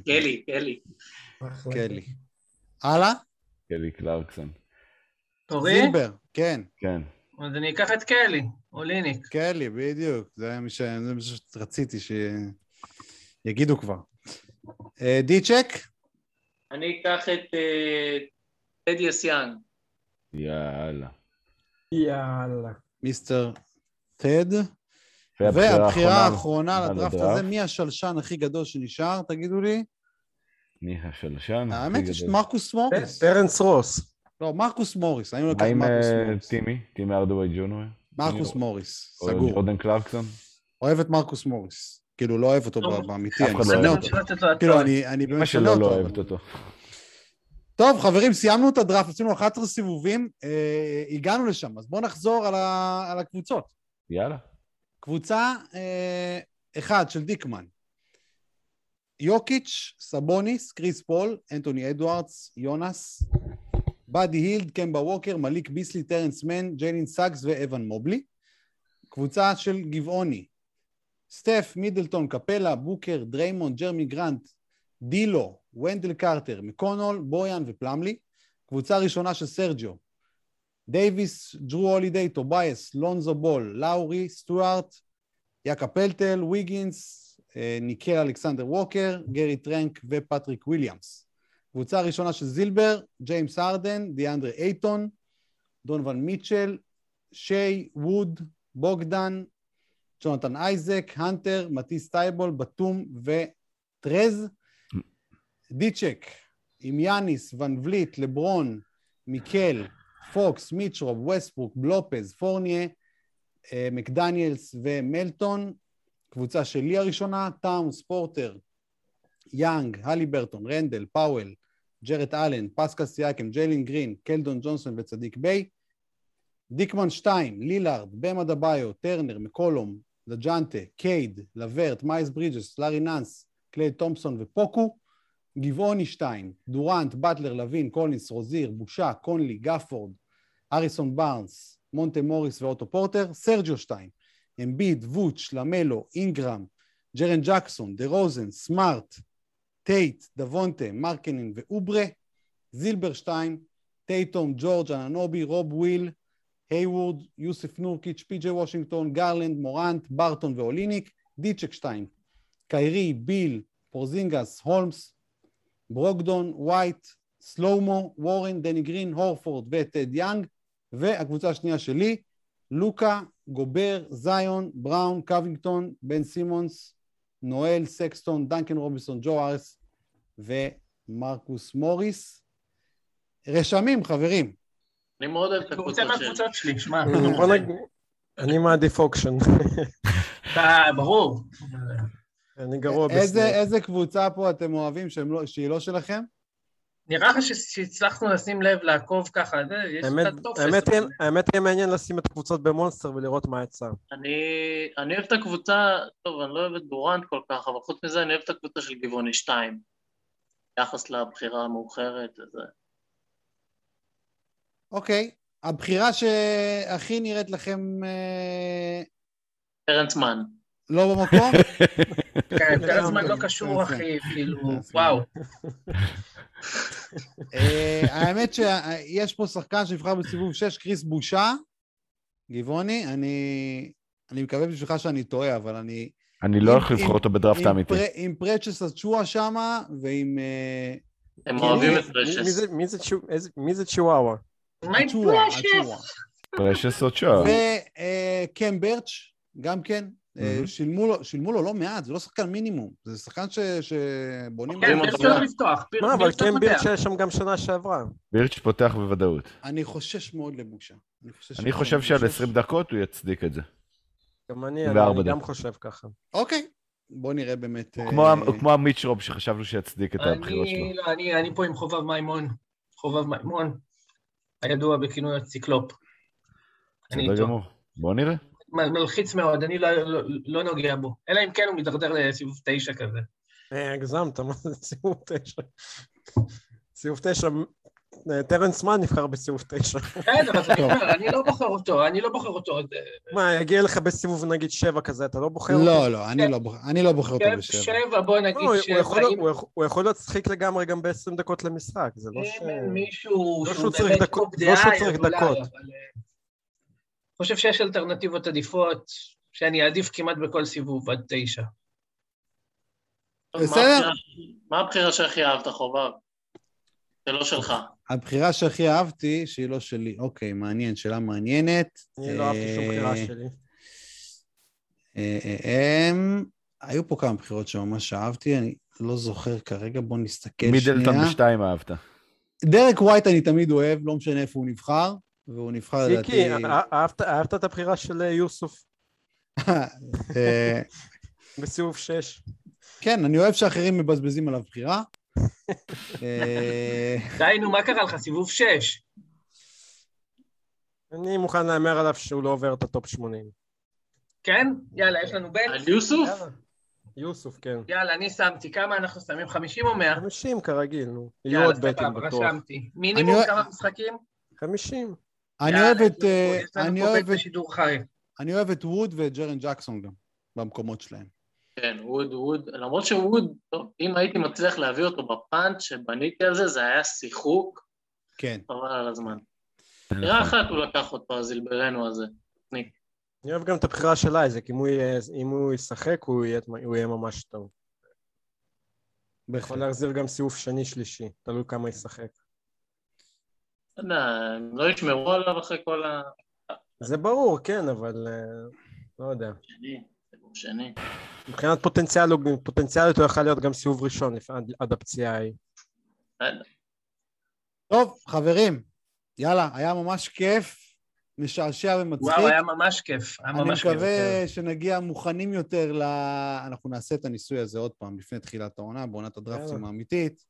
Speaker 6: קלי.
Speaker 1: הלאה?
Speaker 3: קלי קלרקסון.
Speaker 2: תורי?
Speaker 1: זילבר, כן.
Speaker 2: אז אני אקח את קלי, או ליניק.
Speaker 1: קלי, בדיוק. זה מה שרציתי שיגידו כבר. דיצ'ק?
Speaker 6: אני אקח את טדיוס יאנג.
Speaker 3: יאללה.
Speaker 1: מיסטר טד. והבחירה האחרונה לדראפט הזה, מי השלשן הכי גדול שנשאר, תגידו לי?
Speaker 3: מי השלשן?
Speaker 1: האמת יש מרקוס מוריס.
Speaker 4: טרנס רוס.
Speaker 1: לא, מרקוס מוריס. אני לוקח
Speaker 3: מה עם
Speaker 1: מרקוס מוריס.
Speaker 3: טימי ארדווי ג'וניור?
Speaker 1: מרקוס מוריס,
Speaker 3: או
Speaker 1: סגור.
Speaker 3: ג'ורדן קלרקסון?
Speaker 1: אוהב את מרקוס מוריס. כאילו, לא אוהב אותו באמיתי,
Speaker 3: אף
Speaker 1: אני
Speaker 3: אחד לא
Speaker 1: שונא
Speaker 3: אוהב
Speaker 1: אותו. כאילו, אני באמת שונא
Speaker 3: לא
Speaker 1: אותו.
Speaker 3: אוהבת אותו.
Speaker 1: טוב, חברים, סיימנו את הדראפט, עשינו 11 סיבובים, הגענו לשם, אז בואו נחזור על הקבוצות.
Speaker 3: יאללה.
Speaker 1: קבוצה 1 של דיקמן. יוקיץ', סבוניס, קריס פול, אנטוני אדוארדס, יונס, באדי הילד, קמבה ווקר, מליק ביסלי, טרנס מן, ג'יילין סאגס ואבן מובלי. קבוצה של גבעוני. סטף, מידלטון, קפלה, בוקר, דריימונד, ג'רמי גרנט, דילו, ונדל קרטר, מקונול, בויאן ופלמלי. קבוצה ראשונה של סרג'יו. דייביס, ג'רו הולידיי, טובייס, לונזו בול, לאורי, סטוארט, יקה פלטל, ויגינס, ניקל אלכסנדר ווקר, גרי טרנק ופטריק וויליאמס. קבוצה ראשונה של זילבר, ג'יימס הרדן, דיאנדרה אייטון, דונוון מיטשל, שי, ווד, בוגדן, ג'ונתן אייזק, הנטר, מטיס טייבול, בטום וטרז. דיצ'ק, עם יאניס, ון וליט, לברון, מיקל, פוקס, מיצ'רוב, ווסטברוק, בלופז, פורניה, מקדניאלס ומלטון. קבוצה שלי הראשונה, טאונס, פורטר, יאנג, הלי ברטון, רנדל, פאוול, ג'רט אלן, פסקל סייקם, ג'יילין גרין, קלדון ג'ונסון וצדיק ביי. דיקמן 2, לילארד, במה דביו, טרנר, מקולום, לג'אנטה, קייד, לברט, מייס ברידג'ס, לארי נאנס, קליי תומפסון ופוקו. גבעוני 2, דורנט, בטלר, לוין, קולינס, רוזיר, בושה, קונלי, גפורד, אריסון בארנס, מונטה מוריס ואוטו פורטר. סרג'יו 2, אמביד, ווץ', למלו, אינגרם, ג'רן ג'קסון, דה רוזן, סמארט, טייט, דוונטה, מרקנין ואוברה. זילבר 2, טייטום, ג'ורג', אננובי, רוב וויל, הייוורד, יוסף נורקיץ', פי.ג'יי וושינגטון, גרלנד, מורנט, ברטון ואוליניק. דיצ'ק 2, קיירי, ביל, פורזינגס, הולמס, ברוקדון, ווייט, סלומו, וורן, דני גרין, הורפורד וטד יאנג. והקבוצה השנייה שלי, לוקה, גובר, זיון, בראון, קווינגטון, בן סימונס, נואל, סקסטון, דנקן רובינסון, ג'ו ארס ומרקוס מוריס. רשמים, חברים.
Speaker 6: אני מאוד אוהב את
Speaker 2: הוא רוצה
Speaker 6: הקבוצות
Speaker 2: מהקבוצות שלי, שמע.
Speaker 4: אני מעדיף אוקשן.
Speaker 2: ברור.
Speaker 4: אני גרוע בסנאפ.
Speaker 1: איזה קבוצה פה אתם אוהבים שהיא לא שלכם?
Speaker 2: נראה לך שהצלחנו לשים לב, לעקוב ככה, יש קצת טופס.
Speaker 4: האמת היא מעניין לשים את הקבוצות במונסטר ולראות מה יצא.
Speaker 6: אני אוהב את הקבוצה, טוב, אני לא אוהב את דורנט כל כך, אבל חוץ מזה אני אוהב את הקבוצה של גבעוני 2, יחס לבחירה המאוחרת.
Speaker 1: אוקיי, הבחירה שהכי נראית לכם...
Speaker 6: טרנס מן.
Speaker 1: לא במקום?
Speaker 2: כן, טרנס מן לא קשור, אחי, כאילו, וואו.
Speaker 1: האמת שיש פה שחקן שנבחר בסיבוב 6, קריס בושה, גבעוני, אני מקווה בשבילך שאני טועה, אבל
Speaker 3: אני לא הולך לבחור אותו בדראפט האמיתי.
Speaker 1: עם פרצ'ס הצ'ואה שמה, ועם...
Speaker 6: הם אוהבים את פרצ'ס.
Speaker 4: מי זה צ'וואווה?
Speaker 2: פרצ'ס.
Speaker 3: פרצ'ס או צ'ואה.
Speaker 1: וקם ברץ', גם כן. שילמו לו לא מעט, זה לא שחקן מינימום, זה שחקן שבונים...
Speaker 2: כן, זה צריך לפתוח.
Speaker 4: מה, אבל קם בירץ' היה שם גם שנה שעברה.
Speaker 3: בירץ' פותח בוודאות.
Speaker 1: אני חושש מאוד לבושה.
Speaker 3: אני חושב שעד 20 דקות הוא יצדיק את זה.
Speaker 4: גם אני גם חושב ככה.
Speaker 1: אוקיי, בוא נראה באמת...
Speaker 3: כמו המיץ' רוב שחשבנו שיצדיק את הבחירות שלו.
Speaker 2: אני פה עם חובב מימון. חובב מימון, הידוע בכינוי הציקלופ.
Speaker 3: בסדר גמור, בוא נראה.
Speaker 2: מלחיץ מאוד, אני לא נוגע בו. אלא אם כן הוא מתדרדר לסיבוב 9 כזה.
Speaker 4: הגזמת, מה זה סיבוב 9? סיבוב 9, טרנס מן נבחר בסיבוב 9.
Speaker 2: כן, אבל אני לא בוחר אותו.
Speaker 4: מה, יגיע לך בסיבוב נגיד 7 כזה, אתה לא בוחר אותו?
Speaker 1: לא, אני לא בוחר אותו ב7.
Speaker 2: 7, בוא נגיד 7.
Speaker 4: הוא יכול להצחיק לגמרי גם ב-20 דקות למשחק, זה לא ש...
Speaker 2: מישהו
Speaker 4: שהוא באמת קופ דעה, לא שהוא צריך דקות.
Speaker 2: אני חושב שיש אלטרנטיבות עדיפות, שאני אעדיף כמעט בכל סיבוב עד 9.
Speaker 1: בסדר?
Speaker 6: מה הבחירה שהכי אהבת, חובב? זה לא שלך.
Speaker 1: הבחירה שהכי אהבתי, שהיא לא שלי. אוקיי, מעניין, שאלה מעניינת.
Speaker 4: אני לא אהבתי שום בחירה שלי.
Speaker 1: היו פה כמה בחירות שממש אהבתי, אני לא זוכר כרגע, בוא נסתכל שנייה.
Speaker 3: מידלטון בשתיים אהבת.
Speaker 1: דרק ווייט אני תמיד אוהב, לא משנה איפה הוא נבחר, והוא נבחר לדעתי...
Speaker 4: סיקי, אהבת את הבחירה של יוסוף בסיבוב 6?
Speaker 1: כן, אני אוהב שאחרים מבזבזים עליו בחירה.
Speaker 2: דיינו, מה קרה לך? סיבוב 6.
Speaker 4: אני מוכן לאמר עליו שהוא לא עובר את הטופ 80.
Speaker 2: כן? יאללה, יש לנו בן.
Speaker 6: על יוסוף?
Speaker 4: יוסוף, כן.
Speaker 2: יאללה, אני שמתי. כמה אנחנו שמים? 50 או 100?
Speaker 4: 50 כרגיל, נו. יהיו
Speaker 2: יאללה,
Speaker 4: עוד בטים
Speaker 2: סבבה,
Speaker 4: בטוח.
Speaker 2: רשמתי. מינימום כמה משחקים?
Speaker 4: 50.
Speaker 1: אני אוהב את...
Speaker 2: יש לנו פה בית בשידור חי.
Speaker 1: אני אוהב את ווד ואת ג'רן ג'קסון גם, במקומות שלהם.
Speaker 6: כן, ווד, למרות שווד, טוב, אם הייתי מצליח להביא אותו בפאנץ' שבניתי על זה, זה היה שיחוק.
Speaker 1: כן.
Speaker 6: חבל על הזמן. נראה אחת הוא לקח אותו, הזלברנו הזה.
Speaker 4: אני אוהב גם את הבחירה של אייזק, אם הוא ישחק, הוא יהיה ממש טוב. יכול להחזיר גם סיבוב שני שלישי, תלוי כמה ישחק.
Speaker 6: הם לא ישמרו עליו אחרי כל ה...
Speaker 4: זה ברור, כן, אבל לא יודע.
Speaker 6: שני.
Speaker 4: מבחינת פוטנציאלית הוא יכול להיות גם סיבוב ראשון עד הפציעה ההיא.
Speaker 1: טוב, חברים, יאללה, היה ממש כיף, משעשע ומצחיק.
Speaker 2: וואו, היה ממש כיף.
Speaker 1: אני מקווה שנגיע מוכנים יותר אנחנו נעשה את הניסוי הזה עוד פעם, לפני תחילת העונה, בעונת הדרפטים האמיתית.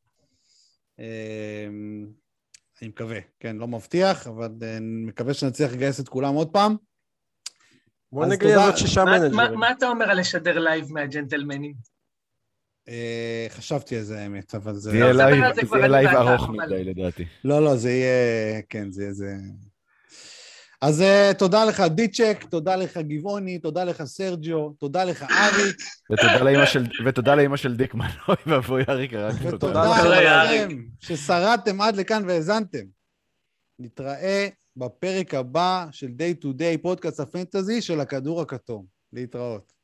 Speaker 1: אני מקווה, כן, לא מבטיח, אבל אני מקווה שנצליח לגייס את כולם עוד פעם.
Speaker 4: בוא נגלה עוד 6 מנג'רים.
Speaker 2: מה אתה אומר על לשדר לייב מהג'נטלמנים?
Speaker 1: חשבתי על זה האמת, אבל זה...
Speaker 3: זה יהיה לייב ארוך מדי לדעתי.
Speaker 1: לא, זה יהיה... כן, זה יהיה... אז תודה לך דיצ'ק, תודה לך גבעוני, תודה לך סרג'יו, תודה לך אריק.
Speaker 3: ותודה לאמא של דיקמן, אוי ואבוי אריק,
Speaker 1: ותודה לכם ששרדתם עד לכאן והאזנתם. נתראה בפרק הבא של Day to Day, פודקאסט הפנטזי של הכדור הכתום. להתראות.